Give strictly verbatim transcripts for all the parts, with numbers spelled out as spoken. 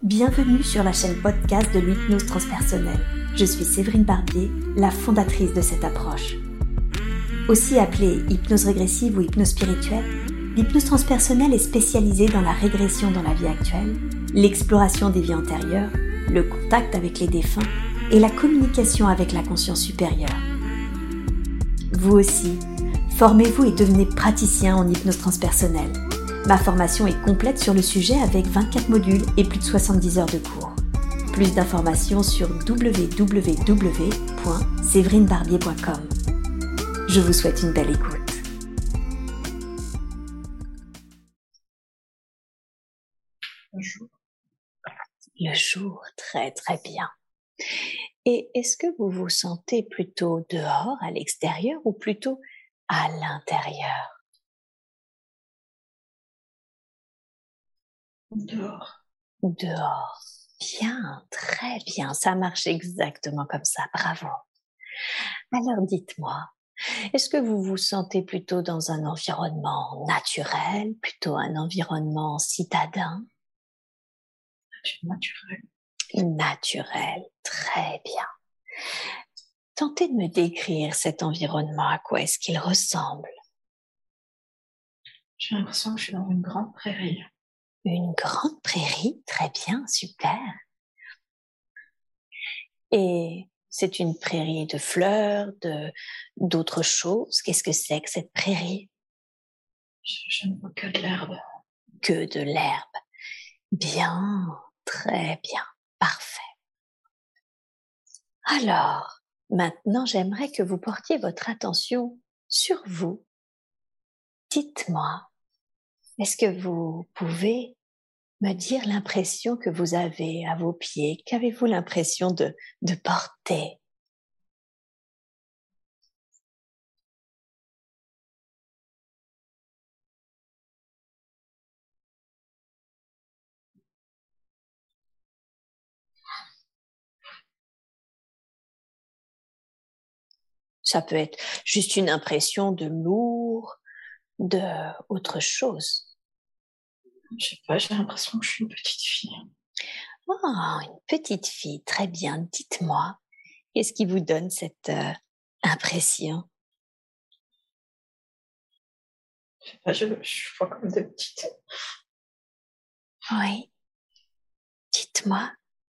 Bienvenue sur la chaîne podcast de l'hypnose transpersonnelle. Je suis Séverine Barbier, la fondatrice de cette approche. Aussi appelée hypnose régressive ou hypnose spirituelle, l'hypnose transpersonnelle est spécialisée dans la régression dans la vie actuelle, l'exploration des vies antérieures, le contact avec les défunts et la communication avec la conscience supérieure. Vous aussi, formez-vous et devenez praticien en hypnose transpersonnelle. Ma formation est complète sur le sujet avec vingt-quatre modules et plus de soixante-dix heures de cours. Plus d'informations sur w w w point séverine barbier point com. Je vous souhaite une belle écoute. Le jour. Le jour, très très bien. Et est-ce que vous vous sentez plutôt dehors, à l'extérieur, ou plutôt à l'intérieur ? Dehors. Dehors. Bien, très bien. Ça marche exactement comme ça. Bravo. Alors dites-moi, est-ce que vous vous sentez plutôt dans un environnement naturel, plutôt un environnement citadin ? Naturel. Naturel, très bien. Tentez de me décrire cet environnement. À quoi est-ce qu'il ressemble ? J'ai l'impression que je suis dans une grande prairie. Une grande prairie, très bien, super. Et c'est une prairie de fleurs, de d'autres choses. Qu'est-ce que c'est que cette prairie ? Je, je ne vois que de l'herbe. Que de l'herbe. Bien, très bien, parfait. Alors, maintenant, j'aimerais que vous portiez votre attention sur vous. Dites-moi, est-ce que vous pouvez me dire l'impression que vous avez à vos pieds? Qu'avez-vous l'impression de, de porter? Ça peut être juste une impression de lourd, de autre chose. Je sais pas, j'ai l'impression que je suis une petite fille. Oh, une petite fille, très bien. Dites-moi, qu'est-ce qui vous donne cette euh, impression? Je sais pas, je, je vois comme des petites... Oui. Dites-moi.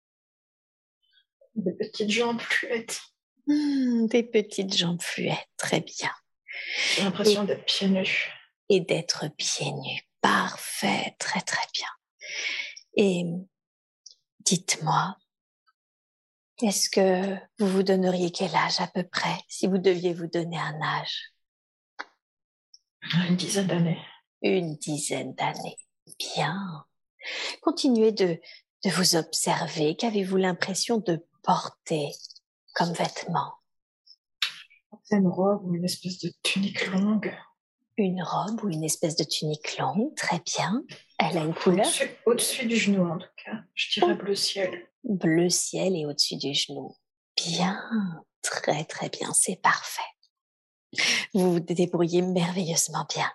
Des petites jambes fluettes. Mmh, des petites jambes fluettes, très bien. J'ai l'impression et, d'être pieds nus. Et d'être pieds nus. Parfait, très très bien. Et dites-moi, est-ce que vous vous donneriez quel âge à peu près, si vous deviez vous donner un âge? Une dizaine d'années. Une dizaine d'années. Bien. Continuez de, de vous observer. Qu'avez-vous l'impression de porter comme vêtement? C'est une robe ou une espèce de tunique longue. Une robe ou une espèce de tunique longue, très bien. Elle a une couleur? Au-dessus, au-dessus du genou en tout cas. Je dirais bleu ciel. Bleu ciel et au-dessus du genou. Bien, très très bien, c'est parfait. Vous vous débrouillez merveilleusement bien.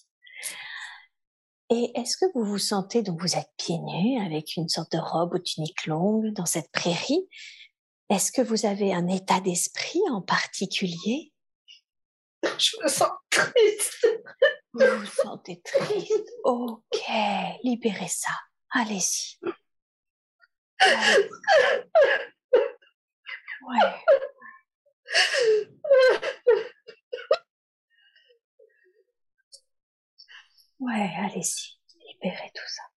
Et est-ce que vous vous sentez, donc vous êtes pieds nus avec une sorte de robe ou tunique longue dans cette prairie. Est-ce que vous avez un état d'esprit en particulier? Je me sens triste. Vous vous sentez triste. Ok, libérez ça. Allez-y. Allez-y. Ouais. Ouais, allez-y. Libérez tout ça.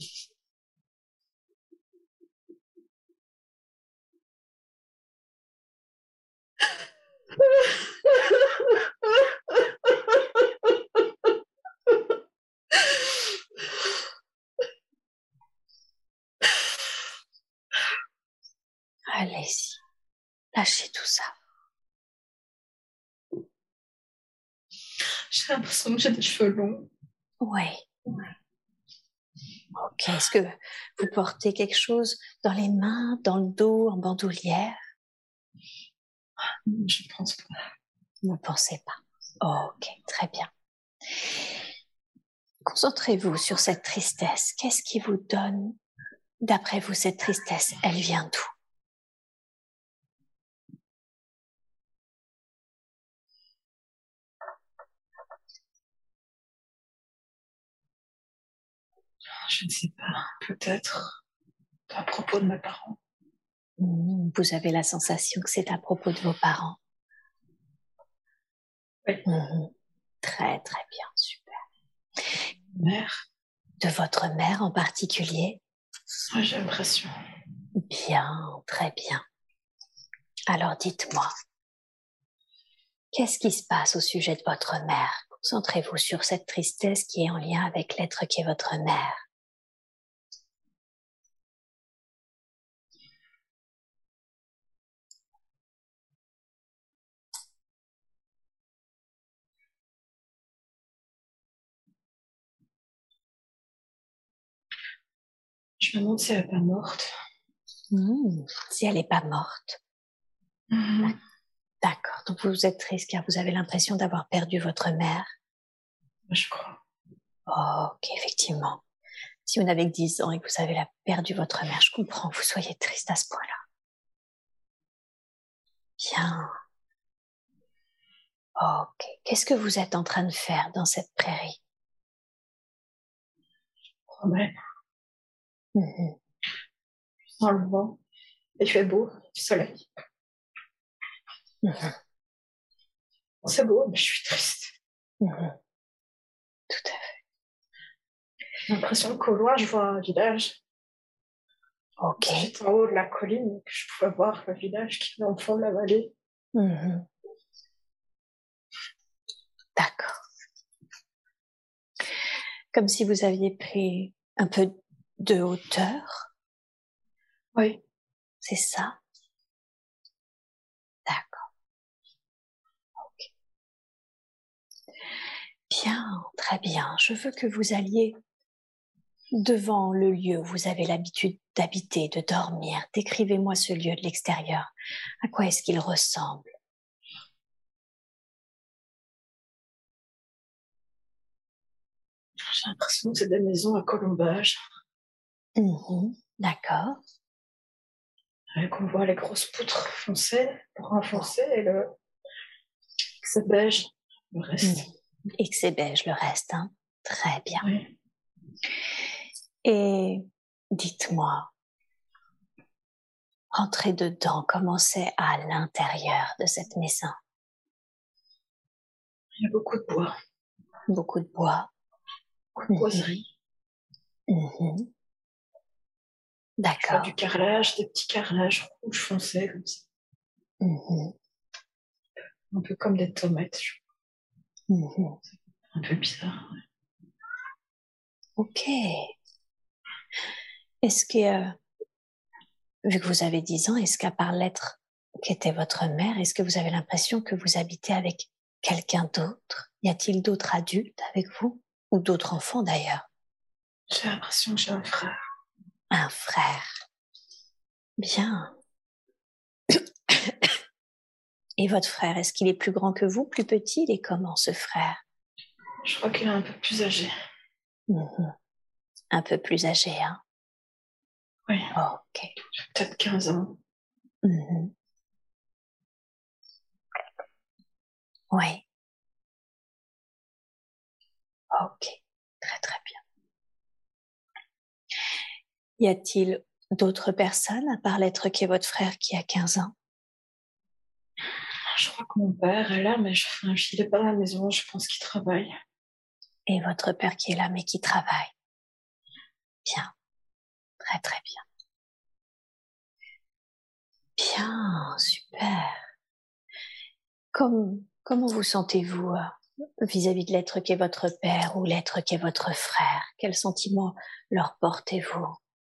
Allez-y. Lâchez tout ça. J'ai l'impression que j'ai des cheveux longs. Oui. Ok, est-ce que vous portez quelque chose dans les mains, dans le dos, en bandoulière? Je ne pense pas. Ne pensez pas. Ok, très bien. Concentrez-vous sur cette tristesse. Qu'est-ce qui vous donne D'après vous, cette tristesse, elle vient d'où? Je ne sais pas, peut-être à propos de mes parents. Mmh, vous avez la sensation que c'est à propos de vos parents? Oui. Mmh, très très bien, super. Mère? De votre mère en particulier? Oui, j'ai l'impression. Bien, très bien. Alors dites-moi, qu'est-ce qui se passe au sujet de votre mère? Concentrez-vous sur cette tristesse qui est en lien avec l'être qui est votre mère. Je me demande si elle n'est pas morte. Mmh, si elle n'est pas morte. Mmh. D'accord, donc vous êtes triste car vous avez l'impression d'avoir perdu votre mère. Je crois. Oh, ok, effectivement. Si vous n'avez que dix ans et que vous avez la- perdu votre mère, je comprends que vous soyez triste à ce point-là. Bien. Ok, qu'est-ce que vous êtes en train de faire dans cette prairie? Promets. Mmh. Dans le vent. Il fait beau, du soleil. Mmh. C'est beau, mais je suis triste. Mmh. Tout à fait. J'ai l'impression qu'au loin, je vois un village. Ok. J'étais en haut de la colline, que je pouvais voir le village qui est en fond de la vallée. Mmh. D'accord. Comme si vous aviez pris un peu de hauteur, Oui. c'est ça? D'accord. Ok. Bien, très bien. Je veux que vous alliez devant le lieu où vous avez l'habitude d'habiter, de dormir. Décrivez-moi ce lieu de l'extérieur. À quoi est-ce qu'il ressemble? J'ai l'impression que c'est des maisons à colombage. Mmh. D'accord. Et qu'on voit les grosses poutres foncées, brun foncé, et le... c'est beige, le reste. Mmh. Et que c'est beige le reste, hein? Très bien. Oui. Et dites-moi, entrez dedans, comment c'est à l'intérieur de cette maison? Il y a beaucoup de bois, Beaucoup de bois. beaucoup de boiseries. Mmh. Je vois D'accord. du carrelage, des petits carrelages rouges foncés, comme ça. Mmh. Un peu comme des tomates. Mmh. Un peu bizarre. Ouais. Ok. Est-ce que, euh, vu que vous avez dix ans, est-ce qu'à part l'être qui était votre mère, est-ce que vous avez l'impression que vous habitez avec quelqu'un d'autre? Y a-t-il d'autres adultes avec vous? Ou d'autres enfants d'ailleurs? J'ai l'impression que j'ai un frère. Un frère. Bien. Et votre frère, est-ce qu'il est plus grand que vous, plus petit? Il est comment ce frère? Je crois qu'il est un peu plus âgé. Mmh. Un peu plus âgé, hein? Oui. Ok. Peut-être quinze ans. Mmh. Oui. Ok. Très très bien. Y a-t-il d'autres personnes, à part l'être qui est votre frère qui a quinze ans? Je crois que mon père est là, mais je... enfin, il n'est pas à la maison, je pense qu'il travaille. Et votre père qui est là, mais qui travaille? Bien. Très très bien. Bien, super. Comme, comment vous sentez-vous euh, vis-à-vis de l'être qui est votre père ou l'être qui est votre frère? Quels sentiments leur portez-vous?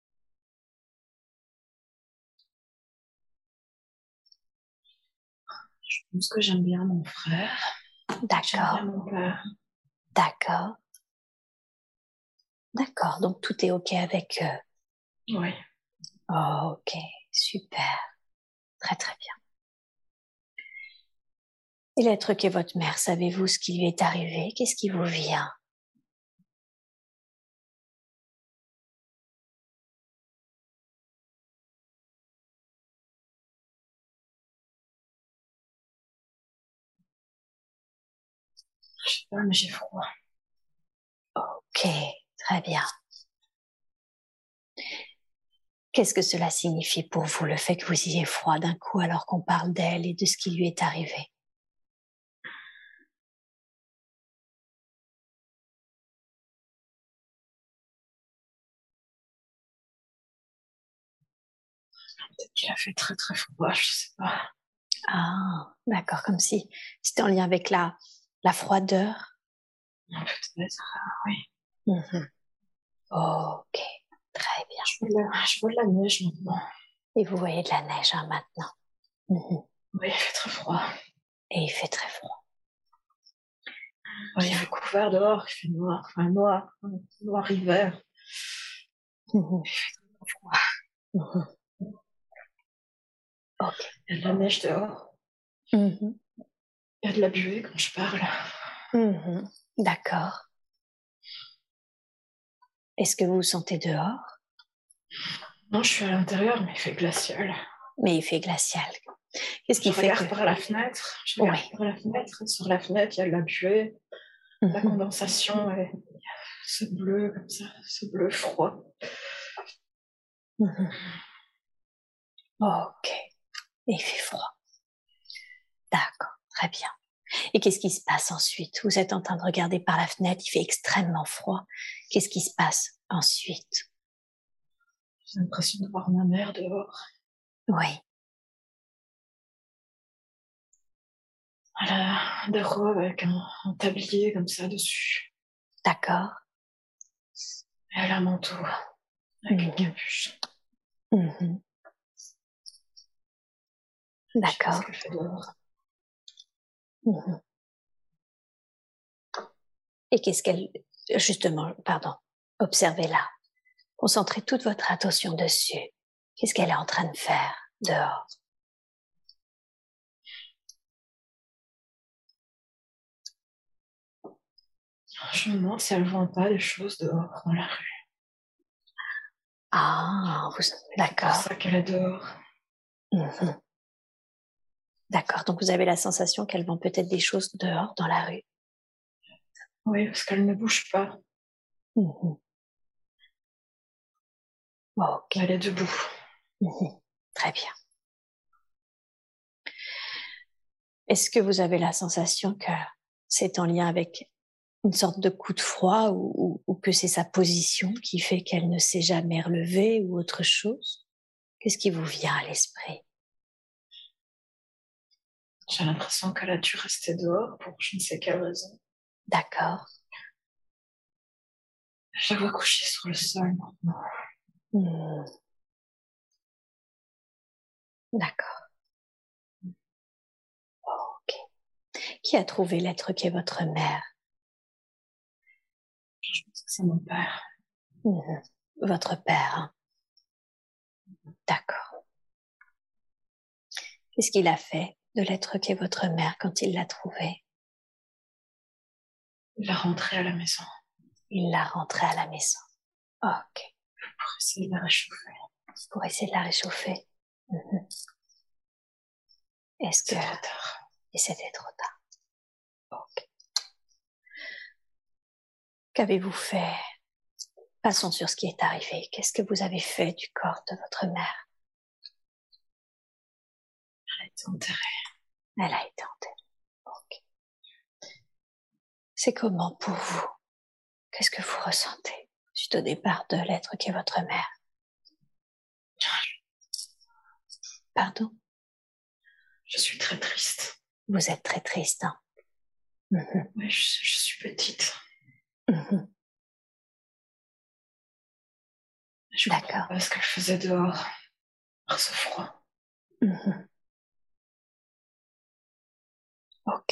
Je pense que j'aime bien mon frère. J'aime bien D'accord, mon père. d'accord, d'accord. Donc tout est ok avec eux. Oui. Oh, ok, super. Très très bien. Et l'être qui est votre mère, savez-vous ce qui lui est arrivé? Qu'est-ce qui vous vient? Je sais pas, mais j'ai froid. Ok, très bien. Qu'est-ce que cela signifie pour vous, le fait que vous ayez froid d'un coup alors qu'on parle d'elle et de ce qui lui est arrivé? Peut-être qu'il a fait très très froid, je sais pas. Ah, d'accord, comme si c'était en lien avec la, la froideur. Peut-être, euh, oui. Mhm. Ok, très bien. Je vois, la, je vois de la neige maintenant. Et vous voyez de la neige hein, maintenant. Mhm. Oui, il fait très froid. Et il fait très froid. Ouais, il fait couvert dehors, il fait noir, enfin noir, noir hiver. Mhm. Il fait très froid. Mhm. Ok. Il y a de la neige dehors. Mhm. Il y a de la buée quand je parle. Mhm. D'accord. Est-ce que vous vous sentez dehors? Non, je suis à l'intérieur, mais il fait glacial. Mais il fait glacial. Qu'est-ce qui Je fait regarde que... par la fenêtre. Je regarde Oui. par la fenêtre. Sur la fenêtre, il y a de la buée, la Mhm. condensation et ce bleu comme ça, ce bleu froid. Mhm. Ok. Et il fait froid. D'accord. Très bien. Et qu'est-ce qui se passe ensuite? Vous êtes en train de regarder par la fenêtre, il fait extrêmement froid. Qu'est-ce qui se passe ensuite? J'ai l'impression de voir ma mère dehors. Oui. Elle a des robes avec un, un tablier comme ça dessus. D'accord. Et elle a un manteau avec une Mhm. capuche. Mhm. Je sais pas ce D'accord. qu'elle fait dehors. Mhm. Et qu'est-ce qu'elle... Justement, pardon, observez-la. Concentrez toute votre attention dessus. Qu'est-ce qu'elle est en train de faire dehors? Je me demande si elle vend pas des choses dehors dans la rue. Ah, vous... C'est pour d'accord. ça qu'elle est dehors. Mhm. D'accord, donc vous avez la sensation qu'elle vend peut-être des choses dehors, dans la rue. Oui, parce qu'elle ne bouge pas. Mhm. Ok. Elle est debout. Mhm. Très bien. Est-ce que vous avez la sensation que c'est en lien avec une sorte de coup de froid ou, ou, ou que c'est sa position qui fait qu'elle ne s'est jamais relevée ou autre chose? Qu'est-ce qui vous vient à l'esprit? J'ai l'impression qu'elle a dû rester dehors pour je ne sais quelle raison. D'accord. Je la vois couchée sur le sol maintenant. Hmm. D'accord. Ok. Qui a trouvé l'être qui est votre mère? Je pense que c'est mon père. Hmm. Votre père. Hein? D'accord. Qu'est-ce qu'il a fait de l'être qui est votre mère quand il l'a trouvé? Il est rentré à la maison Il l'a rentrée à la maison. Ok. pour essayer de la réchauffer. Pour essayer de la réchauffer. Mhm. Est-ce C'est que... trop tard. Et c'était trop tard. Ok. Qu'avez-vous fait? Passons sur ce qui est arrivé. Qu'est-ce que vous avez fait du corps de votre mère? Elle a été enterrée. Elle a été enterrée. Ok. C'est comment pour vous? Qu'est-ce que vous ressentez suite au départ de l'être qui est votre mère? Pardon? Je suis très triste. Vous êtes très triste, hein? Mhm. Oui, je, je suis petite. Mhm. Je comprends D'accord. pas ce qu'elle faisait dehors par ce froid. Mhm. Ok.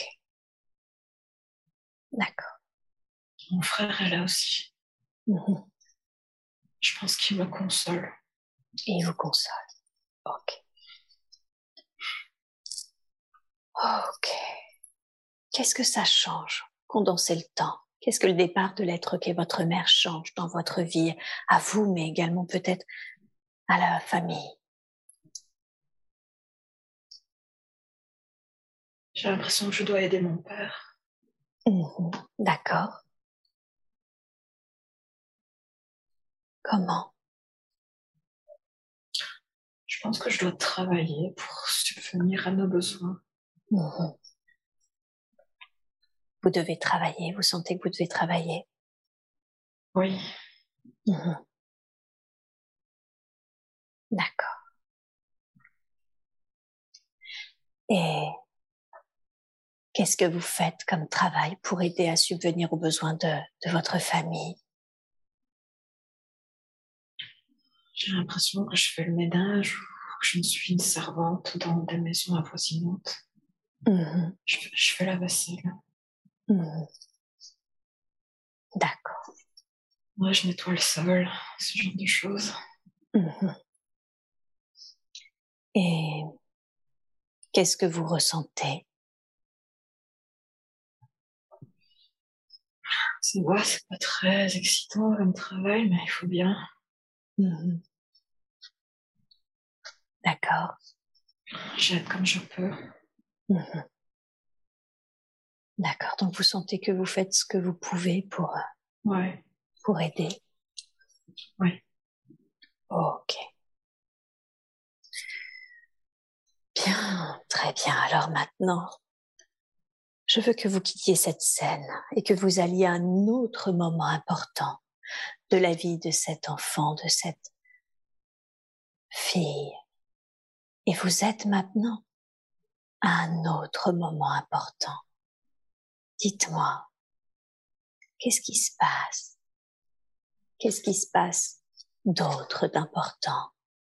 D'accord. Mon frère est là aussi. Mhm. Je pense qu'il me console. Et il vous console. Ok. Ok. Qu'est-ce que ça change? Condenser le temps. Qu'est-ce que le départ de l'être qu'est votre mère change dans votre vie, à vous, mais également peut-être à la famille? J'ai l'impression que je dois aider mon père. Mhm. D'accord. Comment? Je pense que je dois travailler pour subvenir à nos besoins. Mhm. Vous devez travailler, vous sentez que vous devez travailler. Oui. Mhm. D'accord. Et qu'est-ce que vous faites comme travail pour aider à subvenir aux besoins de, de votre famille? J'ai l'impression que je fais le ménage ou que je ne suis une servante dans des maisons avoisinantes. Mhm. Je, fais- je fais la vaisselle. Mhm. D'accord. Moi, je nettoie le sol, ce genre de choses. Mhm. Et qu'est-ce que vous ressentez? C'est vrai, c'est pas très excitant comme travail, mais il faut bien. Mhm. D'accord. J'aide comme je peux. Mhm. D'accord. Donc vous sentez que vous faites ce que vous pouvez pour, Ouais, pour aider. ouais. Ok. Bien, très bien. Alors maintenant, je veux que vous quittiez cette scène et que vous alliez à un autre moment important de la vie de cet enfant, de cette fille. Et vous êtes maintenant à un autre moment important. Dites-moi, qu'est-ce qui se passe? Qu'est-ce qui se passe d'autre d'important?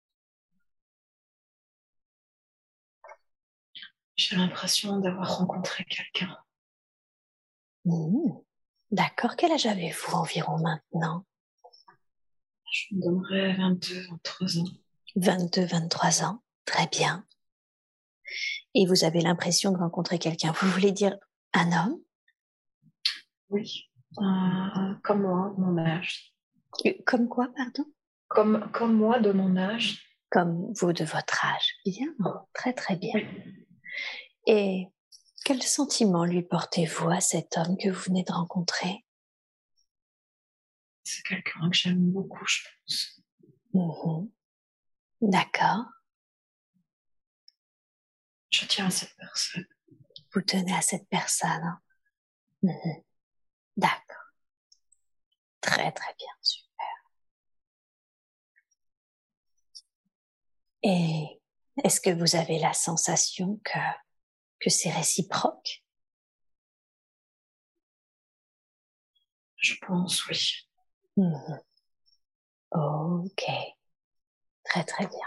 J'ai l'impression d'avoir rencontré quelqu'un. Mmh. D'accord. Quel âge avez-vous environ maintenant? Je me donnerais vingt-deux, vingt-trois ans. vingt-deux, vingt-trois ans. Très bien. Et vous avez l'impression de rencontrer quelqu'un. Vous voulez dire un homme? Oui, euh, comme moi, de mon âge. Euh, Comme quoi, pardon? Comme, comme moi, de mon âge. Comme vous de votre âge. Bien. Très, très bien. Oui. Et quel sentiment lui portez-vous à cet homme que vous venez de rencontrer? C'est quelqu'un que j'aime beaucoup, je pense. Mmh. D'accord. Je tiens à cette personne. Vous tenez à cette personne. Hein. Mmh. D'accord. Très, très bien. Super. Et est-ce que vous avez la sensation que, que c'est réciproque? Je pense, oui. Mmh. Ok. Très, très bien.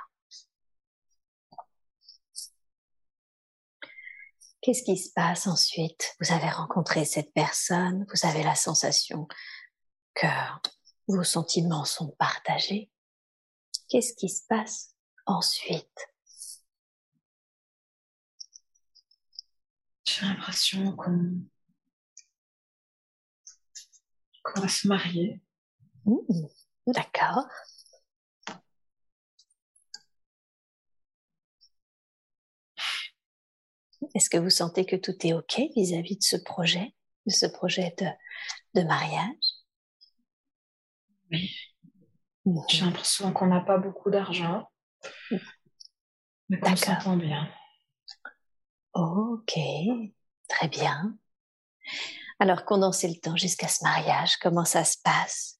Qu'est-ce qui se passe ensuite? Vous avez rencontré cette personne, vous avez la sensation que vos sentiments sont partagés. Qu'est-ce qui se passe ensuite? J'ai l'impression qu'on qu'on va se marier. Mmh. D'accord. Est-ce que vous sentez que tout est OK vis-à-vis de ce projet, de ce projet de, de mariage? Oui. Mmh. J'ai l'impression qu'on n'a pas beaucoup d'argent, mais qu'on D'accord. s'entend bien. Ok, très bien. Alors, condensez le temps jusqu'à ce mariage. Comment ça se passe?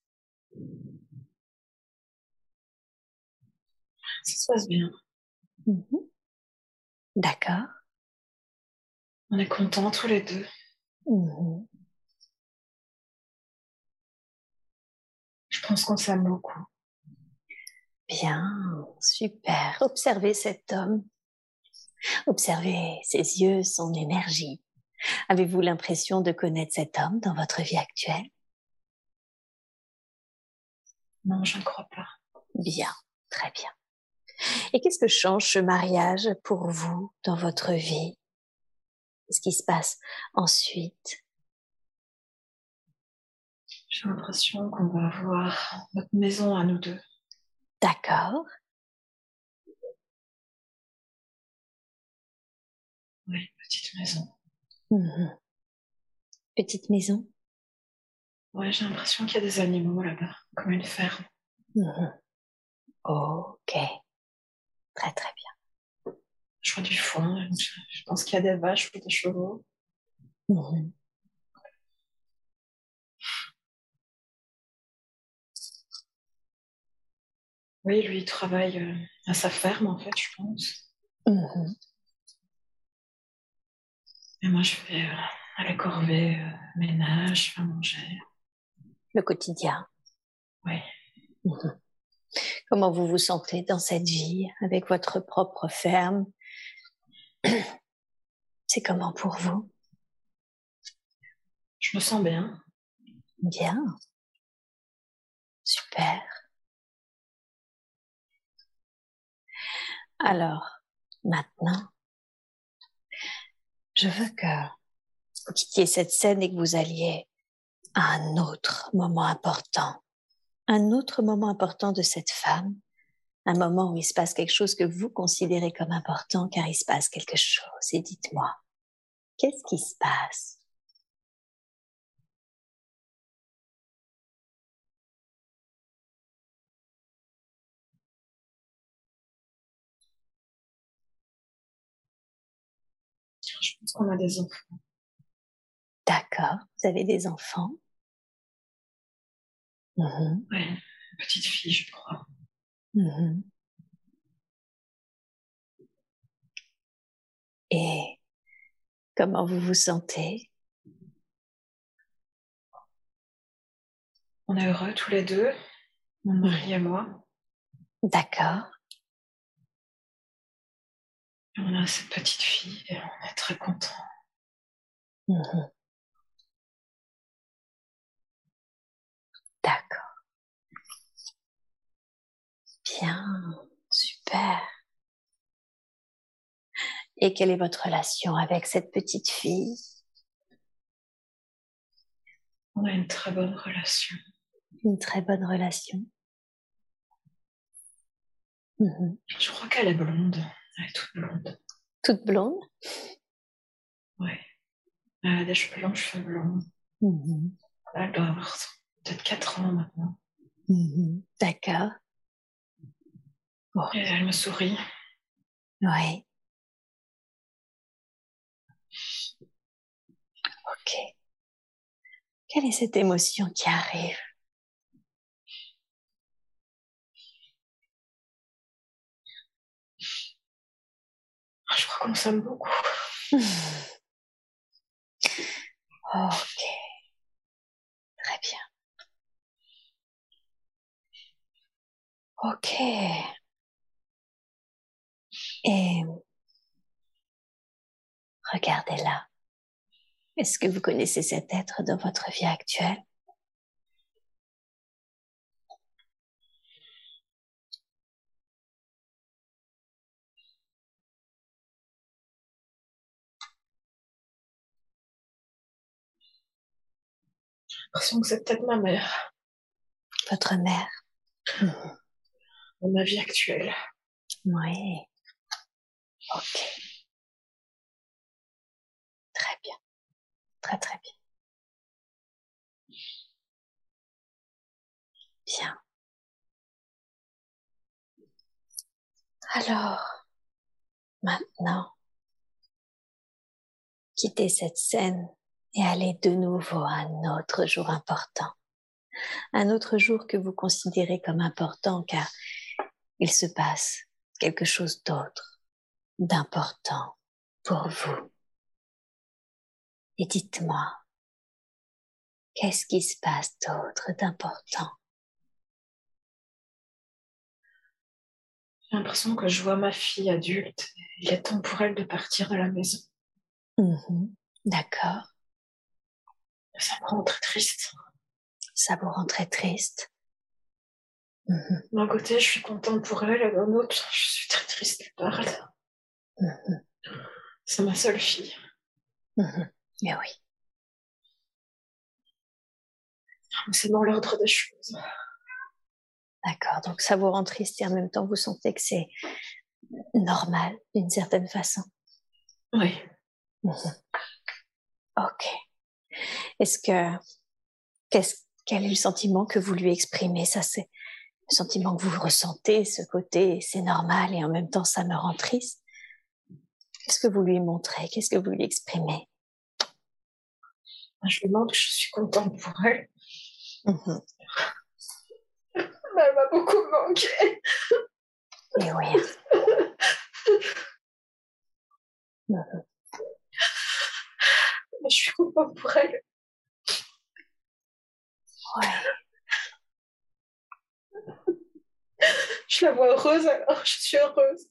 Ça se passe bien. Mmh. D'accord. On est contents tous les deux. Mmh. Je pense qu'on s'aime beaucoup. Bien, super. Observez cet homme. Observez ses yeux, son énergie. Avez-vous l'impression de connaître cet homme dans votre vie actuelle? Non, je ne crois pas. Bien, très bien. Et qu'est-ce que change ce mariage pour vous dans votre vie? Qu'est-ce qui se passe ensuite? J'ai l'impression qu'on va avoir notre maison à nous deux. D'accord. Oui, petite maison. Mmh. Petite maison? Ouais, j'ai l'impression qu'il y a des animaux là-bas, comme une ferme. Mhm. Ok, très très bien. Je vois du foin, je, je pense qu'il y a des vaches ou des chevaux. Mhm. Oui, lui, il travaille euh, à sa ferme, en fait, je pense. Mhm. Et moi, je fais euh, à la corvée, euh, ménage, faire manger. Le quotidien. Oui. Mhm. Comment vous vous sentez dans cette vie avec votre propre ferme? C'est comment pour vous? Je me sens bien. Bien. Super. Alors, maintenant, je veux que vous quittiez cette scène et que vous alliez à un autre moment important. Un autre moment important de cette femme. Un moment où il se passe quelque chose que vous considérez comme important car il se passe quelque chose. Et dites-moi, qu'est-ce qui se passe? Je pense qu'on a des enfants. D'accord, vous avez des enfants? Mhm. Oui, une petite fille, je crois. Mhm. Et comment vous vous sentez? On est heureux tous les deux, mon mari et moi. D'accord. Et on a cette petite fille et on est très contents. Mhm. D'accord. Bien, super. Et quelle est votre relation avec cette petite fille? On a une très bonne relation. Une très bonne relation. Mhm. Je crois qu'elle est blonde. Elle est toute blonde. Toute blonde? Oui. Elle a des cheveux longs, cheveux blonds. Mhm. Elle doit avoir peut-être quatre ans maintenant. Mhm. D'accord. Et Ok. elle me sourit. Oui. Ok. Quelle est cette émotion qui arrive? Je crois qu'on s'aime beaucoup. Ok. Très bien. Ok. Et regardez-la. Est-ce que vous connaissez cet être dans votre vie actuelle? J'ai l'impression que c'est peut-être ma mère Votre mère? dans ma vie actuelle. Oui. Ok. Très bien. Très très bien. Bien. Alors, maintenant, quittez cette scène et allez de nouveau à un autre jour important. Un autre jour que vous considérez comme important car il se passe quelque chose d'autre, d'important pour vous. Et dites-moi, qu'est-ce qui se passe d'autre d'important? J'ai l'impression que je vois ma fille adulte. Il est temps pour elle de partir de la maison. Mmh. D'accord. Ça me rend très triste. Ça vous rend très triste. Mmh. D'un côté, je suis contente pour elle, et d'un autre, je suis très triste qu'elle parte. Mmh. C'est ma seule fille. Mmh. Mais oui. C'est dans l'ordre des choses. D'accord. Donc ça vous rend triste et en même temps vous sentez que c'est normal d'une certaine façon. Oui. Mmh. Ok. Est-ce que, qu'est-ce, quel est le sentiment que vous lui exprimez? Ça, c'est le sentiment que vous ressentez, ce côté, c'est normal et en même temps, ça me rend triste. Qu'est-ce que vous lui montrez? Qu'est-ce que vous lui exprimez? Je lui montre que je suis contente pour elle. Mmh. Mais elle m'a beaucoup manqué. Et oui. Mmh. Mais je suis contente pour elle. Ouais. Je la vois heureuse, alors je suis heureuse.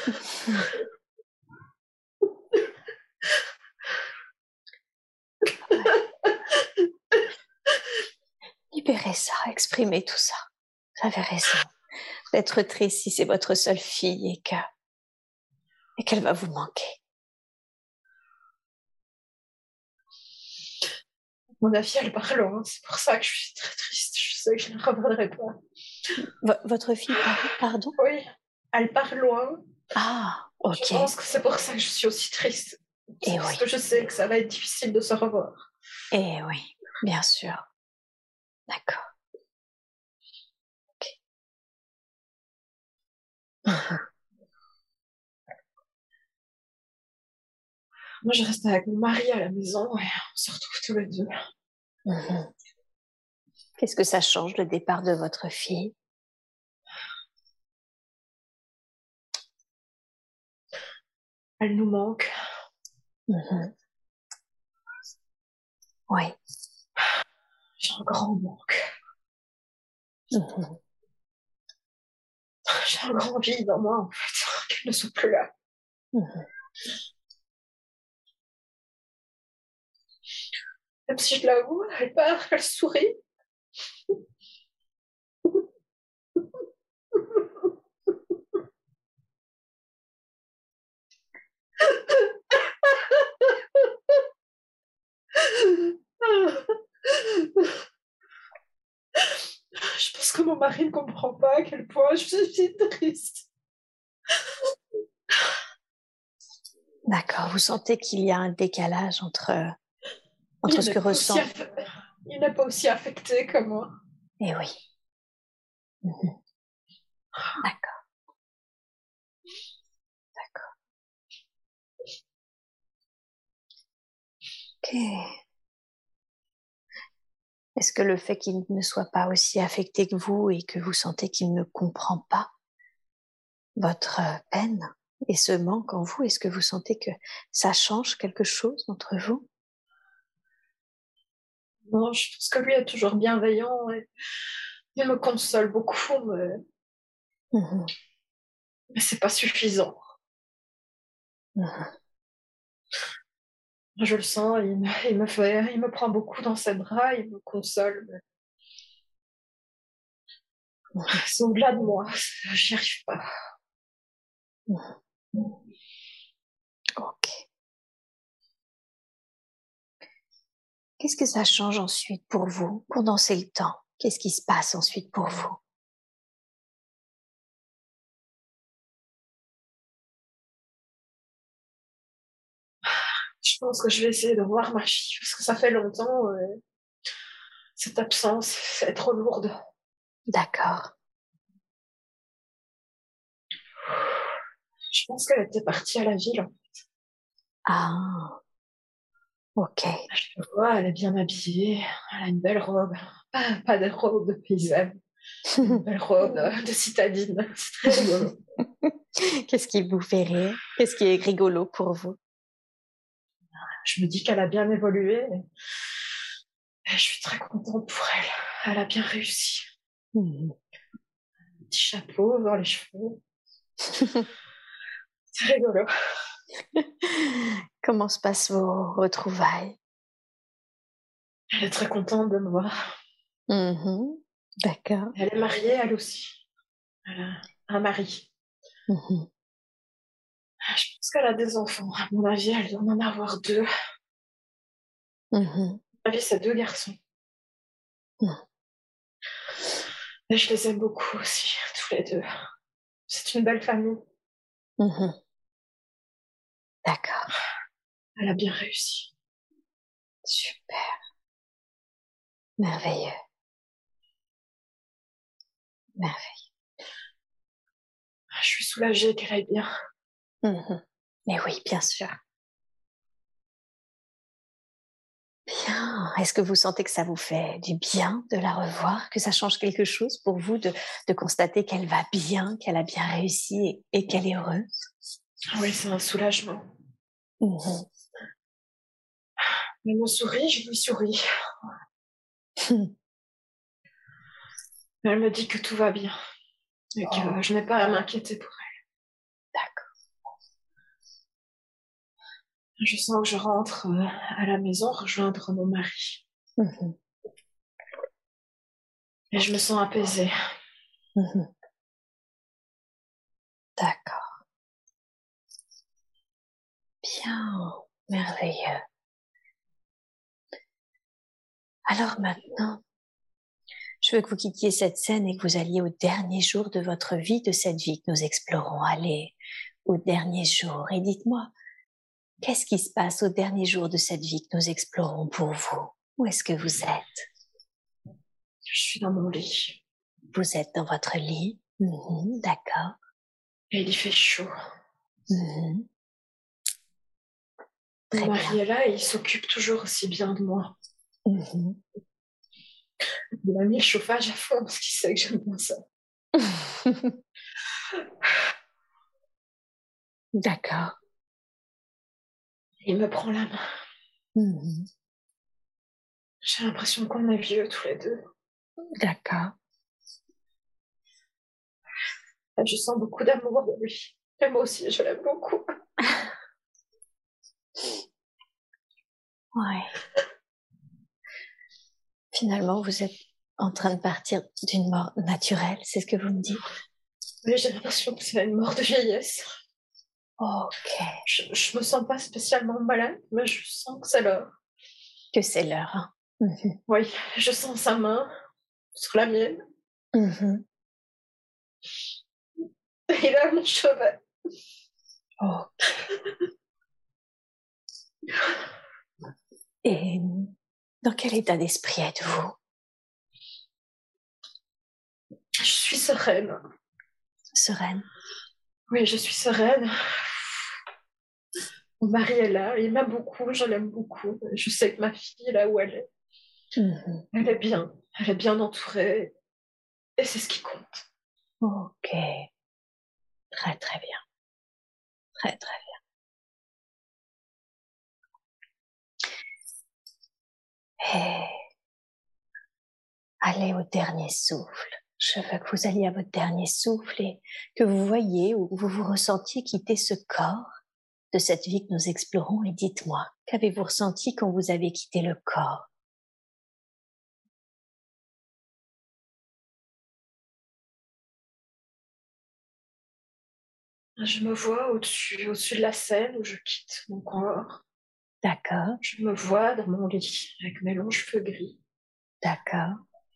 Libérez ça, exprimez tout ça. Vous avez raison d'être triste si c'est votre seule fille et que et qu'elle va vous manquer. Mon avis, elle part loin. C'est pour ça que je suis très triste. Je sais que je ne la reviendrai pas. V- votre fille, par- pardon? Oui, elle part loin. Ah, ok. Je pense que c'est pour ça que je suis aussi triste. C'est Et parce oui. que je sais que ça va être difficile de se revoir. Et oui, bien sûr. D'accord. Ok. Mhm. Moi, je reste avec mon mari à la maison et on se retrouve tous les deux. Mhm. Qu'est-ce que ça change le départ de votre fille? Elle nous manque. Mhm. Oui. J'ai un grand manque. Mhm. J'ai un grand vide dans moi, en fait, qu'elle ne soit plus là. Mhm. Même si je la vois, elle part, elle sourit. Je pense que mon mari ne comprend pas à quel point je suis si triste. D'accord. Vous sentez qu'il y a un décalage entre, entre Il ce n'est que pas aussi ressent. aff- il n'est pas aussi affecté que moi. Eh oui. Mhm. D'accord. D'accord. Ok. Est-ce que le fait qu'il ne soit pas aussi affecté que vous et que vous sentez qu'il ne comprend pas votre euh, peine et ce manque en vous, est-ce que vous sentez que ça change quelque chose entre vous? Non, je pense que lui est toujours bienveillant et il me console beaucoup, mais, Mhm. mais c'est pas suffisant. Mhm. Je le sens, il me, il me fait, il me prend beaucoup dans ses bras, il me console, mais Mhm. c'est au-delà de moi, j'y arrive pas. Mhm. Ok. Qu'est-ce que ça change ensuite pour vous, condenser le temps? Qu'est-ce qui se passe ensuite pour vous? Je pense que je vais essayer de voir ma fille, parce que ça fait longtemps, euh, cette absence est trop lourde. D'accord. Je pense qu'elle était partie à la ville. Ah, ok. Je la vois, elle est bien habillée, elle a une belle robe. Pas, pas de robe de paysanne, une belle robe de, de citadine. C'est très rigolo. Qu'est-ce qui vous fait rire? Qu'est-ce qui est rigolo pour vous? Je me dis qu'elle a bien évolué. Et je suis très contente pour elle. Elle a bien réussi. Mhm. Petit chapeau dans les cheveux. C'est rigolo. Comment se passent vos retrouvailles? Elle est très contente de me voir. Mhm. D'accord. Elle est mariée, elle aussi. Elle a un mari. Mhm. Je pense qu'elle a des enfants. À mon avis, elle doit en avoir deux. Mhm. À mon avis, c'est deux garçons. Mhm. Et je les aime beaucoup aussi, tous les deux. C'est une belle famille. Mhm. D'accord. Elle a bien réussi. Super. Merveilleux. Merveilleux. Je suis soulagée qu'elle aille bien. Mmh. Mais oui, bien sûr. Bien. Est-ce que vous sentez que ça vous fait du bien de la revoir, que ça change quelque chose pour vous de, de constater qu'elle va bien, qu'elle a bien réussi et, et qu'elle est heureuse? Oui, c'est un soulagement. Mmh. Elle me sourit, je lui souris. Elle me dit que tout va bien et que Oh, je n'ai pas à m'inquiéter pour elle. d'accord. Je sens que je rentre euh, à la maison rejoindre mon mari. Mmh. Et je me sens apaisée. Mmh. D'accord. Bien. Merveilleux. Alors maintenant, je veux que vous quittiez cette scène et que vous alliez au dernier jour de votre vie, de cette vie que nous explorons. Allez, au dernier jour. Et dites-moi, qu'est-ce qui se passe au dernier jour de cette vie que nous explorons pour vous? Où est-ce que vous êtes? Je suis dans mon lit. Vous êtes dans votre lit? Mmh, d'accord. Et il y fait chaud. Mmh. Mon Très mari bien. est là et il s'occupe toujours aussi bien de moi. Mmh. Il a mis le chauffage à fond parce qu'il sait que j'aime bien ça. D'accord. Il me prend la main. Mmh. J'ai l'impression qu'on est vieux tous les deux. D'accord. Et je sens beaucoup d'amour de lui. Et moi aussi, je l'aime beaucoup. Ouais. Finalement, vous êtes en train de partir d'une mort naturelle, c'est ce que vous me dites? Mais j'ai l'impression que c'est une mort de vieillesse. Ok. Je, je me sens pas spécialement malade, mais je sens que c'est l'heure. Que c'est l'heure. Hein. Mmh. Oui, je sens sa main sur la mienne. Mmh. Il a mon chevet. Ok. Et dans quel état d'esprit êtes-vous? Je suis sereine. Sereine? Oui, je suis sereine. Mon mari est là, il m'aime beaucoup, je l'aime beaucoup. Je sais que ma fille est là où elle est. Mmh. Elle est bien, elle est bien entourée. Et c'est ce qui compte. Ok. Très très bien. Très très bien. Et allez au dernier souffle. Je veux que vous alliez à votre dernier souffle et que vous voyez ou vous vous ressentiez quitter ce corps de cette vie que nous explorons et dites-moi, qu'avez-vous ressenti quand vous avez quitté le corps? Je me vois au-dessus, au-dessus de la scène où je quitte mon corps. D'accord, Je me vois dans mon lit avec mes longs cheveux gris. d'accord.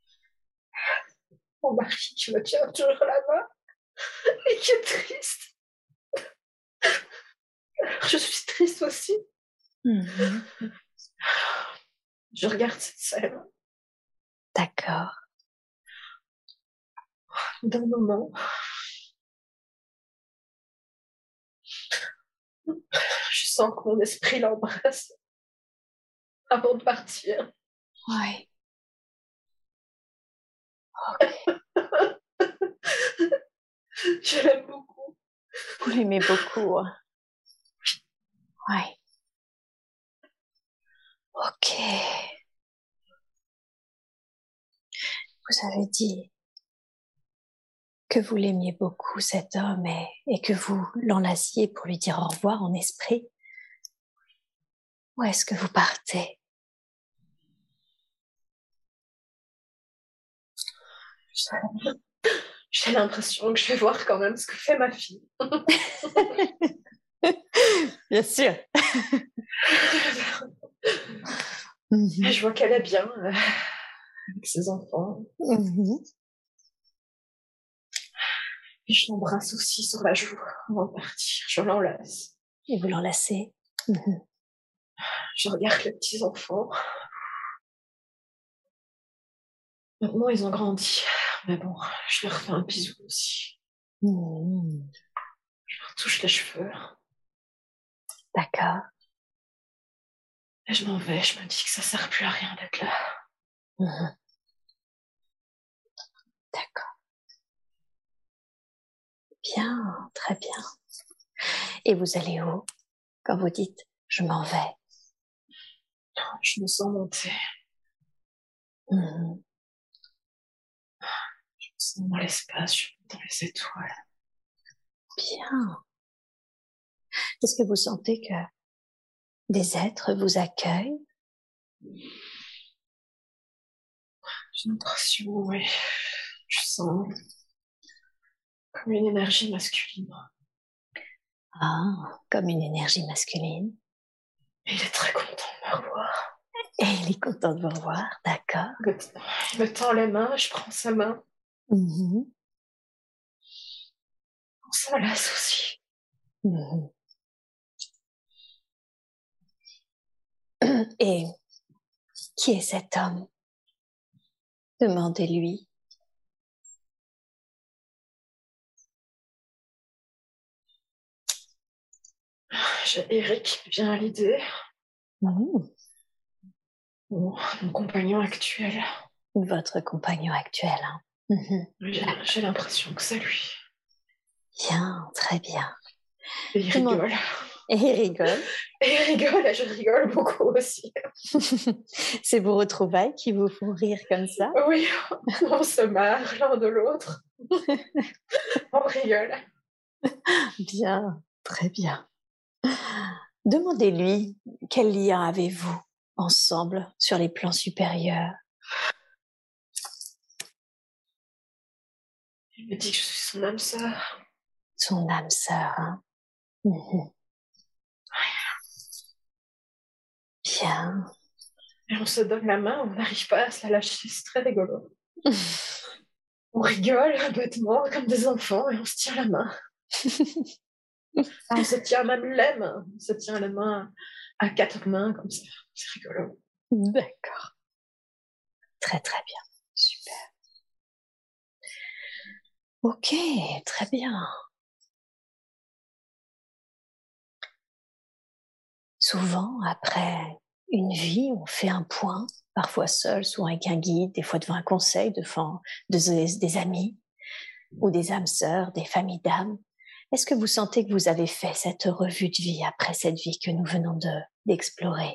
Mon mari qui me tient toujours la main et qui est triste. Je suis triste aussi. Mmh. Je regarde cette scène. D'accord. D'un moment, je sens que mon esprit l'embrasse avant de partir. Ouais. Ok. Je l'aime beaucoup. Vous l'aimez beaucoup. Hein. Ouais. Ok. Vous avez dit que vous l'aimiez beaucoup, cet homme, et, et que vous l'enlaciez pour lui dire au revoir en esprit. Où est-ce que vous partez? J'ai l'impression que je vais voir quand même ce que fait ma fille. Bien sûr. Et je vois qu'elle est bien euh, avec ses enfants. Mmh. Et je l'embrasse aussi sur la joue avant de partir. Je l'enlace. Et vous l'enlacez. Mmh. Je regarde les petits enfants. Maintenant, ils ont grandi. Mais bon, je leur fais un bisou aussi. Mmh. Je leur touche les cheveux. D'accord. Et je m'en vais. Je me dis que ça sert plus à rien d'être là. Mmh. D'accord. Bien, très bien. Et vous allez où quand vous dites « je m'en vais » ? Je me sens monter. Mmh. Je me sens dans l'espace. Je me sens dans les étoiles. Bien. Est-ce que vous sentez que des êtres vous accueillent ? J'ai l'impression, oui. Je sens comme une énergie masculine. Ah, comme une énergie masculine. Et il est très content de me revoir. Et il est content de vous revoir, d'accord. Il me, il me tend les mains, je prends sa main. Mmh. On s'enlace aussi. Mmh. Et qui est cet homme ? Demandez-lui. J'ai Eric qui vient à l'idée. Mmh. Mon, mon compagnon actuel. Votre compagnon actuel. Hein. Mmh. J'ai, j'ai l'impression que c'est lui. Bien, très bien. Et il Demande... rigole. Et il rigole. Et il rigole et je rigole beaucoup aussi. C'est vos retrouvailles qui vous font rire comme ça ? Oui, on se marre l'un de l'autre. On rigole. Bien, très bien. Demandez-lui quel lien avez-vous ensemble sur les plans supérieurs ? Il me dit que je suis son âme sœur. Son âme sœur, hein. Mmh. Bien. Et on se donne la main, on n'arrive pas à se la lâcher, c'est très rigolo. On rigole bêtement comme des enfants et on se tient la main. On se tient même les mains. On se tient les mains à quatre mains comme ça. C'est rigolo. D'accord. Très très bien. Super. Ok, très bien. Souvent, après une vie, on fait un point, parfois seul, souvent avec un guide, des fois devant un conseil, devant des, des amis ou des âmes sœurs, des familles d'âmes. Est-ce que vous sentez que vous avez fait cette revue de vie après cette vie que nous venons de, d'explorer ?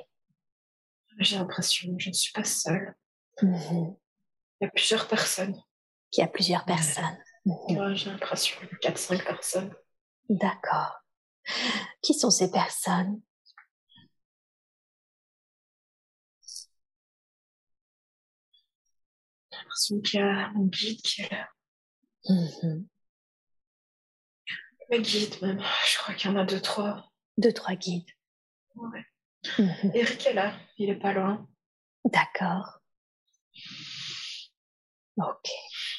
J'ai l'impression que je ne suis pas seule. Mmh. Il y a plusieurs personnes. Il y a plusieurs personnes. Mmh. Moi, j'ai l'impression qu'il y a quatre cinq personnes. D'accord. Qui sont ces personnes ? J'ai l'impression qu'il y a mon guide qui est là. Mmh. Mes guides même. Je crois qu'il y en a deux, trois. Deux, trois guides. Ouais. Mmh. Eric est là. Il est pas loin. D'accord. Ok.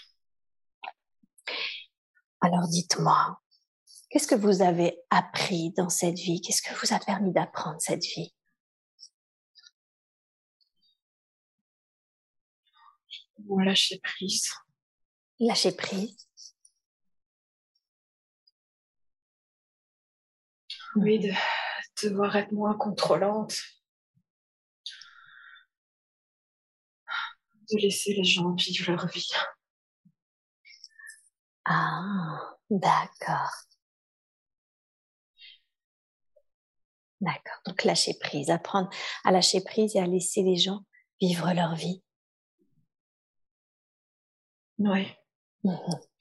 Alors dites-moi, qu'est-ce que vous avez appris dans cette vie ? Qu'est-ce que vous a permis d'apprendre cette vie ? Bon, lâcher prise. Lâcher prise. Oui, de devoir être moins contrôlante. De laisser les gens vivre leur vie. Ah, d'accord. D'accord. Donc lâcher prise, apprendre à lâcher prise et à laisser les gens vivre leur vie. Oui. Mmh.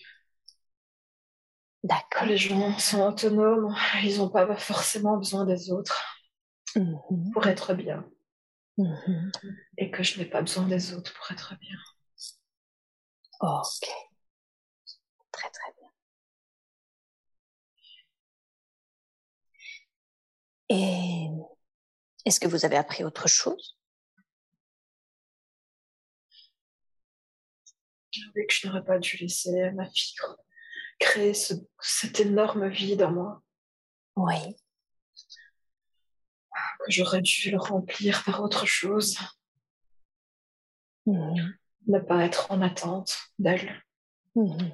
D'accord. Les gens sont autonomes, ils n'ont pas forcément besoin des autres Mmh. pour être bien. Mmh. Et que je n'ai pas besoin des autres pour être bien. Ok. Très très bien. Et est-ce que vous avez appris autre chose ? J'avais que je n'aurais pas dû laisser ma fille créer ce, cette énorme vide en moi. Oui. que j'aurais dû le remplir par autre chose, Mhm. ne pas être en attente d'elle. Mhm.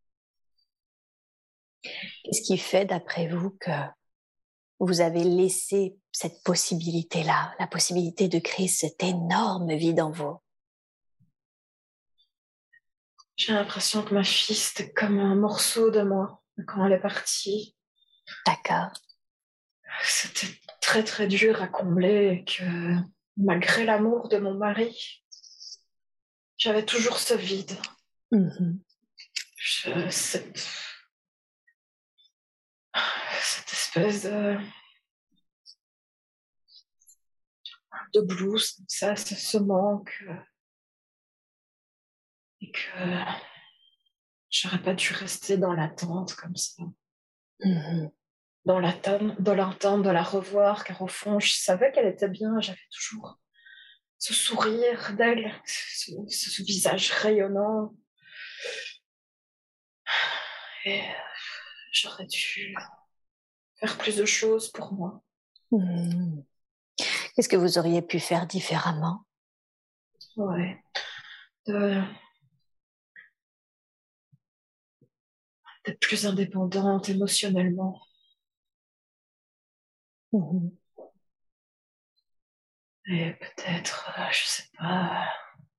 Qu'est-ce qui fait, d'après vous, que vous avez laissé cette possibilité-là, la possibilité de créer cet énorme vide en vous? J'ai l'impression que ma fille, c'était comme un morceau de moi quand elle est partie. D'accord. C'était très très dur à combler et que malgré l'amour de mon mari, j'avais toujours ce vide. Mhm. Je, cette, cette espèce de, de blues, ça, ce, ce manque. Et que j'aurais pas dû rester dans l'attente comme ça. Mhm. Dans l'attente, dans l'attente de la revoir, car au fond, je savais qu'elle était bien, j'avais toujours ce sourire d'elle, ce, ce, ce visage rayonnant. Et j'aurais dû faire plus de choses pour moi. Mhm. Qu'est-ce que vous auriez pu faire différemment? Ouais. De, d'être plus indépendante émotionnellement. Mhm. Et peut-être, euh, je sais pas,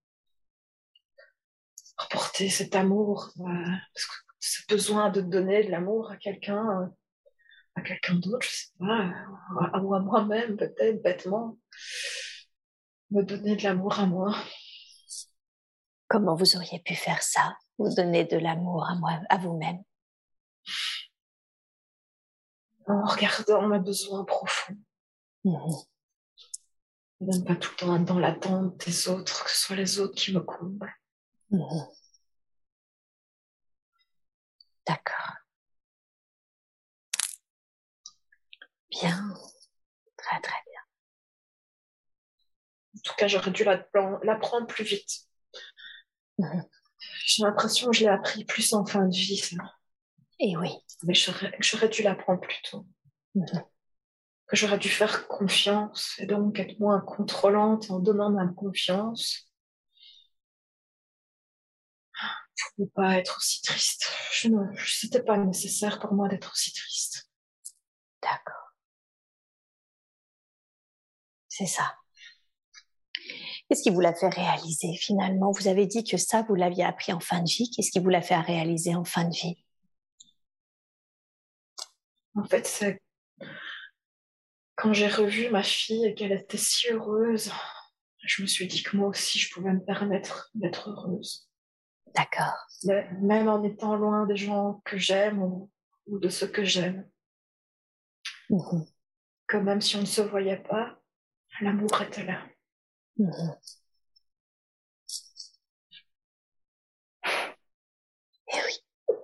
reporter cet amour, euh, parce que ce besoin de donner de l'amour à quelqu'un, euh, à quelqu'un d'autre, je sais pas, à, ou à moi-même peut-être, bêtement, me donner de l'amour à moi. Comment vous auriez pu faire ça? Vous donner de l'amour à moi, à vous-même? En regardant mes besoins profonds. Mhm. Et de ne pas tout le temps être dans l'attente des autres, que ce soit les autres qui me comblent. Mhm. D'accord. Bien. Très, très bien. En tout cas, j'aurais dû l'apprendre plus vite. Mhm. J'ai l'impression que je l'ai appris plus en fin de vie, ça. Et oui. Mais j'aurais, j'aurais dû l'apprendre plus tôt. Mhm. Que j'aurais dû faire confiance et donc être moins contrôlante en donnant ma confiance pour ne pas être aussi triste. Je ne, c'était pas nécessaire pour moi d'être aussi triste. D'accord. C'est ça. Qu'est-ce qui vous l'a fait réaliser finalement? Vous avez dit que ça, vous l'aviez appris en fin de vie. Qu'est-ce qui vous l'a fait réaliser en fin de vie? En fait, c'est quand j'ai revu ma fille et qu'elle était si heureuse, je me suis dit que moi aussi, je pouvais me permettre d'être heureuse. D'accord. Mais même en étant loin des gens que j'aime ou, ou de ceux que j'aime. Mhm. Que même si on ne se voyait pas, l'amour était là. Mhm. Eh oui.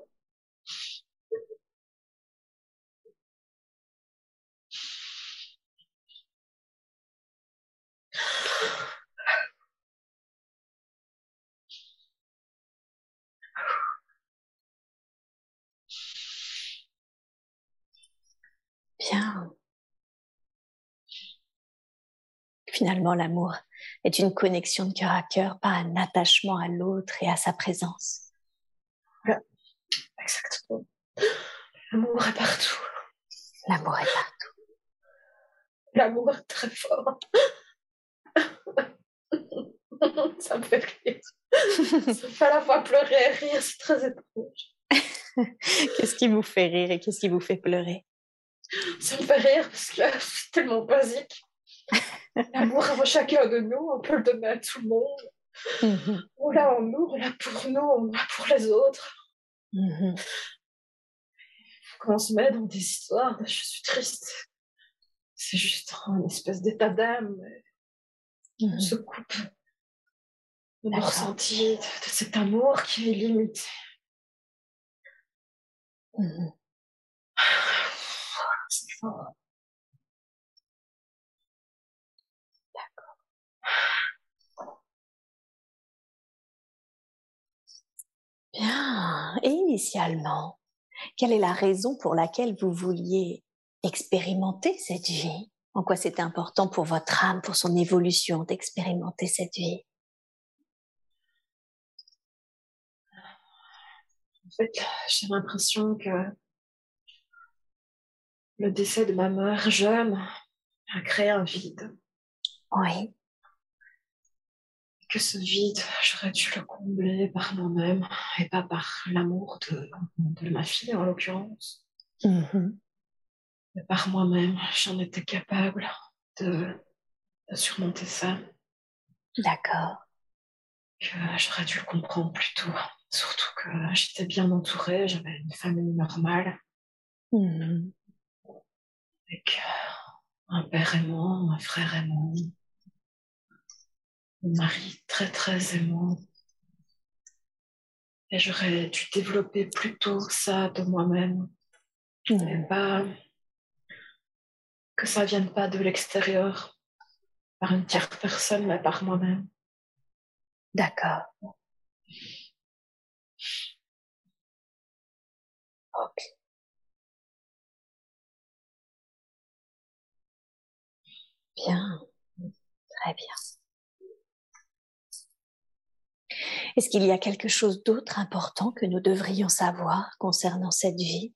Bien. Finalement, l'amour est une connexion de cœur à cœur, pas un attachement à l'autre et à sa présence. Voilà, exactement. L'amour est partout. L'amour est partout. L'amour est très fort. Ça me fait rire. Ça me fait à la fois pleurer et rire, c'est très étrange. Qu'est-ce qui vous fait rire et qu'est-ce qui vous fait pleurer? Ça me fait rire parce que c'est tellement basique. L'amour avant chacun de nous, on peut le donner à tout le monde. Mm-hmm. On l'a en nous, on l'a pour nous, on l'a pour les autres. Mm-hmm. Quand on se met dans des histoires de je suis triste, c'est juste un espèce d'état d'âme. Mm-hmm. On se coupe de nos ressentis, de, de cet amour qui est limité. Mm-hmm. C'est fort. D'accord. Bien. Et initialement, quelle est la raison pour laquelle vous vouliez expérimenter cette vie? En quoi c'était important pour votre âme, pour son évolution, d'expérimenter cette vie? En fait, j'ai l'impression que le décès de ma mère jeune a créé un vide. Oui. Que ce vide, j'aurais dû le combler par moi-même et pas par l'amour de, de ma fille, en l'occurrence. Mm-hmm. Mais par moi-même, j'en étais capable de, de surmonter ça. D'accord. Que j'aurais dû le comprendre plus tôt. Surtout que j'étais bien entourée, j'avais une famille normale. Mm-hmm. Avec un père aimant, un frère aimant, un mari très très aimant. Et j'aurais dû développer plutôt ça de moi-même. Mmh. Et pas que ça vienne pas de l'extérieur, par une tierce personne, mais par moi-même. D'accord. Ok. Bien. Très bien. Est-ce qu'il y a quelque chose d'autre important que nous devrions savoir concernant cette vie?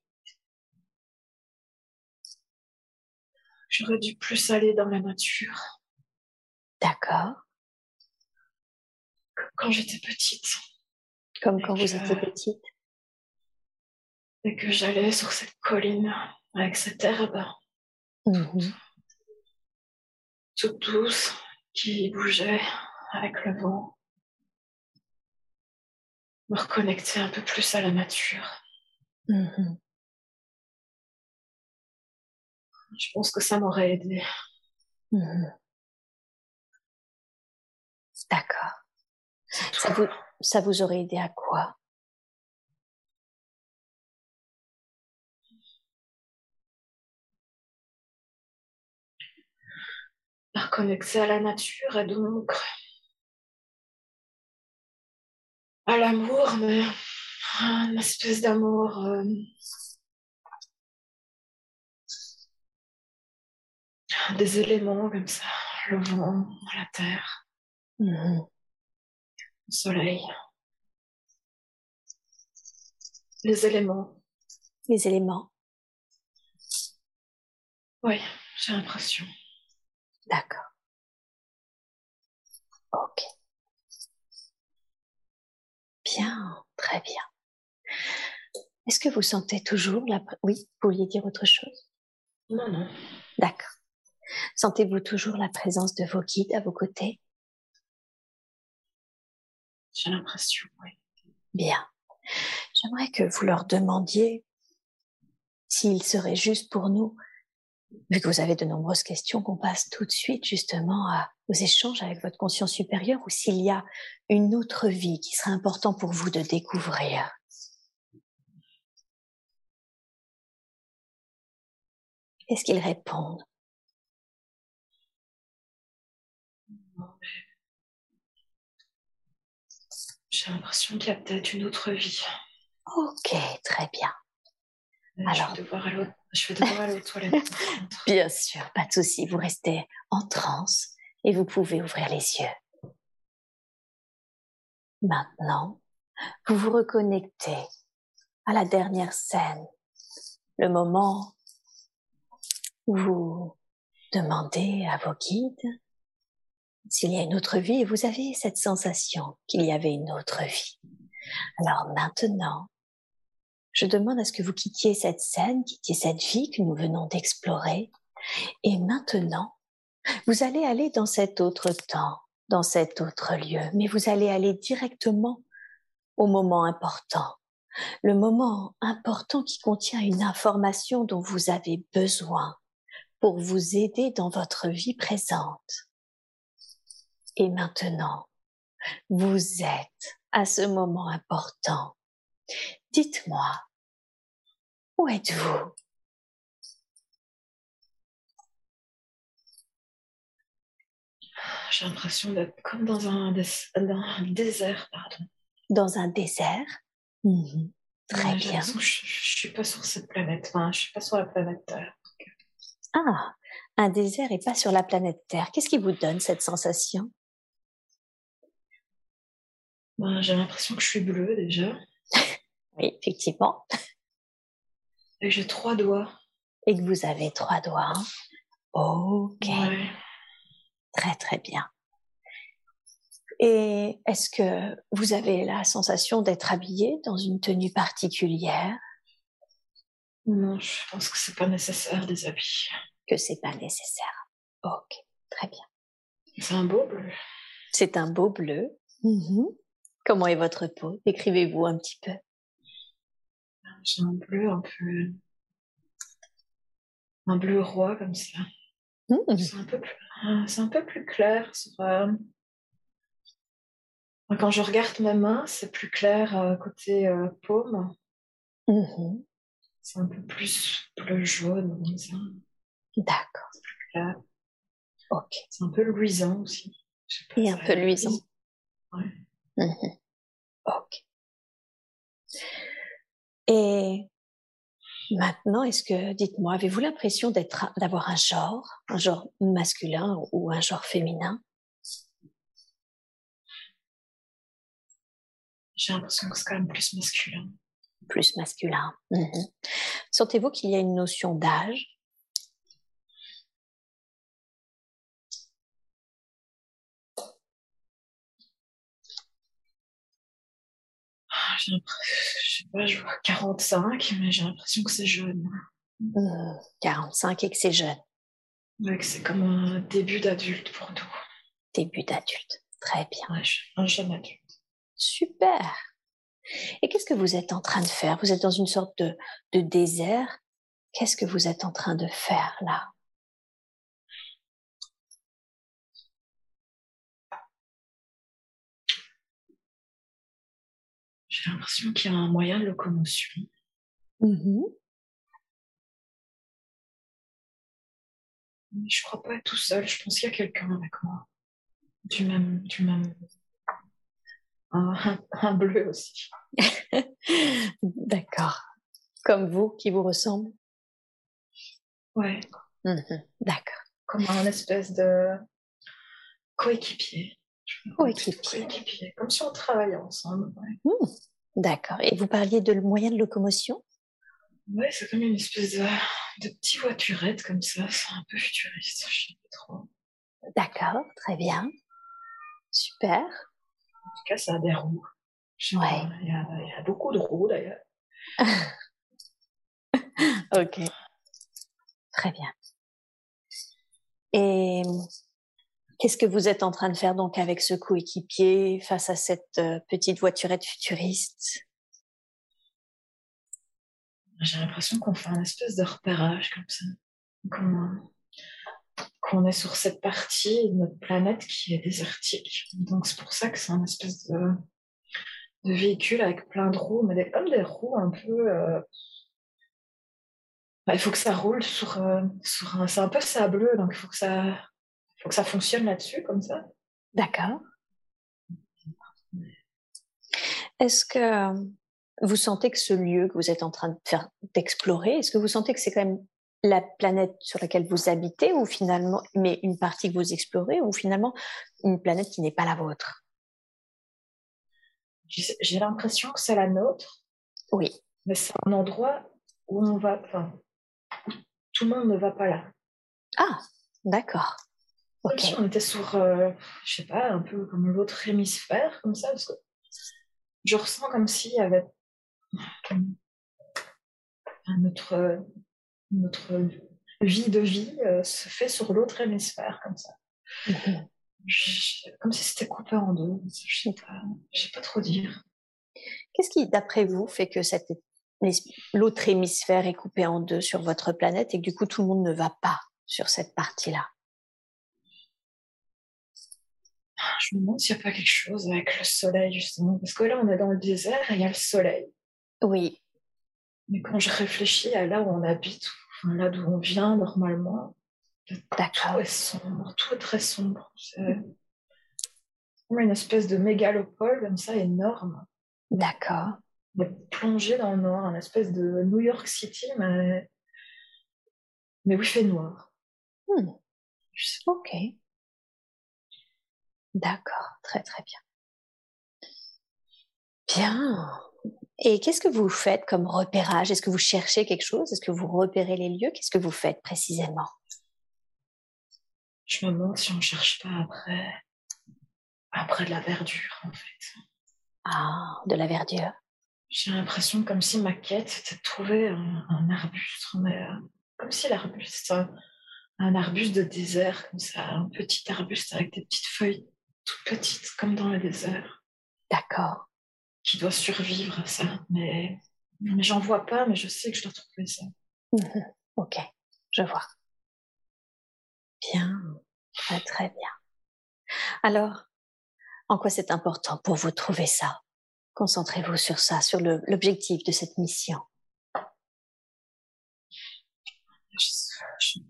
J'aurais dû plus aller dans la nature. D'accord. Quand j'étais petite. Comme quand vous étiez petite? Et que j'allais sur cette colline avec cette herbe Mmh. toute douce qui bougeait avec le vent. Me reconnecter un peu plus à la nature. Mmh. Je pense que ça m'aurait aidé. Mmh. D'accord. Ça vous, ça vous aurait aidé à quoi? À reconnecter à la nature et donc à l'amour, mais une espèce d'amour euh, des éléments comme ça, le vent, la terre, Mmh. le soleil, les éléments. Les éléments? Oui, j'ai l'impression. D'accord. Ok. Bien, très bien. Est-ce que vous sentez toujours la... Oui, vous vouliez dire autre chose? Non, non. D'accord. Sentez-vous toujours la présence de vos guides à vos côtés? J'ai l'impression, oui. Bien. J'aimerais que vous leur demandiez s'il serait juste pour nous, vu que vous avez de nombreuses questions, qu'on passe tout de suite justement à, aux échanges avec votre conscience supérieure, ou s'il y a une autre vie qui serait important pour vous de découvrir. Qu'est-ce qu'ils répondent? J'ai l'impression qu'il y a peut-être une autre vie. Ok, très bien. Alors, je vais devoir aller, je vais devoir aller aux toilettes. Bien sûr, pas de souci. Vous restez en transe et vous pouvez ouvrir les yeux. Maintenant, vous vous reconnectez à la dernière scène, le moment où vous demandez à vos guides s'il y a une autre vie et vous avez cette sensation qu'il y avait une autre vie. Alors maintenant, je demande à ce que vous quittiez cette scène, quittiez cette vie que nous venons d'explorer. Et maintenant, vous allez aller dans cet autre temps, dans cet autre lieu, mais vous allez aller directement au moment important. Le moment important qui contient une information dont vous avez besoin pour vous aider dans votre vie présente. Et maintenant, vous êtes à ce moment important. Dites-moi, où êtes-vous? J'ai l'impression d'être comme dans un, dés dans un désert, pardon. Dans un désert? Mmh. Très ouais, bien. Je, je suis pas sur cette planète, enfin, je suis pas sur la planète Terre. Ah, un désert et pas sur la planète Terre. Qu'est-ce qui vous donne cette sensation? Ben, j'ai l'impression que je suis bleue déjà. Oui, effectivement. Et que j'ai trois doigts. Et que vous avez trois doigts. Hein. Ok. Ouais. Très, très bien. Et est-ce que vous avez la sensation d'être habillé dans une tenue particulière? Non, je pense que c'est pas nécessaire des habits. Que c'est pas nécessaire. Ok, très bien. C'est un beau bleu. C'est un beau bleu. Mmh. Comment est votre peau? Décrivez-vous un petit peu. J'ai un bleu un peu... un bleu roi comme ça. Mmh. C'est un peu plus, c'est un peu plus clair. Sur, euh... Quand je regarde ma main, c'est plus clair euh, côté euh, paume. Mmh. C'est un peu plus bleu jaune comme ça. D'accord. C'est plus clair. Ok. C'est un peu luisant aussi. Pas, Et un peu luisant. Ouais. Mmh. Ok. Et maintenant, est-ce que, dites-moi, avez-vous l'impression d'être, d'avoir un genre, un genre masculin ou un genre féminin? J'ai l'impression que c'est quand même plus masculin. Plus masculin. Mmh. Sentez-vous qu'il y a une notion d'âge? J'ai l'impression, je sais pas, je vois quarante-cinq, mais j'ai l'impression que c'est jeune. Mmh, quarante-cinq et que c'est jeune. Ouais, que c'est comme un début d'adulte pour nous. Début d'adulte, très bien. Ouais, un jeune adulte. Super. Et qu'est-ce que vous êtes en train de faire? Vous êtes dans une sorte de, de désert. Qu'est-ce que vous êtes en train de faire là? J'ai l'impression qu'il y a un moyen de locomotion. Mmh. Mais je crois pas être tout seul, je pense qu'il y a quelqu'un avec moi. Du même, du même, un, un, un bleu aussi. D'accord. Comme vous, qui vous ressemble? Ouais. Mmh. D'accord. Comme un espèce de coéquipier. Coéquipier. Coéquipier. Comme si on travaillait ensemble. Ouais. Mmh. D'accord. Et vous parliez de moyens de locomotion? Ouais, c'est comme une espèce de, de petite voiturette comme ça. C'est un peu futuriste, je sais pas trop. D'accord, très bien. Super. En tout cas, ça a des roues. Ouais. Il y, a, il y a beaucoup de roues d'ailleurs. Ok. Très bien. Et qu'est-ce que vous êtes en train de faire donc avec ce coéquipier face à cette euh, petite voiturette futuriste? J'ai l'impression qu'on fait un espèce de repérage comme ça. Qu'on, qu'on est sur cette partie de notre planète qui est désertique. Donc c'est pour ça que c'est un espèce de, de véhicule avec plein de roues, mais des, comme des roues un peu... Euh... Bah, il faut que ça roule sur, euh, sur un... C'est un peu sableux, donc il faut que ça, faut que ça fonctionne là-dessus, comme ça. D'accord. Est-ce que vous sentez que ce lieu que vous êtes en train de faire, d'explorer, est-ce que vous sentez que c'est quand même la planète sur laquelle vous habitez, ou finalement, mais une partie que vous explorez, ou finalement une planète qui n'est pas la vôtre? J'ai, j'ai l'impression que c'est la nôtre. Oui. Mais c'est un endroit où on va... Enfin, où tout le monde ne va pas là. Ah, d'accord. Comme Ok. si on était sur, euh, je sais pas, un peu comme l'autre hémisphère, comme ça, parce que je ressens comme s'il y avait notre, notre vie de vie euh, se fait sur l'autre hémisphère, comme ça. Mmh. Je, comme si c'était coupé en deux. Je sais pas, je sais pas trop dire. Qu'est-ce qui, d'après vous, fait que cette, l'autre hémisphère est coupé en deux sur votre planète et que du coup tout le monde ne va pas sur cette partie-là? Je me demande s'il n'y a pas quelque chose avec le soleil, justement. Parce que là, on est dans le désert et il y a le soleil. Oui. Mais quand je réfléchis à là où on habite, enfin, là d'où on vient normalement, D'accord. tout est sombre, tout est très sombre. C'est comme une espèce de mégalopole comme ça, énorme. D'accord. Mais plongé dans le noir, une espèce de New York City, mais, mais où il fait noir. arbuste. Ok. D'accord, très très bien. Bien. Et qu'est-ce que vous faites comme repérage? Est-ce que vous cherchez quelque chose? Est-ce que vous repérez les lieux? Qu'est-ce que vous faites précisément? Je me demande si on cherche pas après, après de la verdure, en fait. Ah, de la verdure. J'ai l'impression comme si ma quête c'était de trouver un, un arbuste, mais euh, comme si l'arbuste, un, un arbuste de désert, comme ça, un petit arbuste avec des petites feuilles toutes petites, comme dans le désert, D'accord. qui doit survivre à ça. Mais, mais j'en vois pas, mais je sais que je dois trouver ça. Mhm. Ok, je vois. Bien, très très bien. Alors, en quoi c'est important pour vous de trouver ça? Concentrez-vous sur ça, sur le- l'objectif de cette mission. Je-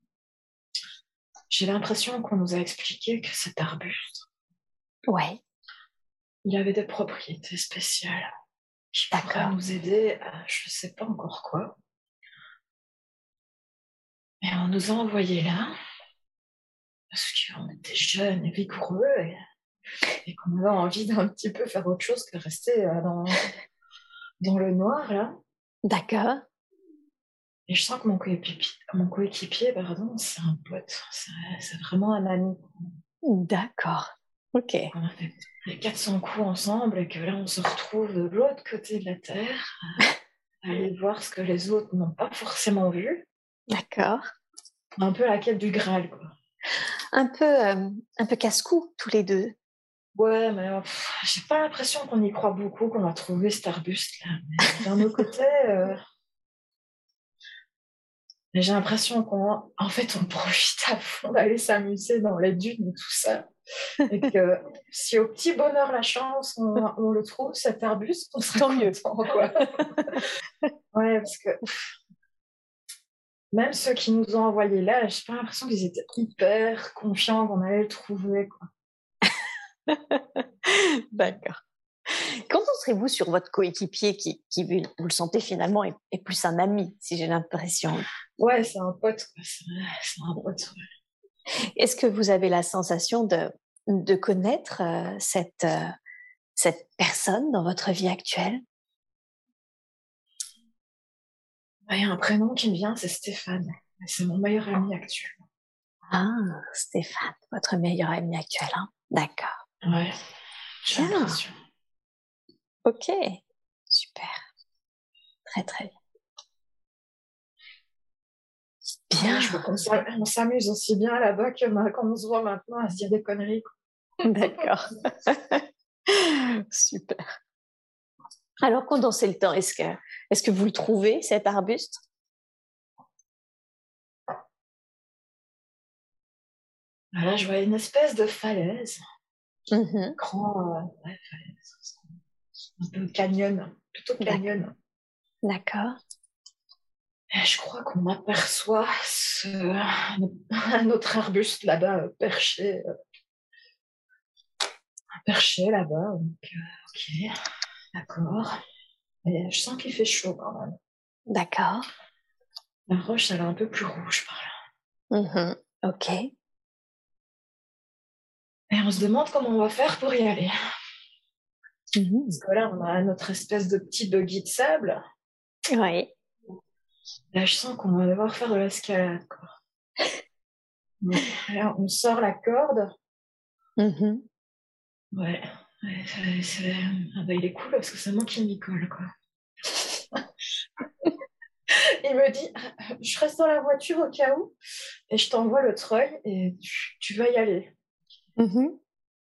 J'ai l'impression qu'on nous a expliqué que cet arbuste, Ouais, il avait des propriétés spéciales qui pourraient d'accord. nous aider à je sais pas encore quoi. Et on nous a envoyés là parce qu'on était jeunes et vigoureux et, et qu'on avait envie d'un petit peu faire autre chose que rester euh, dans, dans le noir là. D'accord. Et je sens que mon coéquipier, mon coéquipier pardon, c'est un pote, c'est, c'est vraiment un ami. D'accord. Ok. On a fait les quatre cents coups ensemble et que là on se retrouve de l'autre côté de la Terre à aller voir ce que les autres n'ont pas forcément vu. D'accord. Un peu la quête du Graal, quoi. Un peu, euh, un peu casse-cou, tous les deux. Ouais, mais euh, pff, j'ai pas l'impression qu'on y croit beaucoup, qu'on va trouver cet arbuste-là. Mais d'un autre côté, euh, j'ai l'impression qu'on, en fait, on profite à fond d'aller s'amuser dans les dunes et tout ça. Et que si au petit bonheur la chance, on, on le trouve, cet arbuste, on sera Tant content, mieux. quoi. Ouais, parce que pff, même ceux qui nous ont envoyés là, j'ai pas l'impression qu'ils étaient hyper confiants qu'on allait le trouver, quoi. D'accord. Qu'en penserez-vous sur votre coéquipier qui, qui vous vous le sentez finalement, est, est plus un ami, si j'ai l'impression? Ouais, c'est un pote, quoi. C'est, c'est un pote. Ouais. Est-ce que vous avez la sensation de, de connaître euh, cette, euh, cette personne dans votre vie actuelle? Il y a un prénom qui me vient, c'est Stéphane. C'est mon meilleur ami actuel. Ah, Stéphane, votre meilleur ami actuel, hein? D'accord. Ouais, j'ai Bien. l'impression. Ok, super. Très très bien. Bien. Ouais, je vois qu'on s'am- on s'amuse aussi bien là-bas que ma- quand on se voit maintenant à se dire des conneries, quoi. D'accord. Super. Alors, condensez le temps. Est-ce que, est-ce que vous le trouvez, cet arbuste? Là, je vois une espèce de falaise. Mhm. Grand, euh, ouais, falaise. Un peu canyon, plutôt canyon. D'accord. Et je crois qu'on aperçoit ce, un autre arbuste là-bas, euh, perché, euh, perché là-bas. Donc, euh, ok, d'accord. Et je sens qu'il fait chaud quand même. D'accord. La roche, elle est un peu plus rouge par là. Mhm. Ok. Et on se demande comment on va faire pour y aller. Mhm. Parce que là, on a notre espèce de petit buggy de sable. Oui. Là, je sens qu'on va devoir faire de l'escalade, quoi. Donc, là, on sort la corde. Mhm. Ouais. Ouais, c'est, c'est... Ah bah, il est cool parce que c'est moi qui m'y colle, quoi. Il me dit, je reste dans la voiture au cas où, et je t'envoie le treuil et tu, tu vas y aller. Mhm.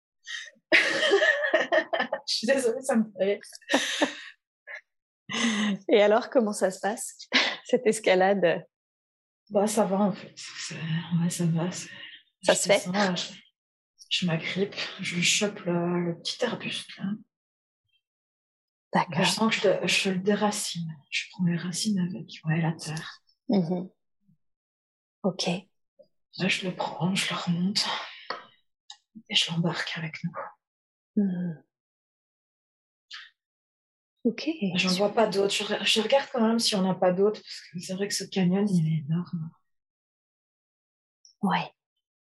Je suis désolée, ça me fait rire. Et alors, comment ça se passe, cette escalade? Bah, ça va en fait. C'est... Ouais, ça va. C'est... Ça Je se fait? descends, je, je m'agrippe, je chope le, le petit arbuste là. Je D'accord. sens que je, le- je le déracine. Je prends les racines avec, ouais, la terre. Mhm. Ok. Là, je le prends, je le remonte et je l'embarque avec nous. Mhm. Ok. J'en vois pas d'autres. Je, re- je regarde quand même si on n'a pas d'autres parce que c'est vrai que ce canyon, il est énorme. Ouais.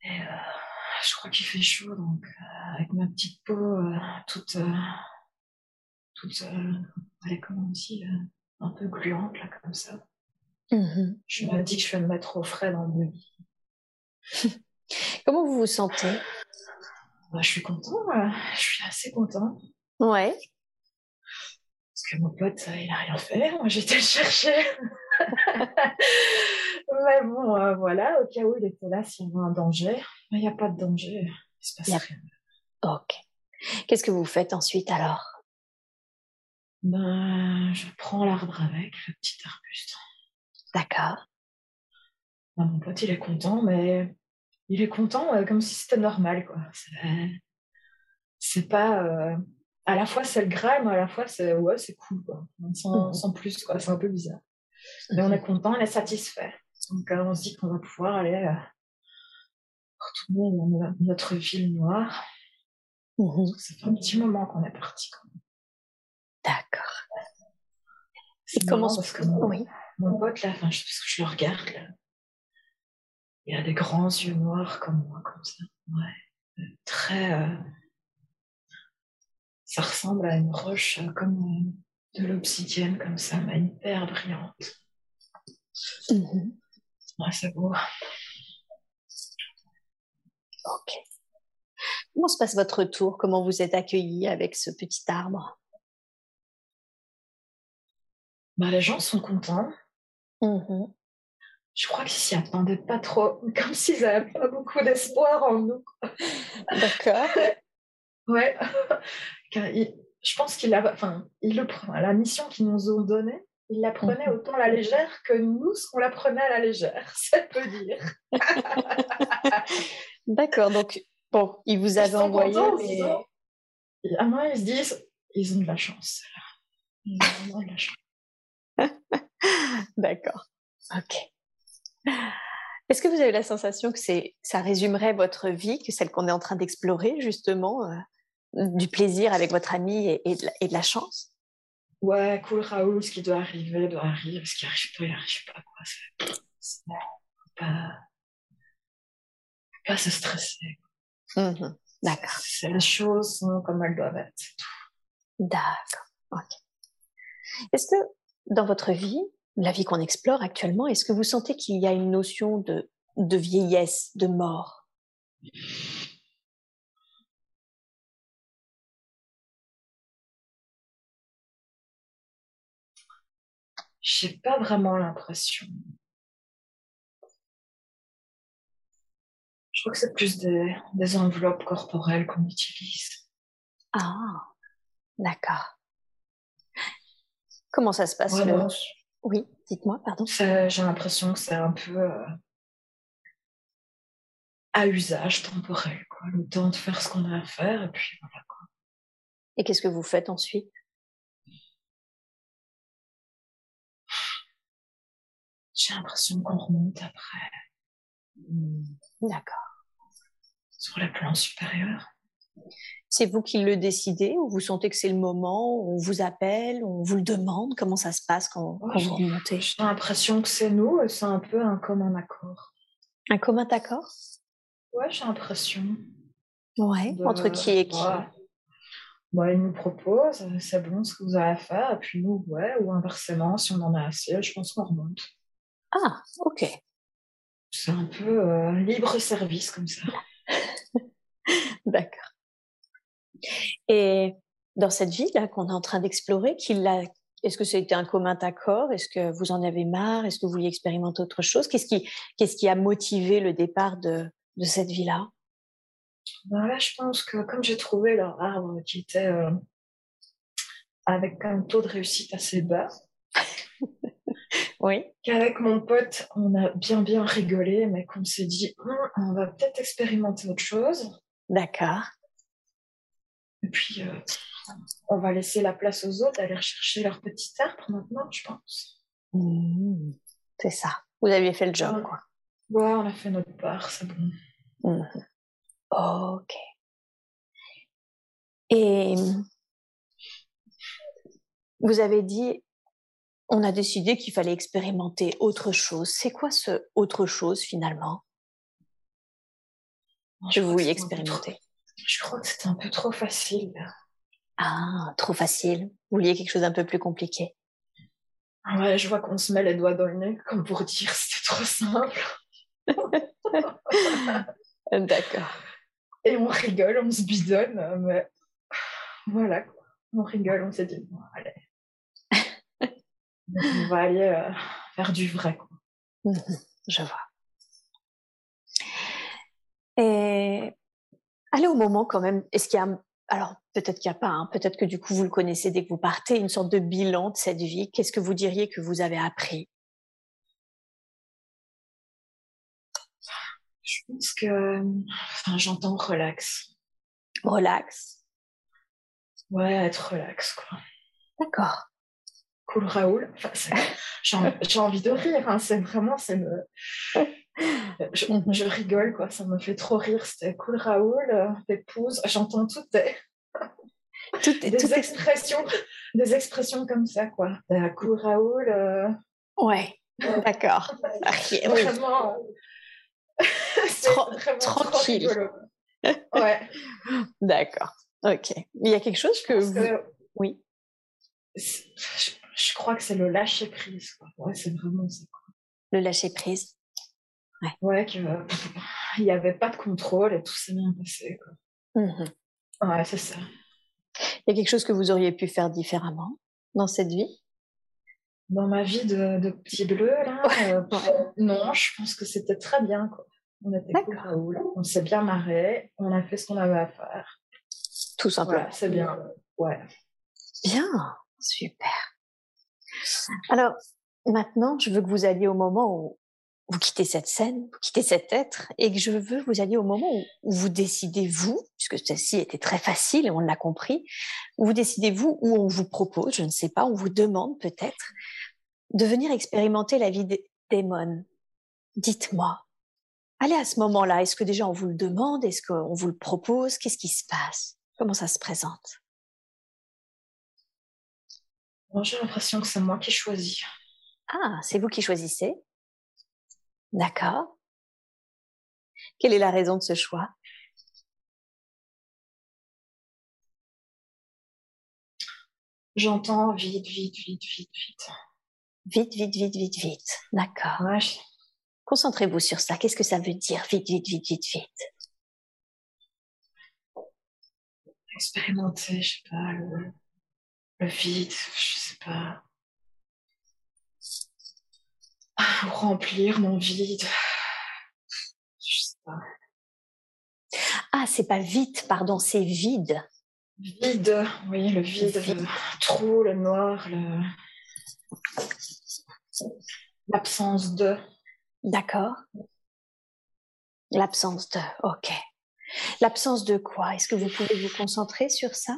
Et euh, je crois qu'il fait chaud, donc euh, avec ma petite peau euh, toute, euh, toute, euh, allez, comment on dit, euh, un peu gluante là comme ça. Mmh. Je me dis que je vais me mettre au frais dans le lit. Comment vous vous sentez? Bah, je suis content, euh, je suis assez content. Ouais. Parce que mon pote, euh, il a rien fait, moi j'étais le chercher. Mais bon, euh, voilà, au cas où il était là, s'il y avait un danger. Mais il n'y a pas de danger, il se passe Yep. rien. Ok. Qu'est-ce que vous faites ensuite alors? Ben, je prends l'arbre avec, le petit arbuste. D'accord. Ben, mon pote, il est content, mais il est content euh, comme si c'était normal, quoi. C'est, c'est pas... euh, À la fois, c'est le Graal, mais à la fois, c'est ouais, c'est cool, quoi. Sans, Mmh. sans plus, quoi. C'est un peu bizarre. Mais on est content, on est satisfait. Donc, euh, on se dit qu'on va pouvoir aller euh, retourner dans no- notre ville noire. Mmh. Ça fait un petit moment qu'on est parti, quoi. D'accord. C'est Et comment marrant se... parce que mon, Oui. mon pote, là, enfin, je, parce que je le regarde, là, il a des grands yeux noirs comme moi, comme ça. Ouais. Très... euh, ça ressemble à une roche euh, comme euh, de l'obsidienne, comme ça, mais hyper brillante. Mmh. Ouais, c'est beau. Ok. Comment se passe votre retour? Comment vous êtes accueillis avec ce petit arbre? Bah, les gens sont contents. Mmh. Je crois qu'ils s'y attendaient pas trop, comme s'ils n'avaient pas beaucoup d'espoir en nous. D'accord. Ouais. Car il- je pense qu'il a, enfin, il le prend. La mission qu'ils nous ont donnée, ils la prenaient Mmh. autant à la légère que nous, ce qu'on la prenait à la légère. Ça peut dire. D'accord. Donc, bon, il vous Ils avait sont envoyé, contents en se mais... disant, à moi, ils se disent, ils ont de la chance. Ils ont vraiment de la chance. D'accord. Ok. Est-ce que vous avez la sensation que c'est, ça résumerait votre vie, que celle qu'on est en train d'explorer, justement, euh, du plaisir avec votre ami et, et, de, la, et de la chance? Ouais, cool, Raoul, ce qui doit arriver, doit arriver. Ce qui arrive pas, il arrive pas, quoi. C'est, c'est pas, pas se stresser. Mmh. D'accord. C'est, les choses sont comme elles doivent être. D'accord. Ok. Est-ce que dans votre vie, la vie qu'on explore actuellement, est-ce que vous sentez qu'il y a une notion de, de vieillesse, de mort? J'ai pas vraiment l'impression. Je crois que c'est plus des, des enveloppes corporelles qu'on utilise. Ah, d'accord. Comment ça se passe Ouais, le... bon, Oui, dites-moi, pardon. c'est- j'ai l'impression que c'est un peu euh, à usage temporel, quoi. Le temps de faire ce qu'on a à faire, et puis voilà. Et qu'est-ce que vous faites ensuite? J'ai l'impression qu'on remonte après, Mmh. D'accord. sur les plans supérieurs. C'est vous qui le décidez ou vous sentez que c'est le moment, on vous appelle, on vous le demande? Comment ça se passe quand, Ouais, quand j'ai, vous remontez? j'ai l'impression que c'est nous, et c'est un peu un commun accord. Un commun accord? Ouais, j'ai l'impression Ouais. de... Entre qui et qui? Ouais. Bah, ils nous proposent, euh, c'est bon ce que vous avez à faire, et puis nous, ouais, ou inversement, si on en a assez, je pense qu'on remonte. Ah, ok. C'est un peu euh, libre service comme ça. D'accord. Et dans cette vie-là qu'on est en train d'explorer, qu'il a... est-ce que c'était un commun accord? Est-ce que vous en avez marre? Est-ce que vous vouliez expérimenter autre chose? Qu'est-ce qui, qu'est-ce qui a motivé le départ de, de cette vie-là? Ben là, je pense que comme j'ai trouvé leur arbre qui était euh, avec un taux de réussite assez bas, Oui. qu'avec mon pote, on a bien bien rigolé, mais qu'on s'est dit, Hum, on va peut-être expérimenter autre chose. D'accord. Et puis, euh, on va laisser la place aux autres d'aller chercher leur petit arbre maintenant, je pense. Mmh. C'est ça. Vous aviez fait le job, Ouais. quoi. Ouais, on a fait notre part, c'est bon. Mmh. Ok. Et vous avez dit, on a décidé qu'il fallait expérimenter autre chose. C'est quoi ce autre chose finalement? que vous vouliez expérimenter? Je crois que c'était un peu trop facile. Ah, trop facile. Vous vouliez quelque chose d'un peu plus compliqué. Ouais, je vois qu'on se met les doigts dans le nez, comme pour dire c'était trop simple. D'accord. Et on rigole, on se bidonne, mais voilà, quoi. On rigole, on s'est dit, bon, allez. Donc, on va aller euh, faire du vrai, quoi. Mmh, je vois. Et allez au moment quand même, est-ce qu'il y a, alors peut-être qu'il n'y a pas, hein, peut-être que du coup vous le connaissez dès que vous partez, une sorte de bilan de cette vie. Qu'est-ce que vous diriez que vous avez appris? Je pense que, enfin, j'entends relax. Relax. Ouais, être relax, quoi. D'accord. Cool Raoul. Enfin, j'ai, j'ai envie de rire, hein. C'est vraiment, c'est me... je, Mm-hmm. je rigole, quoi. Ça me fait trop rire. C'était Cool Raoul, euh, t'épouse. J'entends toutes tes... tout est, des tout expressions, est... des expressions comme ça, quoi. Euh, Cool Raoul. Euh... Ouais, d'accord. Vraiment. C'est Tra- vraiment tranquille. trop rigolo. Ouais. D'accord. Ok. Il y a quelque chose que, vous... que oui. Je, je crois que c'est le lâcher prise, quoi. Ouais, c'est vraiment ça. Le lâcher prise. Ouais. Ouais, que euh, il n'y avait pas de contrôle et tout s'est bien passé, quoi. Mm-hmm. Ouais, c'est ça. Il y a quelque chose que vous auriez pu faire différemment dans cette vie? Dans ma vie de, de petit bleu, là, euh, ouais. Non, je pense que c'était très bien, quoi. On était cool, Raoul. On s'est bien marré. On a fait ce qu'on avait à faire. Tout simplement. Voilà, c'est bien. Ouais. Bien, super. Alors, maintenant, je veux que vous alliez au moment où vous quittez cette scène, vous quittez cet être, et que je veux que vous alliez au moment où, où vous décidez, vous, puisque celle-ci était très facile et on l'a compris, où vous décidez, vous, où on vous propose, je ne sais pas, on vous demande peut-être, de venir expérimenter la vie d'Émone. Dites-moi, allez à ce moment-là, est-ce que déjà on vous le demande, est-ce qu'on vous le propose, qu'est-ce qui se passe? Comment ça se présente? Bon, j'ai l'impression que c'est moi qui choisis. Ah, c'est vous qui choisissez? D'accord. Quelle est la raison de ce choix? J'entends vite, vite, vite, vite, vite. Vite, vite, vite, vite, vite. D'accord. Ouais. Concentrez-vous sur ça. Qu'est-ce que ça veut dire? Vite, vite, vite, vite, vite. Expérimenter, je sais pas, le, le vide, je sais pas. Remplir mon vide. Je sais pas. Ah, c'est pas vite, pardon, c'est vide. Vide, oui, le vide, vide. Le trou, le noir, le... l'absence de. D'accord. L'absence de, ok. L'absence de quoi? Est-ce que vous pouvez vous concentrer sur ça?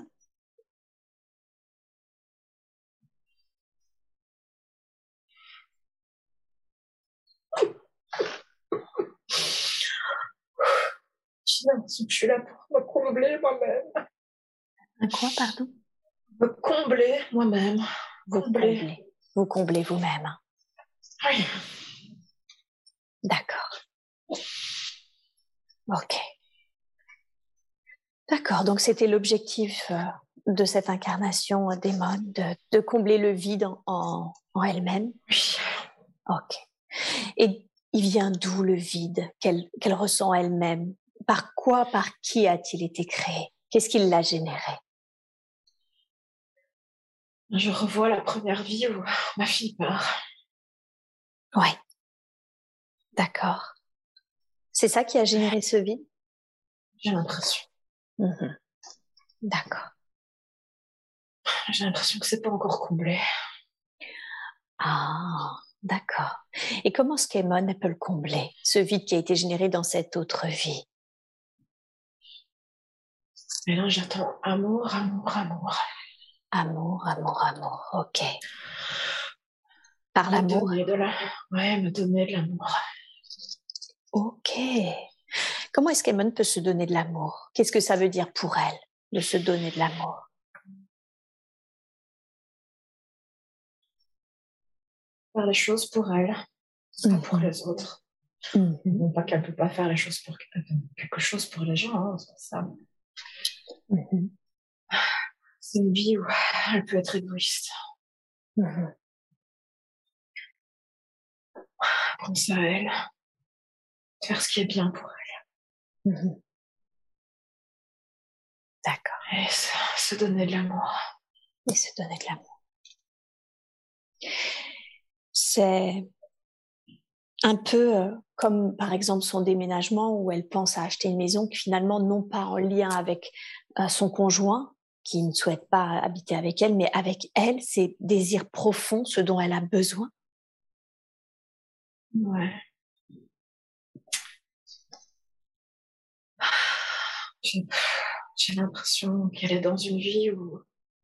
J'ai l'impression que je suis là pour me combler moi-même. Un quoi, pardon? Me combler moi-même. Vous combler. comblez. Vous comblez vous-même. Oui. D'accord. Ok. D'accord, donc c'était l'objectif euh, de cette incarnation euh, d'Émone, de, de combler le vide en, en, en elle-même. Oui. Ok. Et il vient d'où le vide qu'elle qu'elle ressent elle-même? Par quoi, par qui a-t-il été créé? Qu'est-ce qui l'a généré? Je revois la première vie où ma fille part. Oui. D'accord. C'est ça qui a généré ce vide? J'ai l'impression. Mmh. D'accord. J'ai l'impression que c'est pas encore comblé. Ah, d'accord. Et comment est-ce qu'Émone peut le combler, ce vide qui a été généré dans cette autre vie? Et là, j'attends amour, amour, amour. Amour, amour, amour, ok. Par me l'amour? Donner de la... Ouais, me donner de l'amour. Ok. Comment est-ce qu'Émone peut se donner de l'amour? Qu'est-ce que ça veut dire pour elle, de se donner de l'amour? Faire les choses pour elle, pas mmh. pour les autres. Mmh. Non pas qu'elle peut pas faire les choses pour quelque chose pour les gens, hein, c'est pas ça. Mmh. C'est une vie où elle peut être égoïste. Mmh. Penser à elle, faire ce qui est bien pour elle. Mmh. D'accord. Et se, se donner de l'amour. Et se donner de l'amour. C'est un peu euh, comme par exemple son déménagement où elle pense à acheter une maison qui finalement non pas en lien avec euh, son conjoint qui ne souhaite pas habiter avec elle, mais avec elle, ses désirs profonds, ce dont elle a besoin. Ouais. J'ai, j'ai l'impression qu'elle est dans une vie où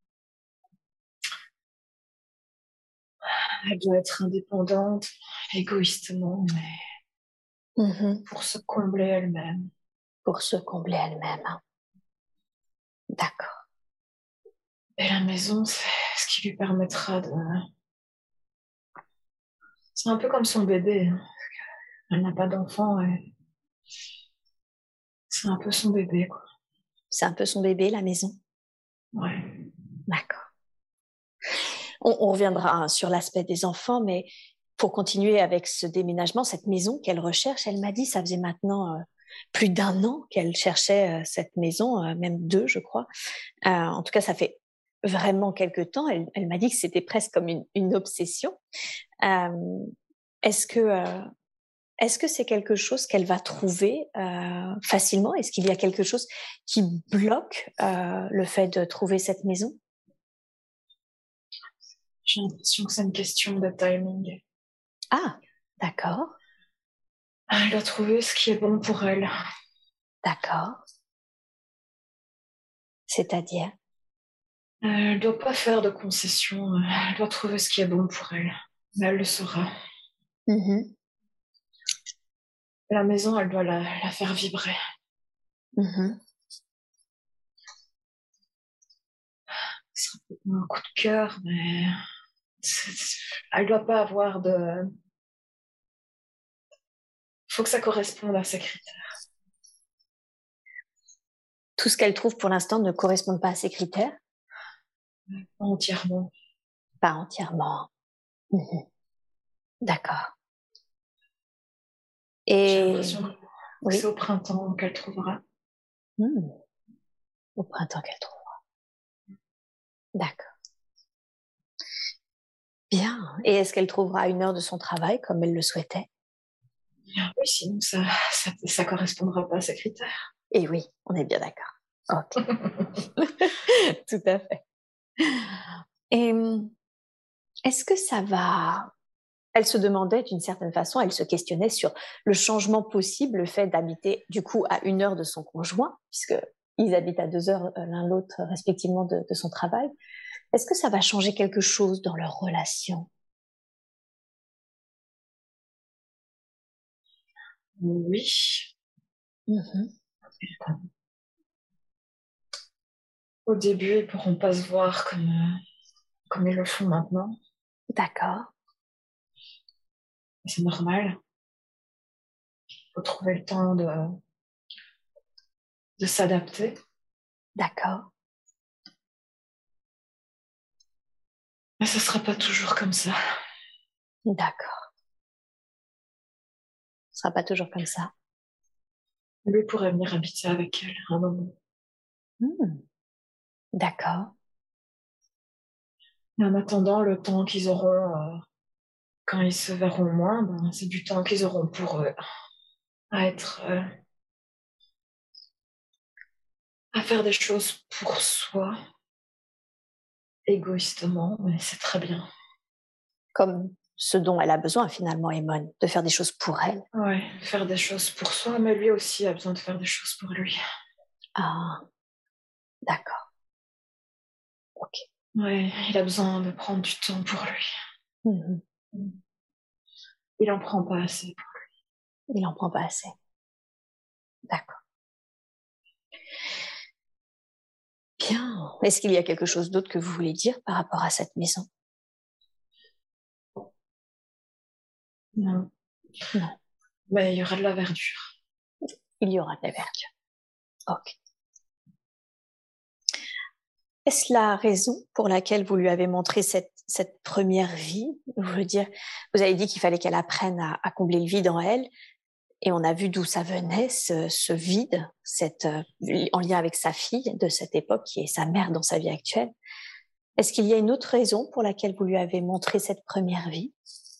elle doit être indépendante, égoïstement, mais Mmh. pour se combler elle-même. Pour se combler elle-même. D'accord. Et la maison, c'est ce qui lui permettra de... C'est un peu comme son bébé. Hein. Elle n'a pas d'enfant et c'est un peu son bébé, quoi. C'est un peu son bébé, la maison. Ouais. D'accord. On, on reviendra hein, sur l'aspect des enfants, mais pour continuer avec ce déménagement, cette maison qu'elle recherche, elle m'a dit, ça faisait maintenant euh, plus d'un an qu'elle cherchait euh, cette maison, euh, même deux, je crois. Euh, en tout cas, ça fait vraiment quelque temps. Elle, elle m'a dit que c'était presque comme une, une obsession. Euh, est-ce que euh, est-ce que c'est quelque chose qu'elle va trouver euh, facilement? Est-ce qu'il y a quelque chose qui bloque euh, le fait de trouver cette maison? J'ai l'impression que c'est une question de timing. Ah, d'accord, Elle doit trouver ce qui est bon pour elle. d'accord. C'est-à-dire? Elle doit pas faire de concessions. Elle doit trouver ce qui est bon pour elle. Mais elle le saura. Mm-hmm. La maison, elle doit la, la faire vibrer. Mm-hmm. Ce sera un coup de cœur, mais c'est, c'est, elle doit pas avoir de... Faut que ça corresponde à ses critères. Tout ce qu'elle trouve pour l'instant ne correspond pas à ses critères? Pas entièrement. Pas entièrement. Mm-hmm. D'accord. Et j'ai l'impression que oui. c'est au printemps qu'elle trouvera. Mmh. Au printemps qu'elle trouvera. D'accord. Bien. Et est-ce qu'elle trouvera une heure de son travail comme elle le souhaitait? Oui, sinon ça, ça, ça correspondra pas à ses critères. Et oui, on est bien d'accord. Ok. Tout à fait. Et est-ce que ça va... Elle se demandait d'une certaine façon, elle se questionnait sur le changement possible, le fait d'habiter du coup à une heure de son conjoint, puisque ils habitent à deux heures l'un l'autre respectivement de, de son travail. Est-ce que ça va changer quelque chose dans leur relation? Oui. Mm-hmm. Au début, ils pourront pas se voir comme, euh, comme ils le font maintenant. D'accord. C'est normal. Il faut trouver le temps de, de s'adapter. D'accord. Mais ce sera pas toujours comme ça. D'accord. Ce sera pas toujours comme ça. Lui pourrait venir habiter avec elle un moment. Mmh. D'accord. Et en attendant, le temps qu'ils auront, euh, quand ils se verront moins, ben, c'est du temps qu'ils auront pour eux à être, euh, à faire des choses pour soi, égoïstement, mais c'est très bien. Comme ce dont elle a besoin finalement, Emone, de faire des choses pour elle. Ouais, faire des choses pour soi, mais lui aussi a besoin de faire des choses pour lui. Ah, d'accord. Ok. Ouais, il a besoin de prendre du temps pour lui. Mmh. Il en prend pas assez pour lui. Il en prend pas assez. D'accord. Bien. Est-ce qu'il y a quelque chose d'autre que vous voulez dire par rapport à cette maison? Non. Non. Mais il y aura de la verdure. Il y aura de la verdure. Ok. Est-ce la raison pour laquelle vous lui avez montré cette, cette première vie? Je veux dire, vous avez dit qu'il fallait qu'elle apprenne à, à combler le vide en elle, et on a vu d'où ça venait, ce, ce vide, cette, euh, en lien avec sa fille de cette époque, qui est sa mère dans sa vie actuelle. Est-ce qu'il y a une autre raison pour laquelle vous lui avez montré cette première vie?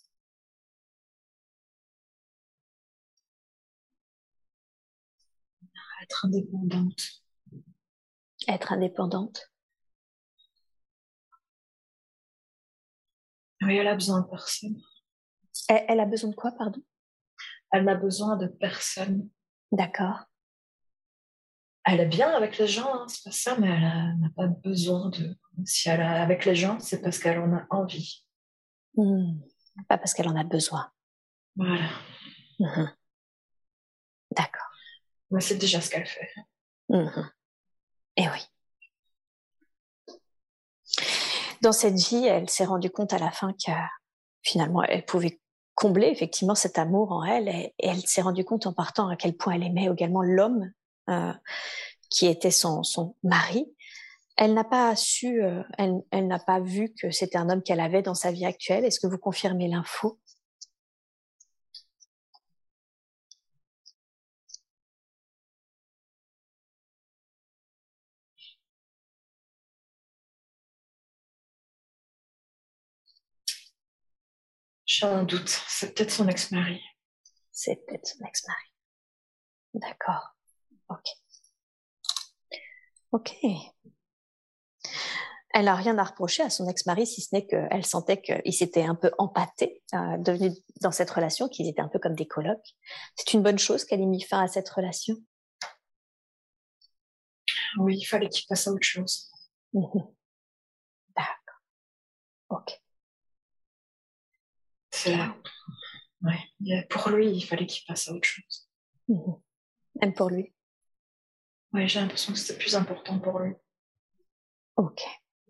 Être indépendante. Être indépendante. Oui, elle a besoin de personne. Elle, elle a besoin de quoi, pardon? Elle n'a besoin de personne. D'accord. Elle est bien avec les gens, hein, c'est pas ça, mais elle a- n'a pas besoin de... Si elle est avec les gens, c'est parce qu'elle en a envie. Mmh. Pas parce qu'elle en a besoin. Voilà. Mmh. D'accord. Mais c'est déjà ce qu'elle fait. Mmh. Et oui. Dans cette vie, elle s'est rendue compte à la fin que finalement, elle pouvait combler effectivement cet amour en elle, et, et elle s'est rendue compte en partant à quel point elle aimait également l'homme euh, qui était son, son mari. Elle n'a pas su, euh, elle, elle n'a pas vu que c'était un homme qu'elle avait dans sa vie actuelle. Est-ce que vous confirmez l'info? J'ai un doute, c'est peut-être son ex-mari. C'est peut-être son ex-mari. D'accord. Ok. Ok. Elle n'a rien à reprocher à son ex-mari, si ce n'est qu'elle sentait qu'il s'était un peu empâté, euh, devenu dans cette relation, qu'ils étaient un peu comme des colocs. C'est une bonne chose qu'elle ait mis fin à cette relation. Oui, il fallait qu'il passe à autre chose. Mmh. D'accord. Ok. C'est là. Ouais. Pour lui, il fallait qu'il passe à autre chose. Mmh. Même pour lui. Oui, j'ai l'impression que c'était plus important pour lui. Ok.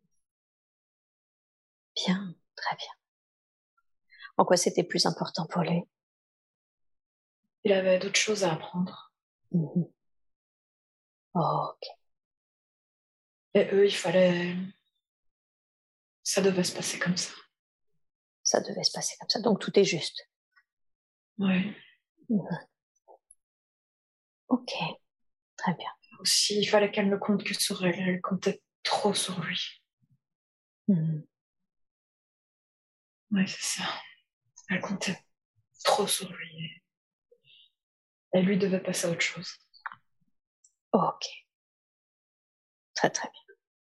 Bien, très bien. En quoi c'était plus important pour lui? Il avait d'autres choses à apprendre. Mmh. Ok. Et eux, il fallait... Ça devait se passer comme ça. Ça devait se passer comme ça. Donc tout est juste. Oui. Mmh. Ok. Très bien. Aussi, il fallait qu'elle ne compte que sur elle. Elle comptait trop sur lui. Mmh. Oui, c'est ça. Elle comptait trop sur lui. Et lui devait passer à autre chose. Ok. Très très bien.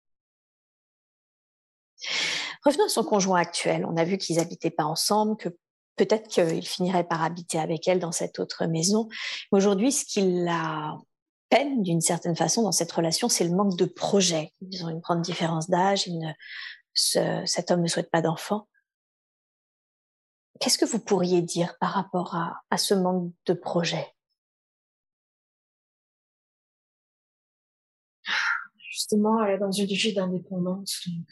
Revenons à son conjoint actuel. On a vu qu'ils n'habitaient pas ensemble, que peut-être qu'il finirait par habiter avec elle dans cette autre maison. Aujourd'hui, ce qui la peine d'une certaine façon dans cette relation, c'est le manque de projet. Ils ont une grande différence d'âge. Ne, ce, cet homme ne souhaite pas d'enfant. Qu'est-ce que vous pourriez dire par rapport à, à ce manque de projet? Justement, elle est dans une vie d'indépendance, donc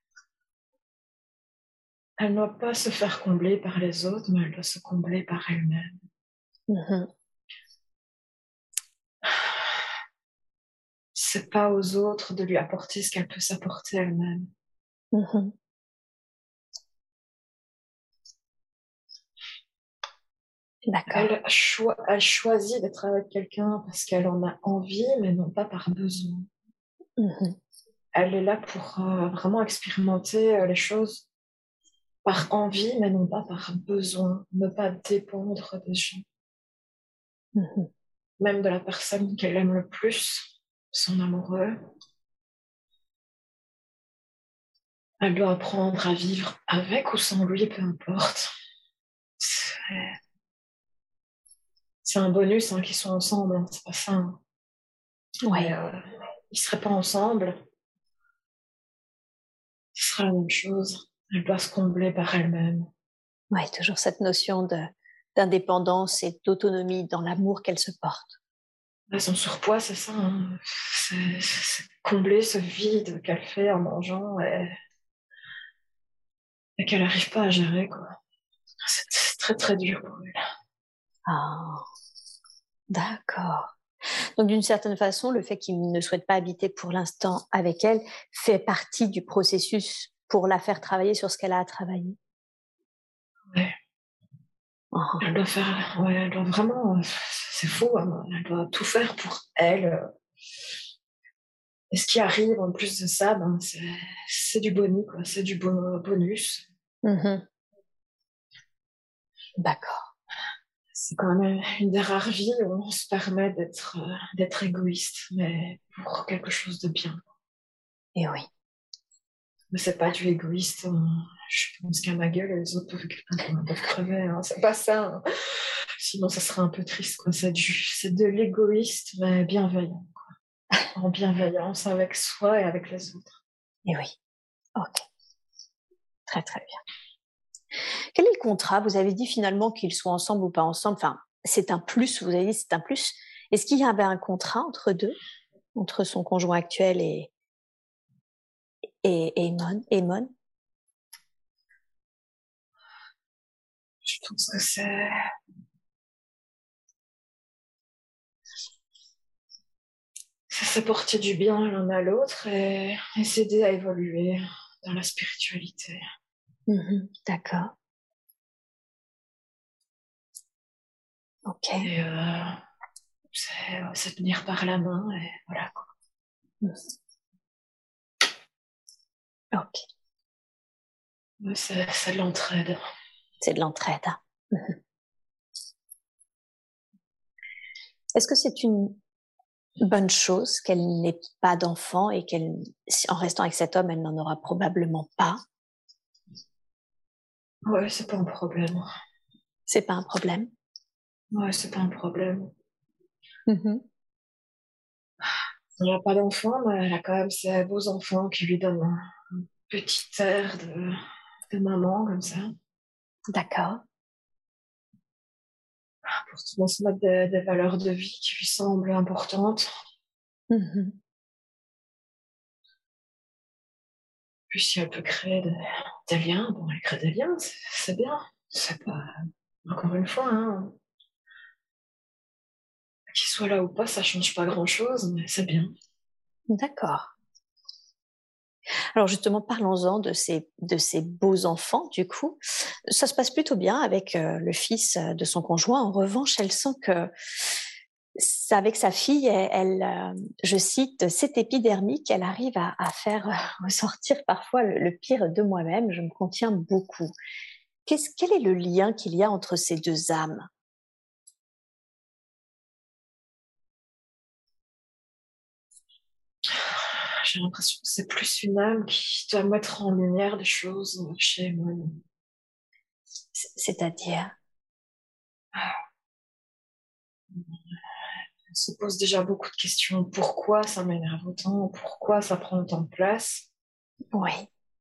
elle ne doit pas se faire combler par les autres, mais elle doit se combler par elle-même. Mmh. C'est pas aux autres de lui apporter ce qu'elle peut s'apporter elle-même. Mmh. D'accord. Elle, cho- elle choisit d'être avec quelqu'un parce qu'elle en a envie, mais non pas par besoin. Mmh. Elle est là pour euh, vraiment expérimenter euh, les choses par envie, mais non pas par besoin. Ne pas dépendre des gens. Mmh. Même de la personne qu'elle aime le plus, son amoureux. Elle doit apprendre à vivre avec ou sans lui, peu importe. C'est, c'est un bonus hein, qu'ils soient ensemble, hein, c'est pas ça. Hein. Ouais. Mais, euh, ils seraient pas ensemble. Ce sera la même chose. Elle doit se combler par elle-même. Ouais, toujours cette notion de, d'indépendance et d'autonomie dans l'amour qu'elle se porte. Son surpoids, c'est ça. Hein. C'est, c'est combler ce vide qu'elle fait en mangeant et, et qu'elle n'arrive pas à gérer. Quoi. C'est, c'est très très dur pour elle. Ah, d'accord. Donc, d'une certaine façon, le fait qu'il ne souhaite pas habiter pour l'instant avec elle fait partie du processus pour la faire travailler sur ce qu'elle a à travailler. Ouais. Oh. Elle doit faire, ouais, elle doit vraiment, c'est fou, hein, elle doit tout faire pour elle. Et ce qui arrive en plus de ça, ben, c'est, c'est du bonus, quoi, c'est du bon, bonus. Mm-hmm. D'accord. C'est quand même une des rares vies où on se permet d'être, euh, d'être égoïste, mais pour quelque chose de bien. Et oui. Mais c'est pas du égoïste, hein. Je pense qu'à ma gueule, les autres peuvent, peuvent crever, hein. C'est pas ça, hein. Sinon ça serait un peu triste, quoi. C'est, du, c'est de l'égoïste, mais bienveillant, quoi. En bienveillance avec soi et avec les autres. Et oui. Ok. Très très bien. Quel est le contrat? Vous avez dit finalement qu'ils soient ensemble ou pas ensemble. Enfin, c'est un plus, vous avez dit c'est un plus. Est-ce qu'il y avait un contrat entre deux, entre son conjoint actuel et, et, et Emone, Emone? Je pense que c'est... Ça s'est porté du bien l'un à l'autre et, et s'aider à évoluer dans la spiritualité. Mmh, d'accord. Ok. Et euh, c'est, c'est tenir par la main et voilà, quoi. Mmh. Ok. C'est, c'est de l'entraide. C'est de l'entraide. Mmh. Est-ce que c'est une bonne chose qu'elle n'ait pas d'enfant et qu'elle, en restant avec cet homme, elle n'en aura probablement pas? Ouais, c'est pas un problème. C'est pas un problème? Ouais, c'est pas un problème. Mmh. Elle n'a pas d'enfant, mais elle a quand même ses beaux enfants qui lui donnent un, un petit air de, de maman, comme ça. D'accord. Pour transmettre des, des valeurs de vie qui lui semblent importantes. Mmh. Puis si elle peut créer des, des liens, bon, elle crée des liens, c'est, c'est bien. C'est pas, encore une fois, hein, qu'il soit là ou pas, ça change pas grand-chose, mais c'est bien. D'accord. Alors justement, parlons-en de ces, de ces beaux enfants, du coup. Ça se passe plutôt bien avec euh, le fils de son conjoint. En revanche, elle sent que c'est avec sa fille, elle, elle euh, je cite, c'est épidermique, elle arrive à, à faire euh, ressortir parfois le, le pire de moi-même, je me contiens beaucoup. Qu'est-ce, quel est le lien qu'il y a entre ces deux âmes? J'ai l'impression que c'est plus une âme qui doit mettre en lumière des choses chez moi. C'est-à-dire? On se pose déjà beaucoup de questions. Pourquoi ça m'énerve autant? Pourquoi ça prend autant de place? Oui.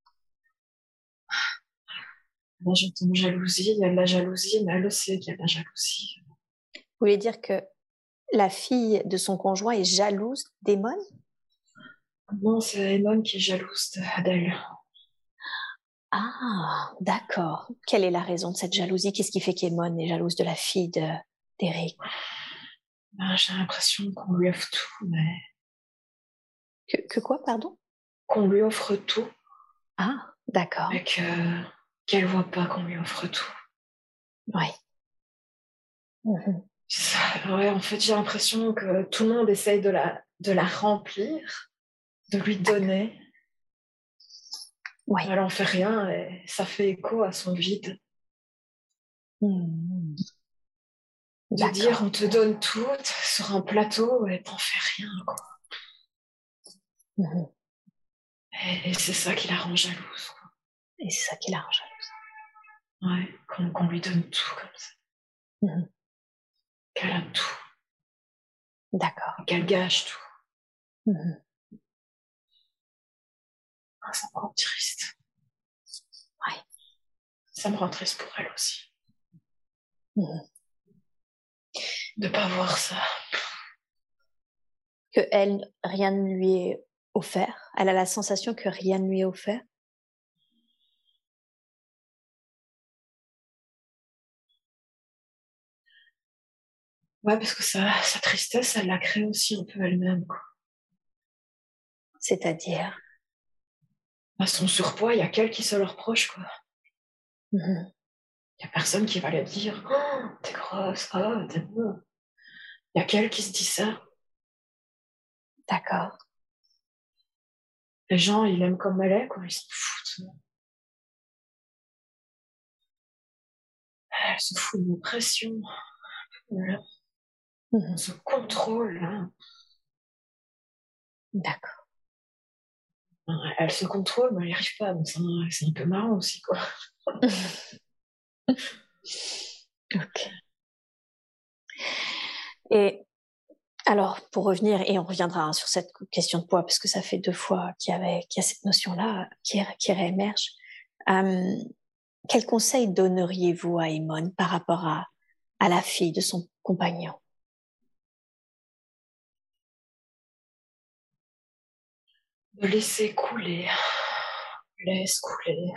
Là, j'entends jalousie, il y a de la jalousie, mais elle le sait qu'il y a de la jalousie. Vous voulez dire que la fille de son conjoint est jalouse d'Emone? Non, c'est Emone qui est jalouse d'elle. Ah, d'accord. Quelle est la raison de cette jalousie? Qu'est-ce qui fait qu'Emone est jalouse de la fille de, d'Eric? Ben, j'ai l'impression qu'on lui offre tout, mais... Que, que quoi, pardon? Qu'on lui offre tout, Ah, d'accord. mais que... qu'elle voit pas qu'on lui offre tout. Oui. Mmh. Ça, ouais, en fait, j'ai l'impression que tout le monde essaye de la, de la remplir, de lui donner. Oui. Elle en fait rien et ça fait écho à son vide. Mmh. De dire on te donne tout sur un plateau et t'en fais rien, quoi. Mmh. Et, et c'est ça qui la rend jalouse, quoi. Et c'est ça qui la rend jalouse. Ouais, qu'on, qu'on lui donne tout comme ça. Mmh. Qu'elle a tout. D'accord. Qu'elle gâche tout. Mmh. Ah, ça me rend triste. Oui. Ça me rend triste pour elle aussi. Mmh. De pas voir ça. Que elle, rien ne lui est offert. Elle a la sensation que rien ne lui est offert. Ouais, parce que sa, sa tristesse, elle l'a créée aussi un peu elle-même, quoi. C'est-à-dire À son surpoids, il y a qu'elle qui se le reproche, quoi. mm-hmm. Il y a personne qui va lui dire oh, « T'es grosse, oh, t'es bon ». Il y a qu'elle qui se dit ça. D'accord. Les gens, ils l'aiment comme elle est, quoi. Ils s'en foutent. Elle se fout de nos pressions. Voilà. Mm-hmm. On se contrôle. Hein. D'accord. Elle se contrôle, mais elle n'y arrive pas. Donc c'est, un, c'est un peu marrant aussi, quoi. Ok. Et alors, pour revenir, et on reviendra hein, sur cette question de poids, parce que ça fait deux fois qu'il y, avait, qu'il y a cette notion-là qui, qui réémerge. Euh, quel conseil donneriez-vous à Eamon par rapport à, à la fille de son compagnon? De laisser couler. Laisse couler.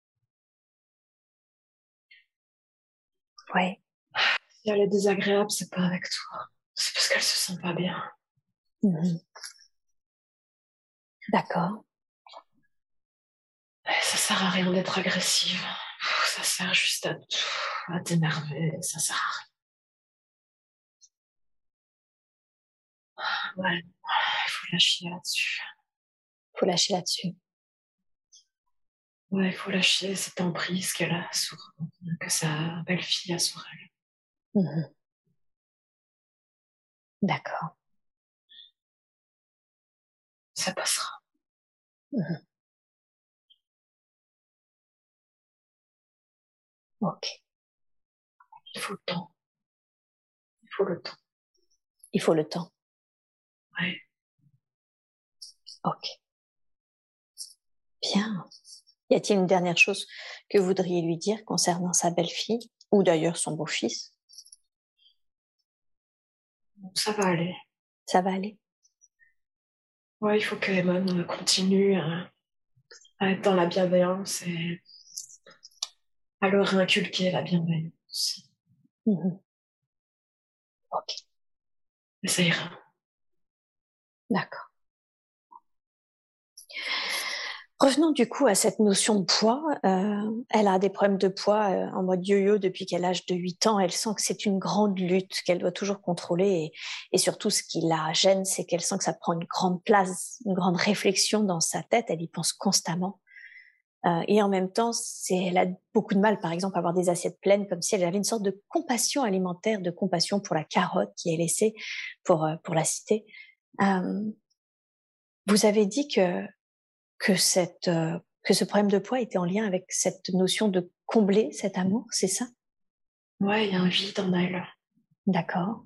Oui. Si elle est désagréable, c'est pas avec toi. C'est parce qu'elle se sent pas bien. Mmh. D'accord. Ça sert à rien d'être agressive. Ça sert juste à, à t'énerver. Ça sert à rien. Ouais, il faut lâcher là-dessus. Il faut lâcher là-dessus. Ouais, il faut lâcher cette emprise qu'elle a sur, que sa belle-fille a sur elle. Mmh. D'accord. Ça passera. Mmh. Ok. Il faut le temps. Il faut le temps. Il faut le temps. Ouais. Ok. Bien. Y a-t-il une dernière chose que vous voudriez lui dire concernant sa belle-fille, ou d'ailleurs son beau-fils? Ça va aller. Ça va aller? Ouais, il faut que Eamon continue à, à être dans la bienveillance et à leur inculquer la bienveillance. Mmh. Ok. Et ça ira. D'accord. Revenons du coup à cette notion de poids. Euh, elle a des problèmes de poids euh, en mode yo-yo depuis qu'elle a l'âge de huit ans. Elle sent que c'est une grande lutte qu'elle doit toujours contrôler. Et, et surtout, ce qui la gêne, c'est qu'elle sent que ça prend une grande place, une grande réflexion dans sa tête. Elle y pense constamment. Euh, et en même temps, c'est, elle a beaucoup de mal, par exemple, à avoir des assiettes pleines, comme si elle avait une sorte de compassion alimentaire, de compassion pour la carotte qui est laissée, pour, euh, pour la citer. Euh, vous avez dit que que cette euh, que ce problème de poids était en lien avec cette notion de combler cet amour, c'est ça? Ouais, il y a un vide en elle. D'accord.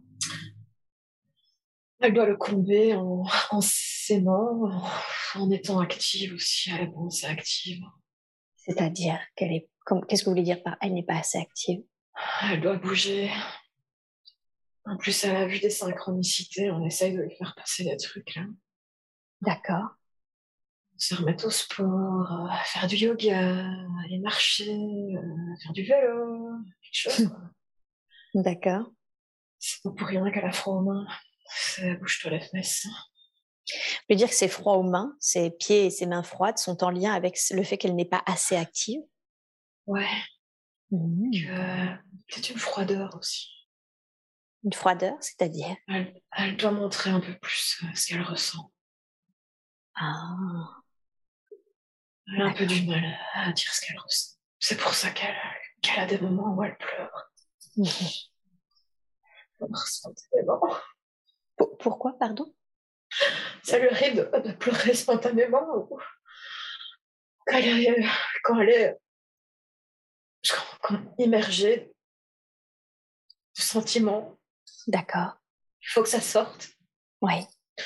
Elle doit le combler en, en s'aimant, en, en étant active aussi. Elle est pensée active. C'est-à-dire qu'elle est comme, qu'est-ce que vous voulez dire par elle n'est pas assez active? Elle doit bouger. En plus, elle a vu des synchronicités. On essaye de lui faire passer des trucs là. D'accord. Se remettre au sport, euh, faire du yoga, aller marcher, euh, faire du vélo, quelque chose quoi. D'accord. C'est pas pour rien qu'elle a froid aux mains. C'est bouge-toi les fesses. Vous voulez dire que ses froids aux mains, ses pieds et ses mains froides sont en lien avec le fait qu'elle n'est pas assez active? Ouais. Mmh. Que, peut-être une froideur aussi. Une froideur, c'est-à-dire? Elle, elle doit montrer un peu plus euh, ce qu'elle ressent. Ah. Elle a un peu du mal à dire ce qu'elle ressent. C'est pour ça qu'elle, qu'elle a des moments où elle pleure. Mmh. Spontanément. Pour, pourquoi, pardon? Ça lui arrive de, de pleurer spontanément. Ou... Quand elle est, quand elle est quand, immergée de sentiments. D'accord. Il faut que ça sorte. Oui.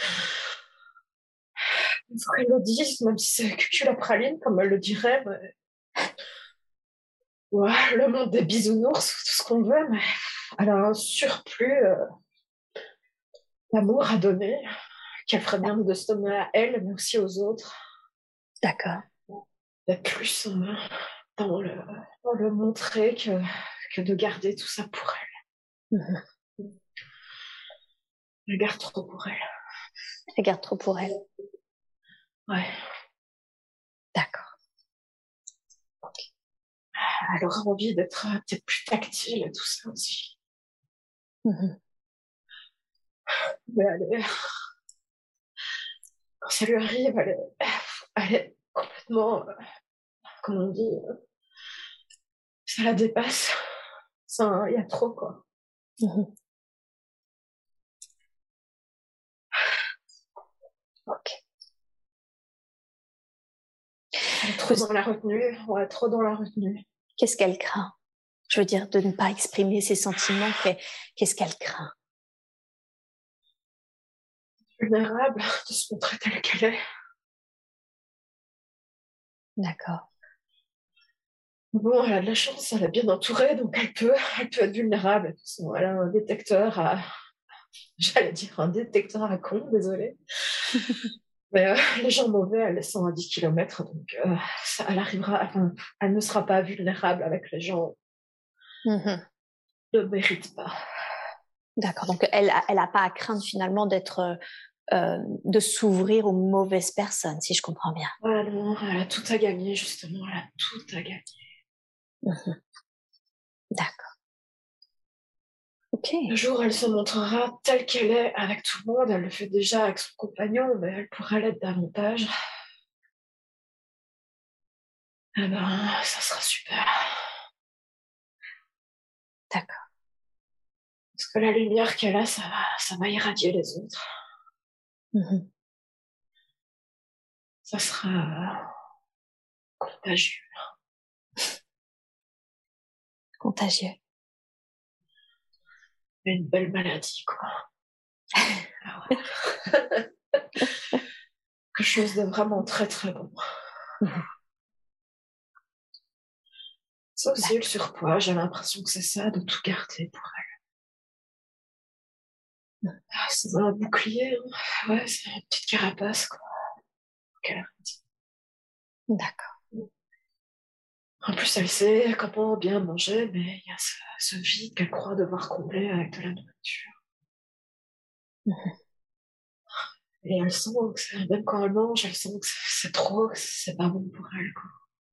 Il faut qu'elle le dise, même si c'est cucu la praline, comme elle le dirait. Mais... Ouais, le monde des bisounours, tout ce qu'on veut, mais elle a un surplus euh, d'amour à donner, qu'elle ferait bien de se donner à elle, mais aussi aux autres. D'accord. D'être plus euh, dans, le, dans le montrer que, que de garder tout ça pour elle. Mmh. Je garde trop pour elle. Elle garde trop pour elle. Ouais. D'accord. Okay. Elle aura envie d'être peut-être plus tactile et tout ça aussi. Mmh. Mais elle est... Quand ça lui arrive, elle est, elle est complètement, comment on dit, ça la dépasse. Il y a trop, quoi. Mmh. Ok. Elle est trop dans la retenue, ouais, trop dans la retenue. Qu'est-ce qu'elle craint? Je veux dire, de ne pas exprimer ses sentiments, qu'est-ce qu'elle craint? Vulnérable, de se montrer telle qu'elle est. D'accord. Bon, elle a de la chance, elle est bien entourée, donc elle peut, elle peut être vulnérable. De toute façon, elle a un détecteur à... J'allais dire un détecteur à con, désolée. Mais euh, les gens mauvais, elle les sent à dix kilomètres, donc euh, ça, elle arrivera, enfin, elle ne sera pas vulnérable avec les gens Mmh. ne méritent pas. D'accord, donc elle elle n'a pas à craindre finalement d'être, euh, de s'ouvrir aux mauvaises personnes, si je comprends bien. Ah non, elle a tout à gagner, justement, elle a tout à gagner. Mmh. D'accord. Ok. Le jour où elle se montrera telle qu'elle est avec tout le monde, elle le fait déjà avec son compagnon, mais elle pourra l'être davantage. Eh ben, ça sera super. D'accord. Parce que la lumière qu'elle a, ça va, ça va irradier les autres. Mmh. Ça sera euh, contagieux. Contagieux. Une belle maladie, quoi. Ah ouais. Quelque chose de vraiment très très bon. Mmh. Ça aussi, le surpoids, j'ai l'impression que c'est ça, de tout garder pour elle. Mmh. Ah, c'est un bouclier, hein. Ouais, c'est une petite carapace, quoi. Okay. D'accord. En plus, elle sait comment bien manger, mais il y a ce, ce vide qu'elle croit devoir combler avec de la nourriture. Mmh. Et elle sent que même quand elle mange, elle sent que c'est trop, que c'est pas bon pour elle, quoi.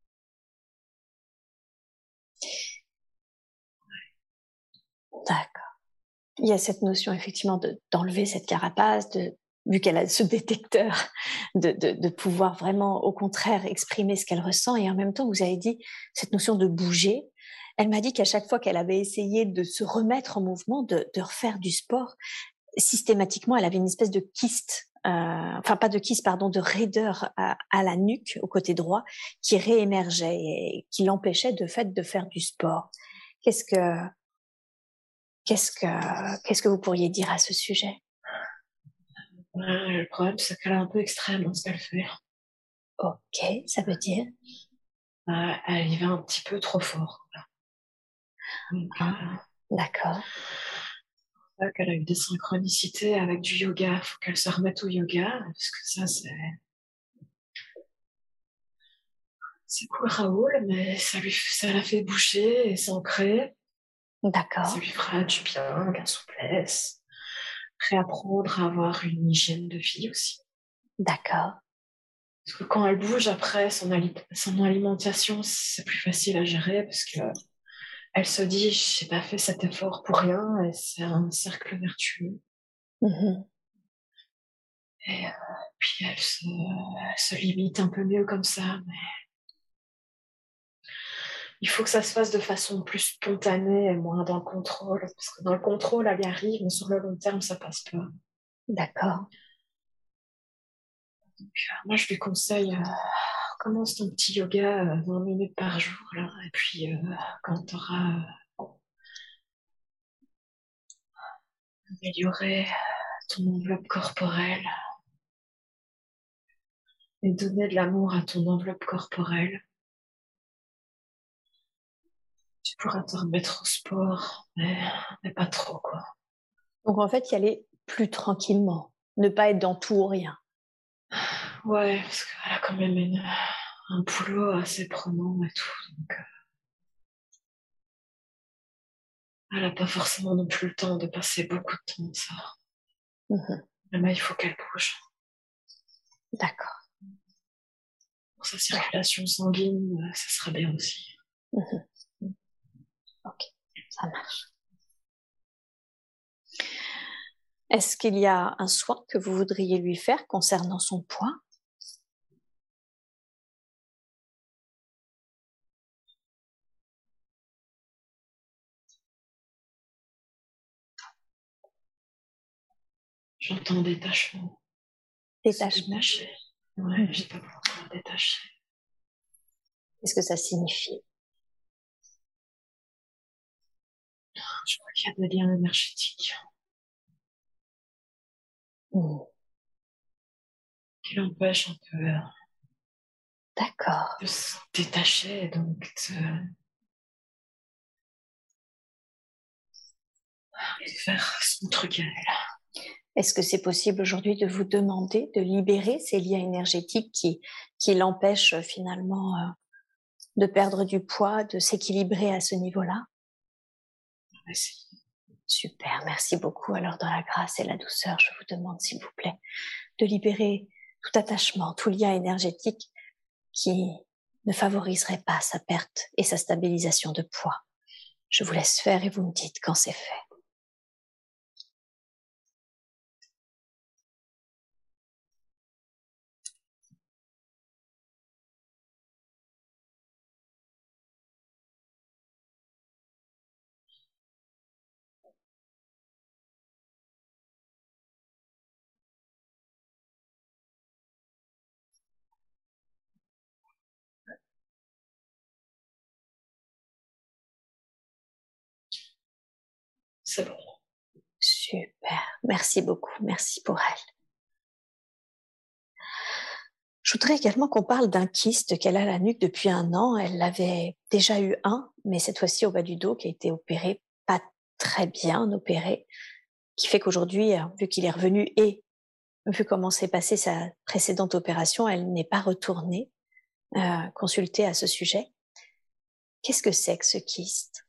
D'accord. Il y a cette notion effectivement de, d'enlever cette carapace, de, vu qu'elle a ce détecteur, de, de, de pouvoir vraiment au contraire exprimer ce qu'elle ressent. Et en même temps, vous avez dit cette notion de bouger. Elle m'a dit qu'à chaque fois qu'elle avait essayé de se remettre en mouvement, de, de refaire du sport, systématiquement, elle avait une espèce de kyste, euh, enfin pas de kyste, pardon, de raideur à, à la nuque, au côté droit, qui réémergeait et qui l'empêchait de fait de faire du sport. Qu'est-ce que Qu'est-ce que, qu'est-ce que vous pourriez dire à ce sujet? Ouais, le problème, c'est qu'elle est un peu extrême dans ce qu'elle fait. Ok, ça veut dire? Euh, elle y va un petit peu trop fort. Donc, Ah, euh, d'accord. c'est qu'elle a eu des synchronicités avec du yoga. Il faut qu'elle se remette au yoga, parce que ça, c'est... C'est cool, Raoul, mais ça lui, ça l'a fait bouger et s'ancrer. D'accord. Ça lui fera du bien, de la souplesse. Réapprendre à avoir une hygiène de vie aussi. D'accord. Parce que quand elle bouge après, son, ali- son alimentation, c'est plus facile à gérer parce que elle se dit, j'ai pas fait cet effort pour rien, et c'est un cercle vertueux. Mmh. Et euh, puis elle se, elle se limite un peu mieux comme ça, mais il faut que ça se fasse de façon plus spontanée et moins dans le contrôle, parce que dans le contrôle, elle y arrive, mais sur le long terme, ça passe pas. D'accord. Donc, euh, moi, je lui conseille, euh, commence ton petit yoga euh, vingt minutes par jour, là, et puis euh, quand tu auras euh, amélioré ton enveloppe corporelle et donné de l'amour à ton enveloppe corporelle, tu pourras te remettre au sport, mais, mais pas trop, quoi. Donc en fait, y aller plus tranquillement, ne pas être dans tout ou rien. Ouais, parce qu'elle a quand même une, un boulot assez prenant et tout, donc euh, elle a pas forcément non plus le temps de passer beaucoup de temps à ça. Mmh. Là, il faut qu'elle bouge. D'accord. Pour sa circulation sanguine, ça sera bien aussi. Mmh. Ok, ça marche. Est-ce qu'il y a un soin que vous voudriez lui faire concernant son poids? J'entends détachement. Détachement. Détacher. Ouais, mmh. J'ai pas pouvoir détacher. Qu'est-ce que ça signifie? Je crois qu'il y a des liens énergétiques. Mmh. Qui l'empêchent un peu euh, D'accord. de se détacher et donc de... de faire son truc à elle. Est-ce que c'est possible aujourd'hui de vous demander de libérer ces liens énergétiques qui, qui l'empêchent euh, finalement euh, de perdre du poids, de s'équilibrer à ce niveau-là? Merci. Super, merci beaucoup. Alors dans la grâce et la douceur, je vous demande s'il vous plaît de libérer tout attachement, tout lien énergétique qui ne favoriserait pas sa perte et sa stabilisation de poids. Je vous laisse faire et vous me dites quand c'est fait. C'est bon. Super, merci beaucoup, merci pour elle. Je voudrais également qu'on parle d'un kyste qu'elle a à la nuque depuis un an. Elle avait déjà eu un, mais cette fois-ci au bas du dos, qui a été opéré, pas très bien opéré, qui fait qu'aujourd'hui, vu qu'il est revenu et vu comment s'est passée sa précédente opération, elle n'est pas retournée euh, consulter à ce sujet. Qu'est-ce que c'est que ce kyste?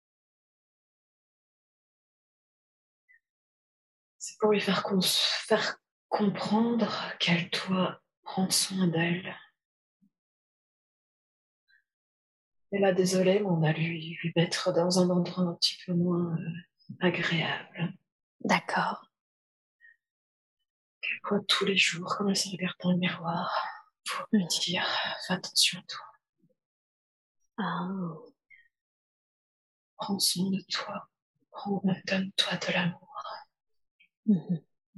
C'est pour lui faire, cons- faire comprendre qu'elle doit prendre soin d'elle. Et là, désolée, mais on a lui, lui mettre dans un endroit un petit peu moins euh, agréable. D'accord. Qu'elle voit tous les jours, comme elle se regarde dans le miroir, pour lui dire, fais attention à toi. Ah. Prends soin de toi. Prends, donne-toi de l'amour. Mmh.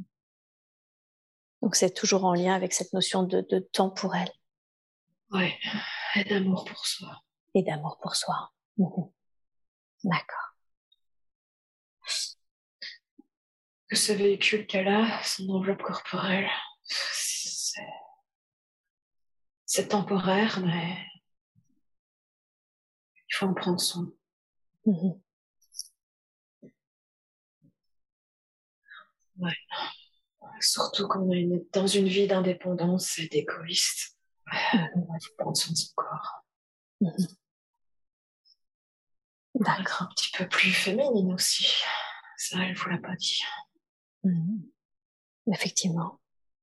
Donc c'est toujours en lien avec cette notion de, de temps pour elle. Oui, et d'amour pour soi. Et d'amour pour soi. Mmh. D'accord. Que ce véhicule qu'elle a, son enveloppe corporelle, c'est, c'est temporaire, mais il faut en prendre soin. Mmh. Ouais. Surtout quand on est dans une vie d'indépendance et d'égoïste. Mmh. Il faut prendre soin de son corps. Mmh. Pour être un petit peu plus féminine aussi. Ça, elle ne vous l'a pas dit. Mmh. Effectivement.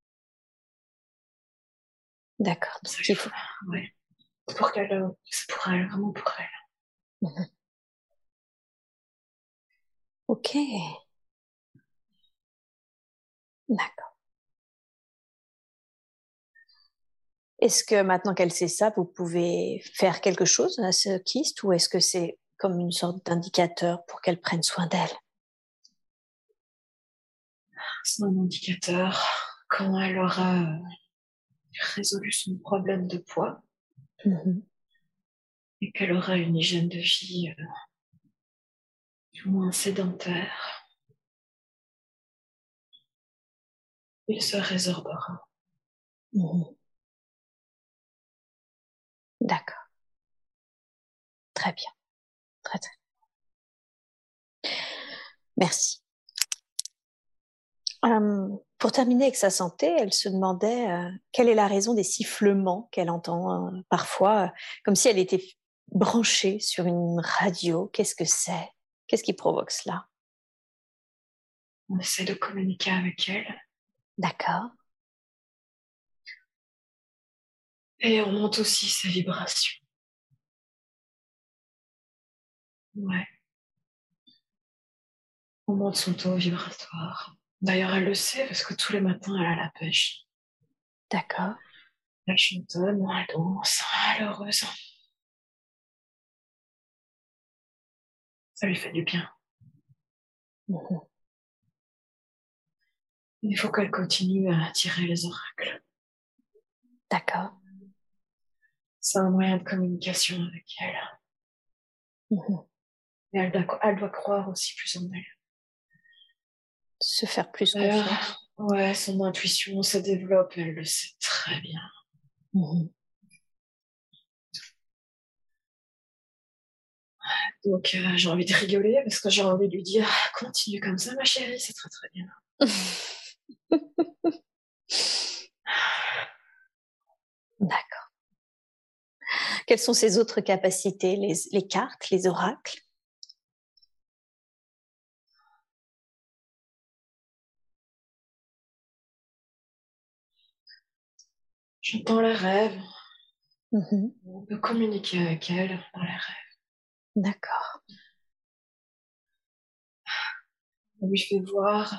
D'accord. Donc il faut... Ouais. C'est pour qu'elle, c'est pour elle, vraiment pour elle. Mmh. Ok. D'accord. Est-ce que maintenant qu'elle sait ça, vous pouvez faire quelque chose à ce kyste ou est-ce que c'est comme une sorte d'indicateur pour qu'elle prenne soin d'elle? C'est un indicateur. Quand elle aura résolu son problème de poids, mmh. et qu'elle aura une hygiène de vie euh, moins sédentaire, il se résorbera. Mmh. D'accord. Très bien. Très très bien. Merci. Euh, pour terminer avec sa santé, elle se demandait euh, quelle est la raison des sifflements qu'elle entend euh, parfois, euh, comme si elle était branchée sur une radio. Qu'est-ce que c'est? Qu'est-ce qui provoque cela? On essaie de communiquer avec elle. D'accord. Et on monte aussi ses vibrations. Ouais. On monte son taux vibratoire. D'ailleurs, elle le sait parce que tous les matins, elle a la pêche. D'accord. Elle chantonne, elle danse, elle est heureuse. Ça lui fait du bien. Mmh. Il faut qu'elle continue à attirer les oracles. D'accord. C'est un moyen de communication avec elle. Mmh. Et elle doit, elle doit croire aussi plus en elle. Se faire plus D'ailleurs, confiance. ouais, son intuition se développe, elle le sait très bien. Mmh. Donc euh, j'ai envie de rigoler parce que j'ai envie de lui dire « Continue comme ça, ma chérie, c'est très très bien. » D'accord. Quelles sont ses autres capacités, les, les cartes, les oracles? J'entends les rêves. Mmh. On peut communiquer avec elle dans les rêves. D'accord. On lui fait voir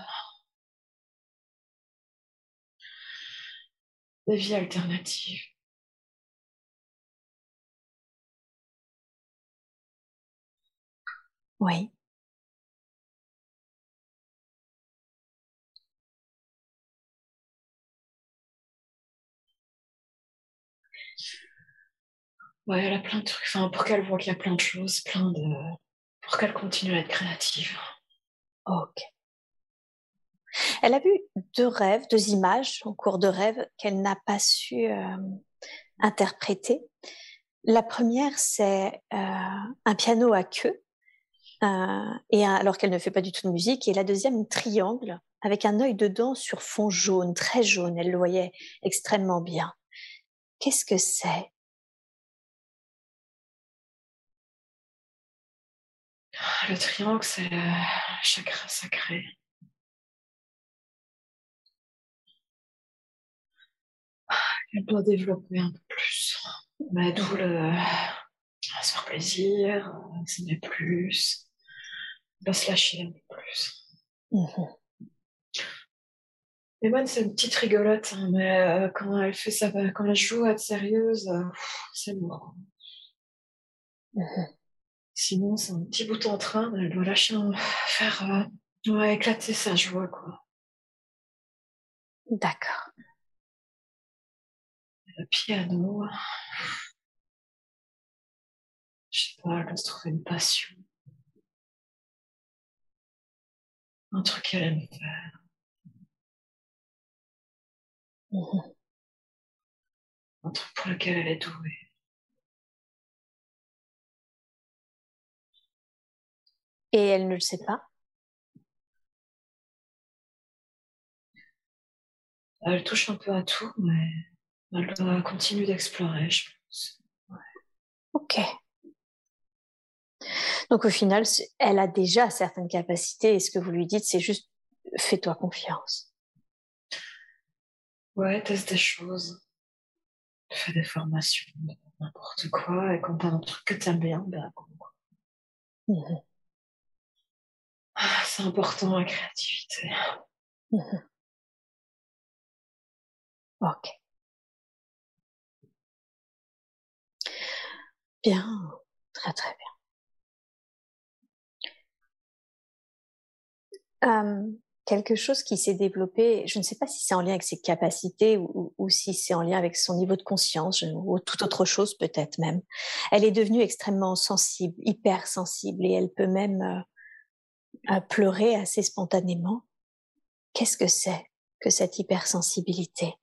des vies alternatives. Oui. Ouais, elle a plein de trucs. Enfin, pour qu'elle voit qu'il y a plein de choses, plein de... pour qu'elle continue à être créative. Ok. Elle a vu deux rêves, deux images en cours de rêve qu'elle n'a pas su euh, interpréter. La première, c'est euh, un piano à queue, euh, et un, alors qu'elle ne fait pas du tout de musique. Et la deuxième, un triangle avec un œil dedans sur fond jaune, très jaune. Elle le voyait extrêmement bien. Qu'est-ce que c'est? Le triangle, c'est le chakra sacré. Elle doit développer un peu plus. Mais d'où le... se faire plaisir, s'aimer plus, elle doit se lâcher un peu plus. Mmh. Eman, c'est une petite rigolote, hein, mais euh, quand elle fait ça, quand elle joue à être sérieuse, euh, c'est mort. Mmh. Sinon, c'est un petit bout en train, elle doit lâcher, un... faire, euh... ouais, éclater sa joie, quoi. D'accord. Le piano, je sais pas, elle doit se trouver une passion. Un truc qu'elle aime faire. Mmh. Un truc pour lequel elle est douée. Et elle ne le sait pas? Elle touche un peu à tout, mais elle doit continuer d'explorer, je pense. Ouais. Ok. Donc au final, elle a déjà certaines capacités et ce que vous lui dites, c'est juste fais-toi confiance. Ouais, teste des choses. Fais des formations, n'importe quoi, et quand t'as un truc que t'aimes bien, ben, Mmh. ah, c'est important la créativité. Mmh. Ok. Bien, très très bien. Euh, quelque chose qui s'est développé, je ne sais pas si c'est en lien avec ses capacités ou, ou, ou si c'est en lien avec son niveau de conscience ou toute autre chose peut-être même. Elle est devenue extrêmement sensible, hyper sensible et elle peut même euh, pleurer assez spontanément. Qu'est-ce que c'est que cette hypersensibilité?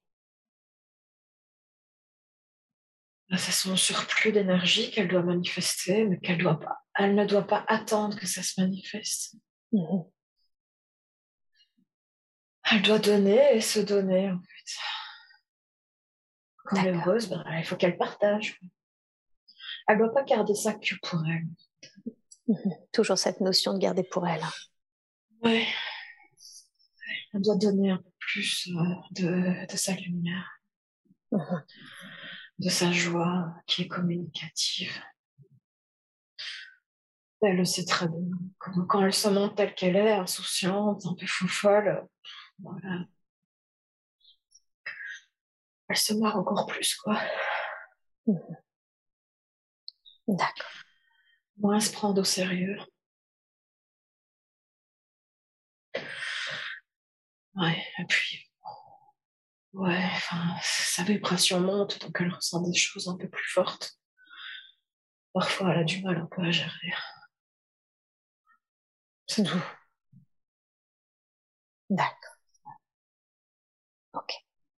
C'est son surplus d'énergie qu'elle doit manifester, mais qu'elle doit pas. Elle ne doit pas attendre que ça se manifeste. Mmh. Elle doit donner et se donner, en fait. Quand elle est heureuse, ben, il faut qu'elle partage. Elle ne doit pas garder ça que pour elle. Mmh. Toujours cette notion de garder pour elle. Ouais. Elle doit donner un peu plus euh, de, de sa lumière, Mhm. de sa joie qui est communicative. Elle le sait très bien. Quand, quand elle se montre telle qu'elle est, insouciante, un peu fou-folle, voilà. Elle se marre encore plus, quoi. Mhm. D'accord. Moins se prendre au sérieux. Ouais, et puis, ouais, enfin, sa vibration monte, donc elle ressent des choses un peu plus fortes. Parfois, elle a du mal un peu à gérer. C'est tout. Mhm. D'accord. Ok.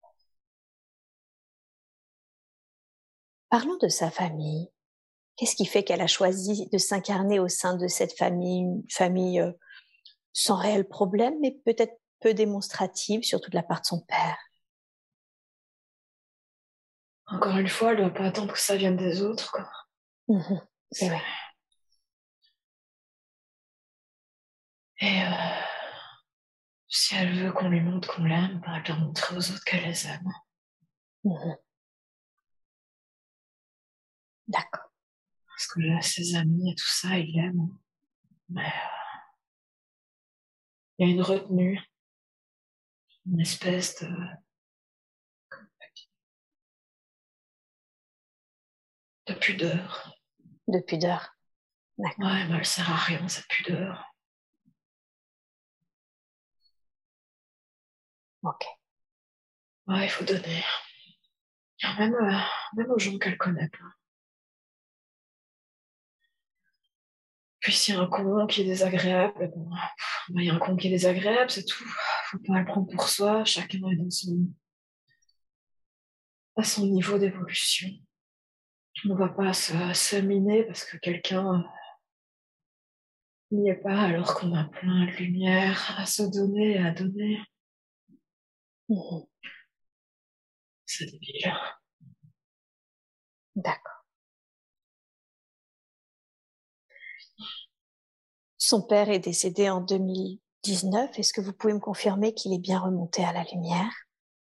Parlons de sa famille. Qu'est-ce qui fait qu'elle a choisi de s'incarner au sein de cette famille, une famille euh, sans réel problème, mais peut-être peu démonstrative, surtout de la part de son père? Encore une fois, elle ne doit pas attendre que ça vienne des autres, quoi. Mmh. Et oui. Et euh, si elle veut qu'on lui montre qu'on l'aime, bah, elle doit montrer aux autres qu'elle les aime. Mmh. D'accord. Parce que là, ses amis et tout ça, ils l'aiment. Mais euh, il y a une retenue, une espèce de... de pudeur. De pudeur. D'accord. Ouais, mais elle sert à rien, cette pudeur. Ok. Ouais, il faut donner. Même, euh, même aux gens qu'elle connaît pas. Puis s'il y a un con qui est désagréable, bon, bah, il y a un con qui est désagréable, c'est tout. Faut pas le prendre pour soi, chacun est dans son, à son niveau d'évolution. On va pas se, se miner parce que quelqu'un n'y est pas alors qu'on a plein de lumière à se donner et à donner. Mmh. C'est débile. D'accord. Son père est décédé en deux mille dix-neuf. Est-ce que vous pouvez me confirmer qu'il est bien remonté à la lumière?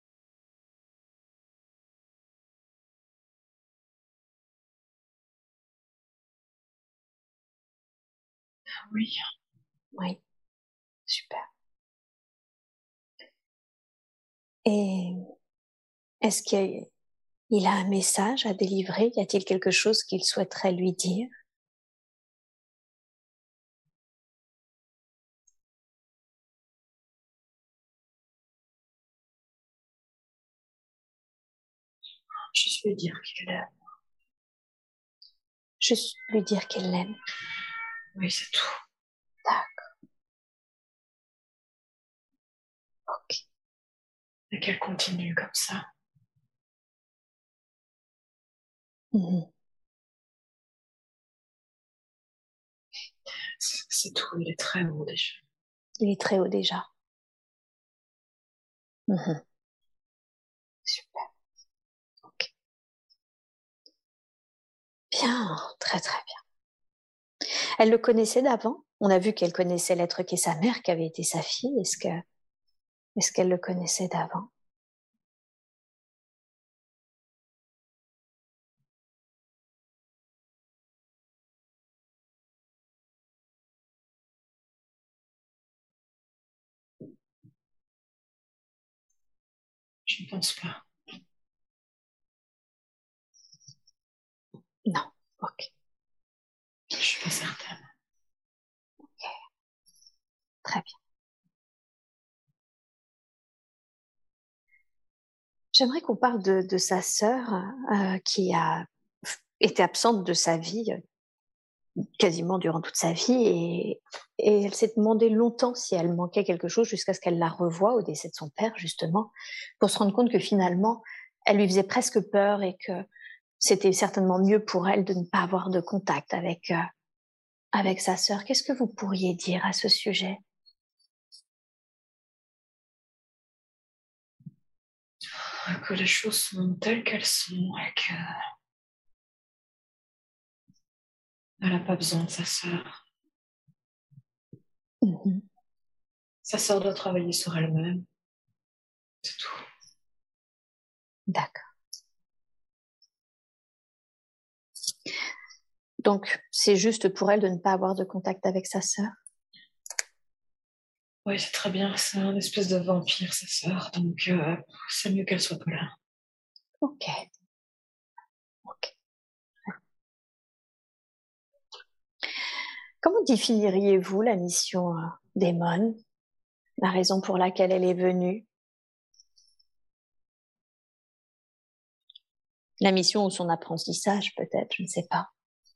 Oui. Oui. Super. Et est-ce qu'il a un message à délivrer? Y a-t-il quelque chose qu'il souhaiterait lui dire? Juste lui dire qu'il l'aime. Juste lui dire qu'il l'aime. Oui, c'est tout. D'accord. Ok. Et qu'elle continue comme ça. Mmh. C'est, c'est tout, il est très haut déjà. Il est très haut déjà. Mmh. Super. Ok. Bien, très très bien. Elle le connaissait d'avant? On a vu qu'elle connaissait l'être qu'est sa mère, qui avait été sa fille. Est-ce que, est-ce qu'elle le connaissait d'avant? Je ne pense pas. Non. Ok. Je suis pas certaine. Ok. Très bien. J'aimerais qu'on parle de, de sa sœur euh, qui a été absente de sa vie euh, quasiment durant toute sa vie et, et elle s'est demandé longtemps si elle manquait quelque chose jusqu'à ce qu'elle la revoie au décès de son père justement pour se rendre compte que finalement elle lui faisait presque peur et que c'était certainement mieux pour elle de ne pas avoir de contact avec, euh, avec sa sœur. Qu'est-ce que vous pourriez dire à ce sujet? Que les choses sont telles qu'elles sont et qu'elle n'a pas besoin de sa sœur. Mmh. sa sœur doit travailler sur elle-même. C'est tout. D'accord. Donc, c'est juste pour elle de ne pas avoir de contact avec sa sœur? Oui, c'est très bien. C'est un espèce de vampire, sa sœur. Donc, euh, c'est mieux qu'elle soit pas là. Ok. Ok. Comment définiriez-vous la mission euh, d'Emone, la raison pour laquelle elle est venue? La mission ou son apprentissage, peut-être, je ne sais pas.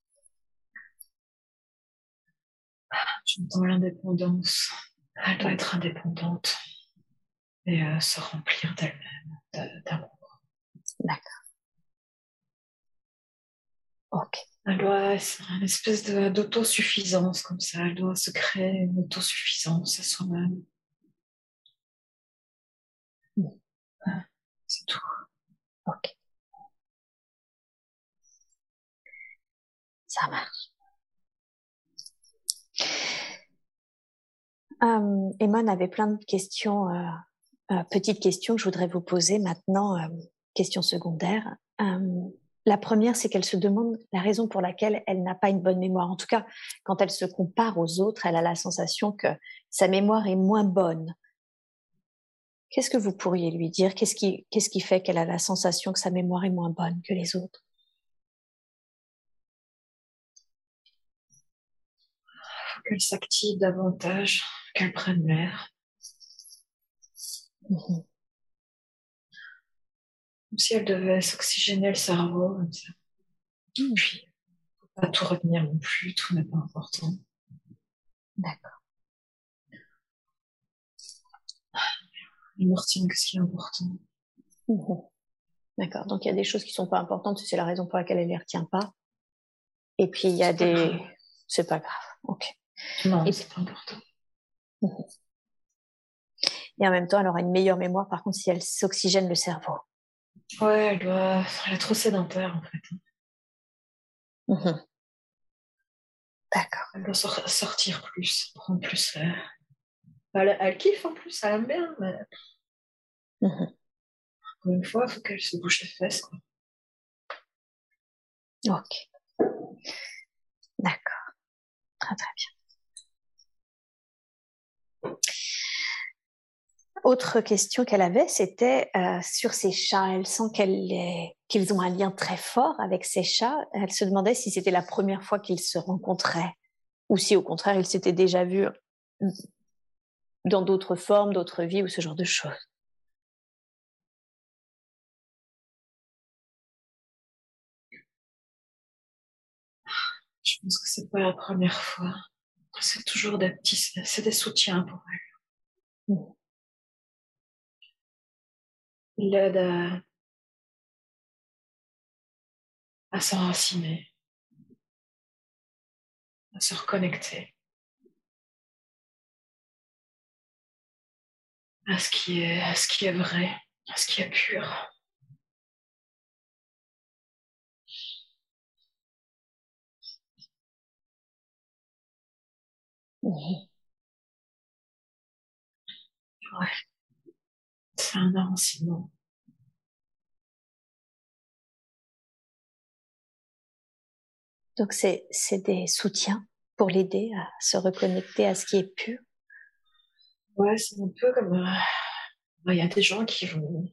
J'entends l'indépendance. Elle doit être indépendante et euh, se remplir d'elle-même, d'amour. D'accord. Ok. Elle doit être une espèce de, d'autosuffisance comme ça. Elle doit se créer une autosuffisance à soi-même. Mm. C'est tout. Ok. Ça marche. Euh, Emone avait plein de questions, euh, euh, petites questions que je voudrais vous poser maintenant, euh, questions secondaires. Euh, la première, c'est qu'elle se demande la raison pour laquelle elle n'a pas une bonne mémoire. En tout cas, quand elle se compare aux autres, elle a la sensation que sa mémoire est moins bonne. Qu'est-ce que vous pourriez lui dire? Qu'est-ce qui, qu'est-ce qui fait qu'elle a la sensation que sa mémoire est moins bonne que les autres? Il faut qu'elle s'active davantage, qu'elle prenne l'air. Mm-hmm. Comme si elle devait s'oxygéner le cerveau, comme ça. Mm. Puis, faut pas tout retenir non plus, tout n'est pas important. D'accord. Elle ne retient que ce qui est important. Mmh. D'accord. Donc il y a des choses qui sont pas importantes, c'est la raison pour laquelle elle les retient pas. Et puis il y a c'est des, pas c'est pas grave. Ok. Non, et... c'est pas important. Mmh. Et en même temps, elle aura une meilleure mémoire. Par contre, si elle s'oxygène le cerveau. Ouais, elle doit, elle est trop sédentaire en fait. Mmh. D'accord. Elle doit sor- sortir plus, prendre plus l'air. Elle, elle kiffe en plus, elle aime bien, mais Mmh. encore une fois, il faut qu'elle se bouche les fesses, quoi. Ok. D'accord. Très très bien. Autre question qu'elle avait, c'était euh, sur ses chats. Elle sent qu'elle est, qu'ils ont un lien très fort avec ses chats. Elle se demandait si c'était la première fois qu'ils se rencontraient ou si au contraire ils s'étaient déjà vus dans d'autres formes, d'autres vies ou ce genre de choses. Je pense que c'est pas la première fois. C'est toujours des petits, c'est des soutiens pour elle. Mmh. Il l'aide à, à s'enraciner, à se reconnecter à ce qui est, à ce qui est vrai, à ce qui est pur. Mmh. Ouais, c'est un enracinement. Donc c'est, c'est des soutiens pour l'aider à se reconnecter à ce qui est pur. Ouais, c'est un peu comme... Il euh, y a des gens qui vont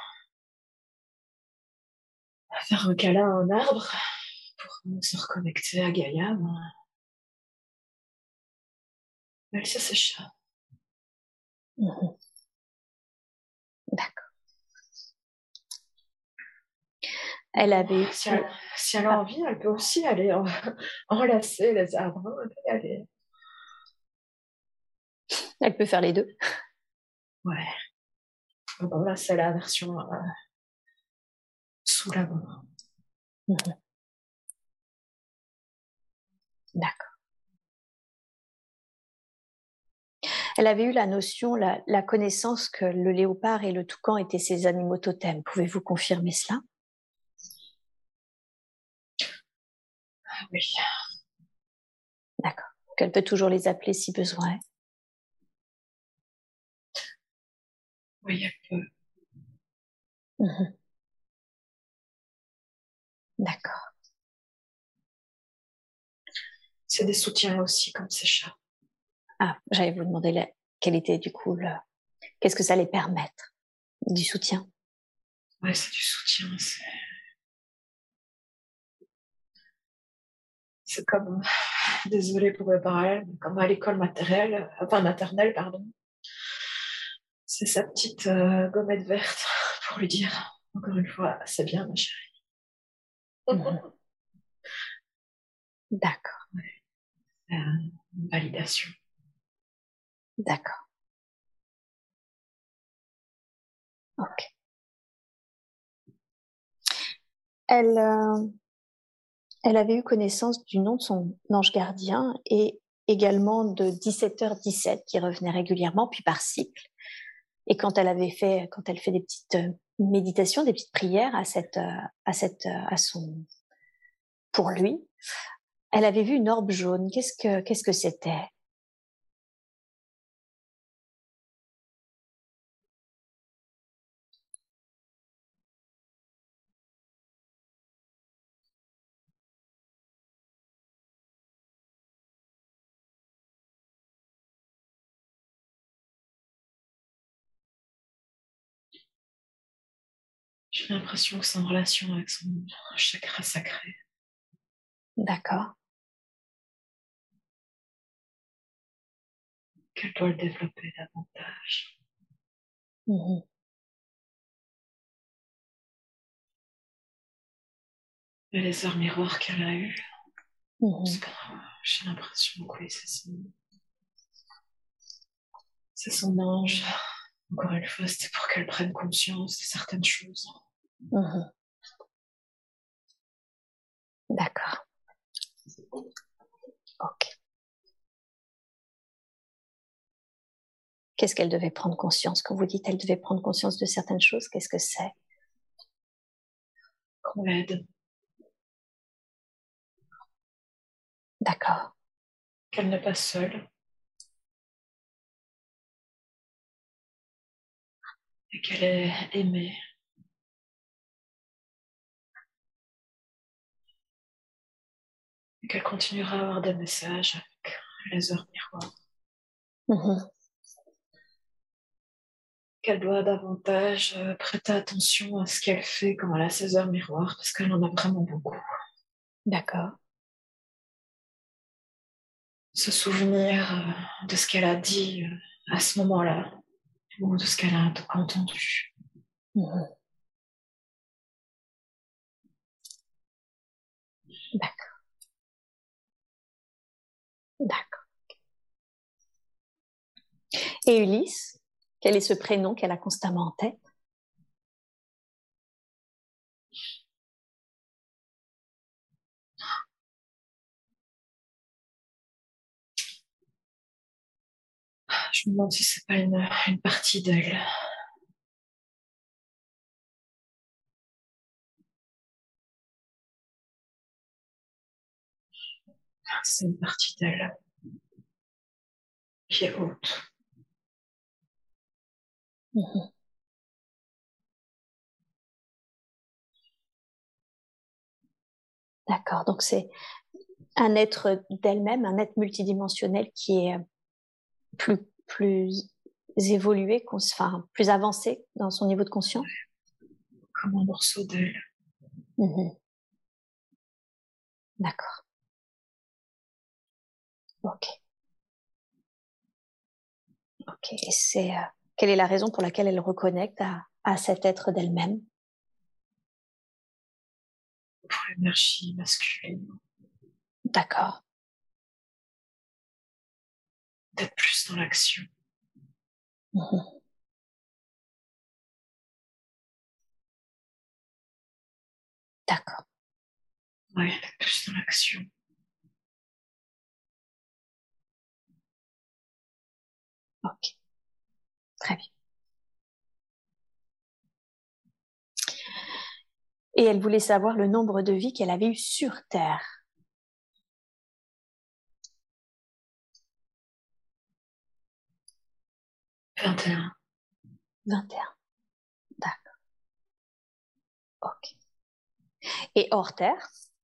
faire un câlin à un arbre pour se reconnecter à Gaïa. Elle, ça s'échappe. Mmh. D'accord. Elle avait... Si elle, si elle a envie, elle peut aussi aller en, enlacer les arbres. Elle peut y aller. Elle peut faire les deux. Ouais. Bon, là, c'est la version euh, sous la main. Mmh. D'accord. Elle avait eu la notion, la, la connaissance que le léopard et le toucan étaient ses animaux totems. Pouvez-vous confirmer cela? Ah oui. D'accord. Donc elle peut toujours les appeler si besoin. Oui, elle peut. Mmh. D'accord. C'est des soutiens aussi, comme ces chats. Ah, j'allais vous demander la quel était du coup le qu'est-ce que ça allait permettre? Du soutien? Ouais, c'est du soutien. C'est, c'est comme, désolée pour le parallèle, mais comme à l'école maternelle, enfin maternelle, pardon. C'est sa petite euh, gommette verte pour lui dire, encore une fois, c'est bien, ma chérie. Mmh. D'accord, C'est une validation. d'accord. OK. Elle, heu, elle avait eu connaissance du nom de son ange gardien et également de dix-sept heures dix-sept qui revenait régulièrement, puis par cycle. Et quand elle avait fait quand elle fait des petites, heu, méditations, des petites prières à cette, heu, à cette, heu, à son pour lui, elle avait vu une orbe jaune. Qu'est-ce que qu'est-ce que c'était? J'ai l'impression que c'est en relation avec son chakra sacré. D'accord. Qu'elle doit le développer davantage. Mmh. Et les heures miroirs qu'elle a eues, Mmh. j'ai l'impression que oui, c'est son... c'est son ange. Encore une fois, c'était pour qu'elle prenne conscience de certaines choses. Mmh. D'accord. OK. Qu'est-ce qu'elle devait prendre conscience? Quand vous dites elle devait prendre conscience de certaines choses, qu'est-ce que c'est? Qu'on l'aide, D'accord. qu'elle n'est pas seule. Et qu'elle est aimée. Et qu'elle continuera à avoir des messages avec les heures miroirs. Mmh. Qu'elle doit davantage euh, prêter attention à ce qu'elle fait quand elle a ses heures miroirs, parce qu'elle en a vraiment beaucoup. D'accord. Se souvenir euh, de ce qu'elle a dit euh, à ce moment-là, ou de ce qu'elle a entendu. Mmh. D'accord. D'accord. Et Ulysse, quel est ce prénom qu'elle a constamment en tête? Je me demande si c'est pas une, une partie d'elle. C'est une partie d'elle qui est haute. Mmh. D'accord, donc c'est un être d'elle-même, un être multidimensionnel qui est plus plus évolué, cons enfin plus avancé dans son niveau de conscience? Comme un morceau d'elle. Mmh. D'accord. OK. OK, et c'est, heu, quelle est la raison pour laquelle elle reconnecte à à cet être d'elle-même? Pour l'énergie masculine. D'accord. D'être plus dans l'action. Mmh. D'accord. Ouais, d'être plus dans l'action. OK. Très bien. Et elle voulait savoir le nombre de vies qu'elle avait eues sur terre. vingt et un. vingt et un. D'accord. Ok. Et hors terre?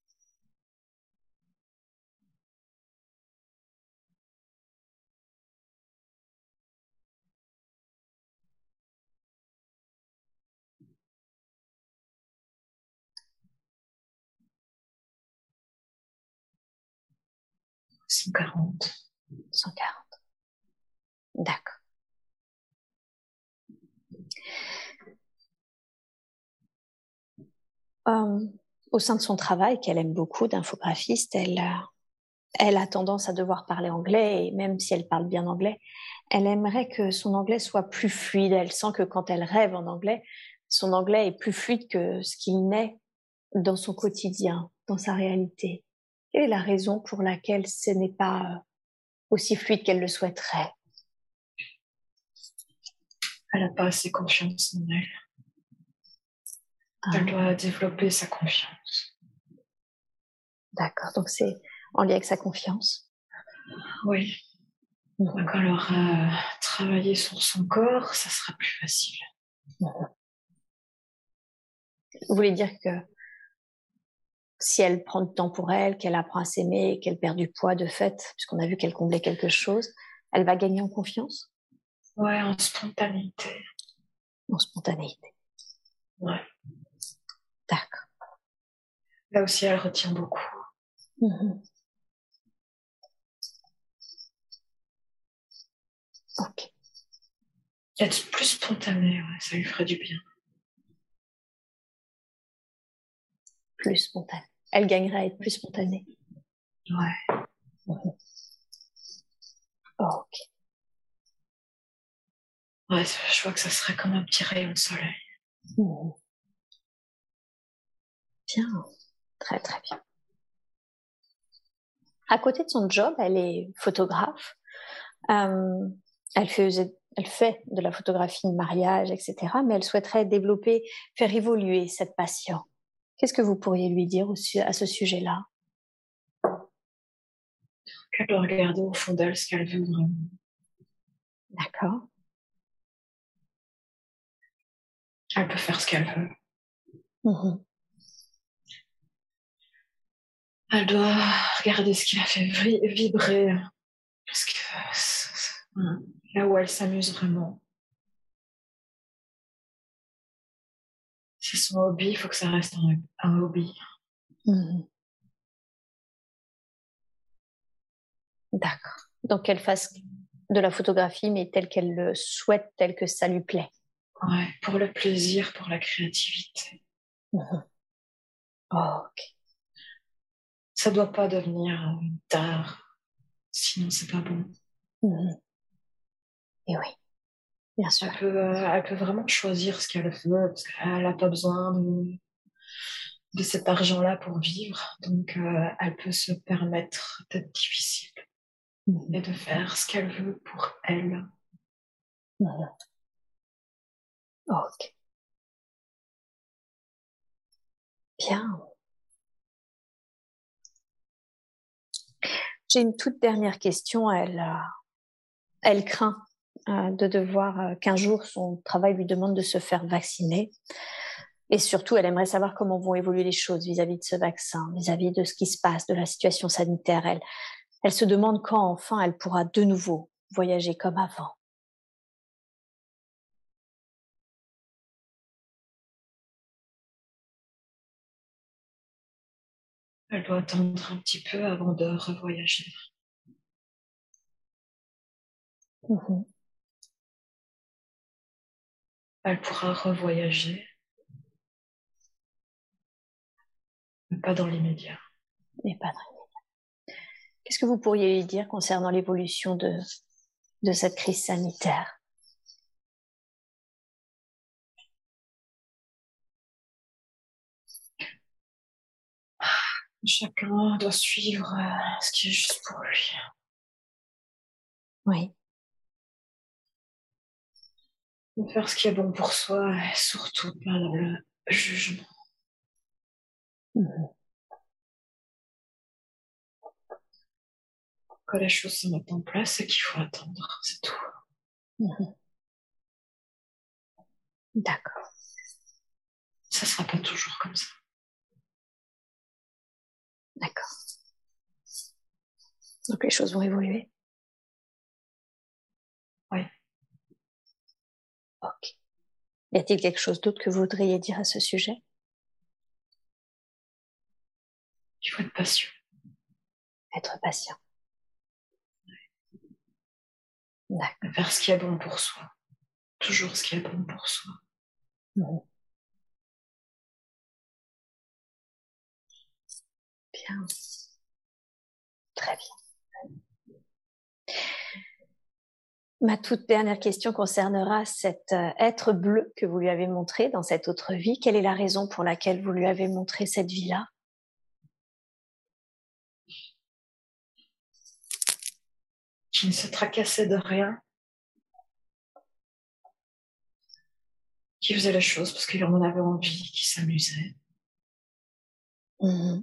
cent quarante. cent quarante. D'accord. Euh, au sein de son travail, qu'elle aime beaucoup d'infographiste, elle, euh, elle a tendance à devoir parler anglais, et même si elle parle bien anglais, elle aimerait que son anglais soit plus fluide. Elle sent que quand elle rêve en anglais, son anglais est plus fluide que ce qu'il n'est dans son quotidien, dans sa réalité. Quelle est la raison pour laquelle ce n'est pas aussi fluide qu'elle le souhaiterait? Elle n'a pas assez confiance en elle. Ah. Elle doit développer sa confiance. D'accord, donc c'est en lien avec sa confiance. Oui. Mmh. Quand elle aura travaillé sur son corps, ça sera plus facile. Mmh. Vous voulez dire que si elle prend du temps pour elle, qu'elle apprend à s'aimer, qu'elle perd du poids de fait, puisqu'on a vu qu'elle comblait quelque chose, elle va gagner en confiance? Ouais, en spontanéité. En spontanéité. Ouais. D'accord. Là aussi, elle retient beaucoup. Mmh. Ok. Être plus spontanée, ouais, ça lui ferait du bien. Plus spontanée. Elle gagnerait à être plus spontanée. Ouais. Mmh. Ok. Ouais, je vois que ça serait comme un petit rayon de soleil. Mmh. Bien. Très, très bien. À côté de son job, elle est photographe. Euh, elle, faisait, elle fait de la photographie de mariage, et cetera. Mais elle souhaiterait développer, faire évoluer cette passion. Qu'est-ce que vous pourriez lui dire à ce sujet-là? Qu'elle doit regarder au fond d'elle ce qu'elle veut vraiment. D'accord. Elle peut faire ce qu'elle veut. Mmh. Elle doit regarder ce qui la fait vibrer. Parce que là où elle s'amuse vraiment. C'est son hobby, il faut que ça reste un, un hobby. Mmh. D'accord. Donc qu'elle fasse de la photographie, mais telle qu'elle le souhaite, telle que ça lui plaît. Ouais, pour le plaisir, pour la créativité. Mmh. Oh, ok. Ça doit pas devenir tard, sinon c'est pas bon. Mmh. Et oui, bien sûr. Elle peut, euh, elle peut vraiment choisir ce qu'elle veut, parce qu'elle n'a pas besoin de, de cet argent-là pour vivre, donc euh, elle peut se permettre d'être difficile mmh. et de faire ce qu'elle veut pour elle. Mmh. Ok. Bien. J'ai une toute dernière question. Elle, euh, elle craint euh, de devoir, euh, qu'un jour son travail lui demande de se faire vacciner. Et surtout, elle aimerait savoir comment vont évoluer les choses vis-à-vis de ce vaccin, vis-à-vis de ce qui se passe, de la situation sanitaire. Elle, elle se demande quand enfin elle pourra de nouveau voyager comme avant. Elle doit attendre un petit peu avant de revoyager. Mmh. Elle pourra revoyager, mais pas dans l'immédiat. Mais pas dans l'immédiat. Qu'est-ce que vous pourriez lui dire concernant l'évolution de, de cette crise sanitaire? Chacun doit suivre euh, ce qui est juste pour lui. Oui. De faire ce qui est bon pour soi, et surtout pas dans le jugement. Mmh. Quand les choses se mettent en place, c'est qu'il faut attendre, c'est tout. Mmh. D'accord. Ça sera pas toujours comme ça. D'accord. Donc les choses vont évoluer. Oui. Ok. Y a-t-il quelque chose d'autre que vous voudriez dire à ce sujet? Il faut être patient. Être patient. D'accord. Faire ce qui est bon pour soi. Toujours ce qui est bon pour soi. Mmh. Bien. Très bien. Ma toute dernière question concernera cet euh, être bleu que vous lui avez montré dans cette autre vie. Quelle est la raison pour laquelle vous lui avez montré cette vie-là? Qui ne se tracassait de rien. Qui faisait les choses parce qu'il en avait envie, qui s'amusait. Mmh.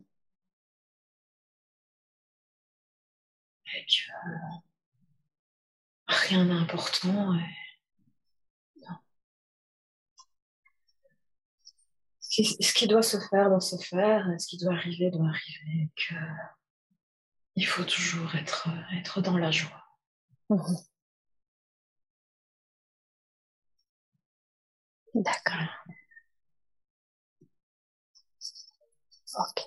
Et que euh, rien d'important. Et... Non. Ce qui, ce qui doit se faire doit se faire, et ce qui doit arriver doit arriver. Et que il faut toujours être, être dans la joie. Mmh. D'accord. Ok.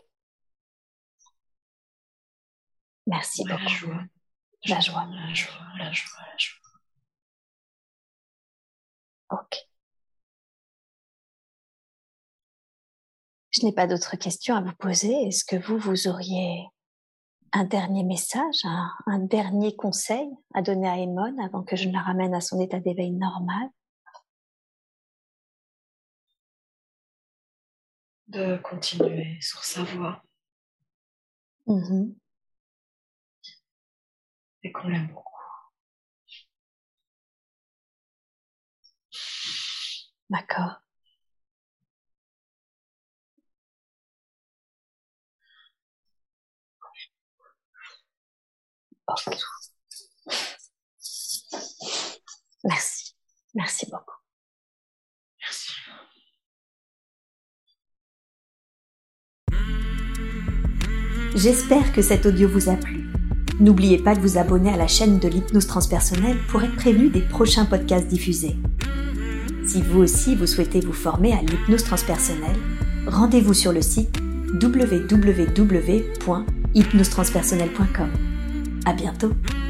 Merci Ouais, beaucoup. la joie. La joie. La joie, la joie, la joie. Ok. Je n'ai pas d'autres questions à vous poser. Est-ce que vous, vous auriez un dernier message, un, un dernier conseil à donner à Emone avant que je ne la ramène à son état d'éveil normal? De continuer sur sa voie. Mmh. Et qu'on l'aime beaucoup. D'accord. Ok. Merci. Merci beaucoup. Merci. J'espère que cet audio vous a plu. N'oubliez pas de vous abonner à la chaîne de l'hypnose transpersonnelle pour être prévenu des prochains podcasts diffusés. Si vous aussi vous souhaitez vous former à l'hypnose transpersonnelle, rendez-vous sur le site w w w point hypnose transpersonnelle point com. À bientôt.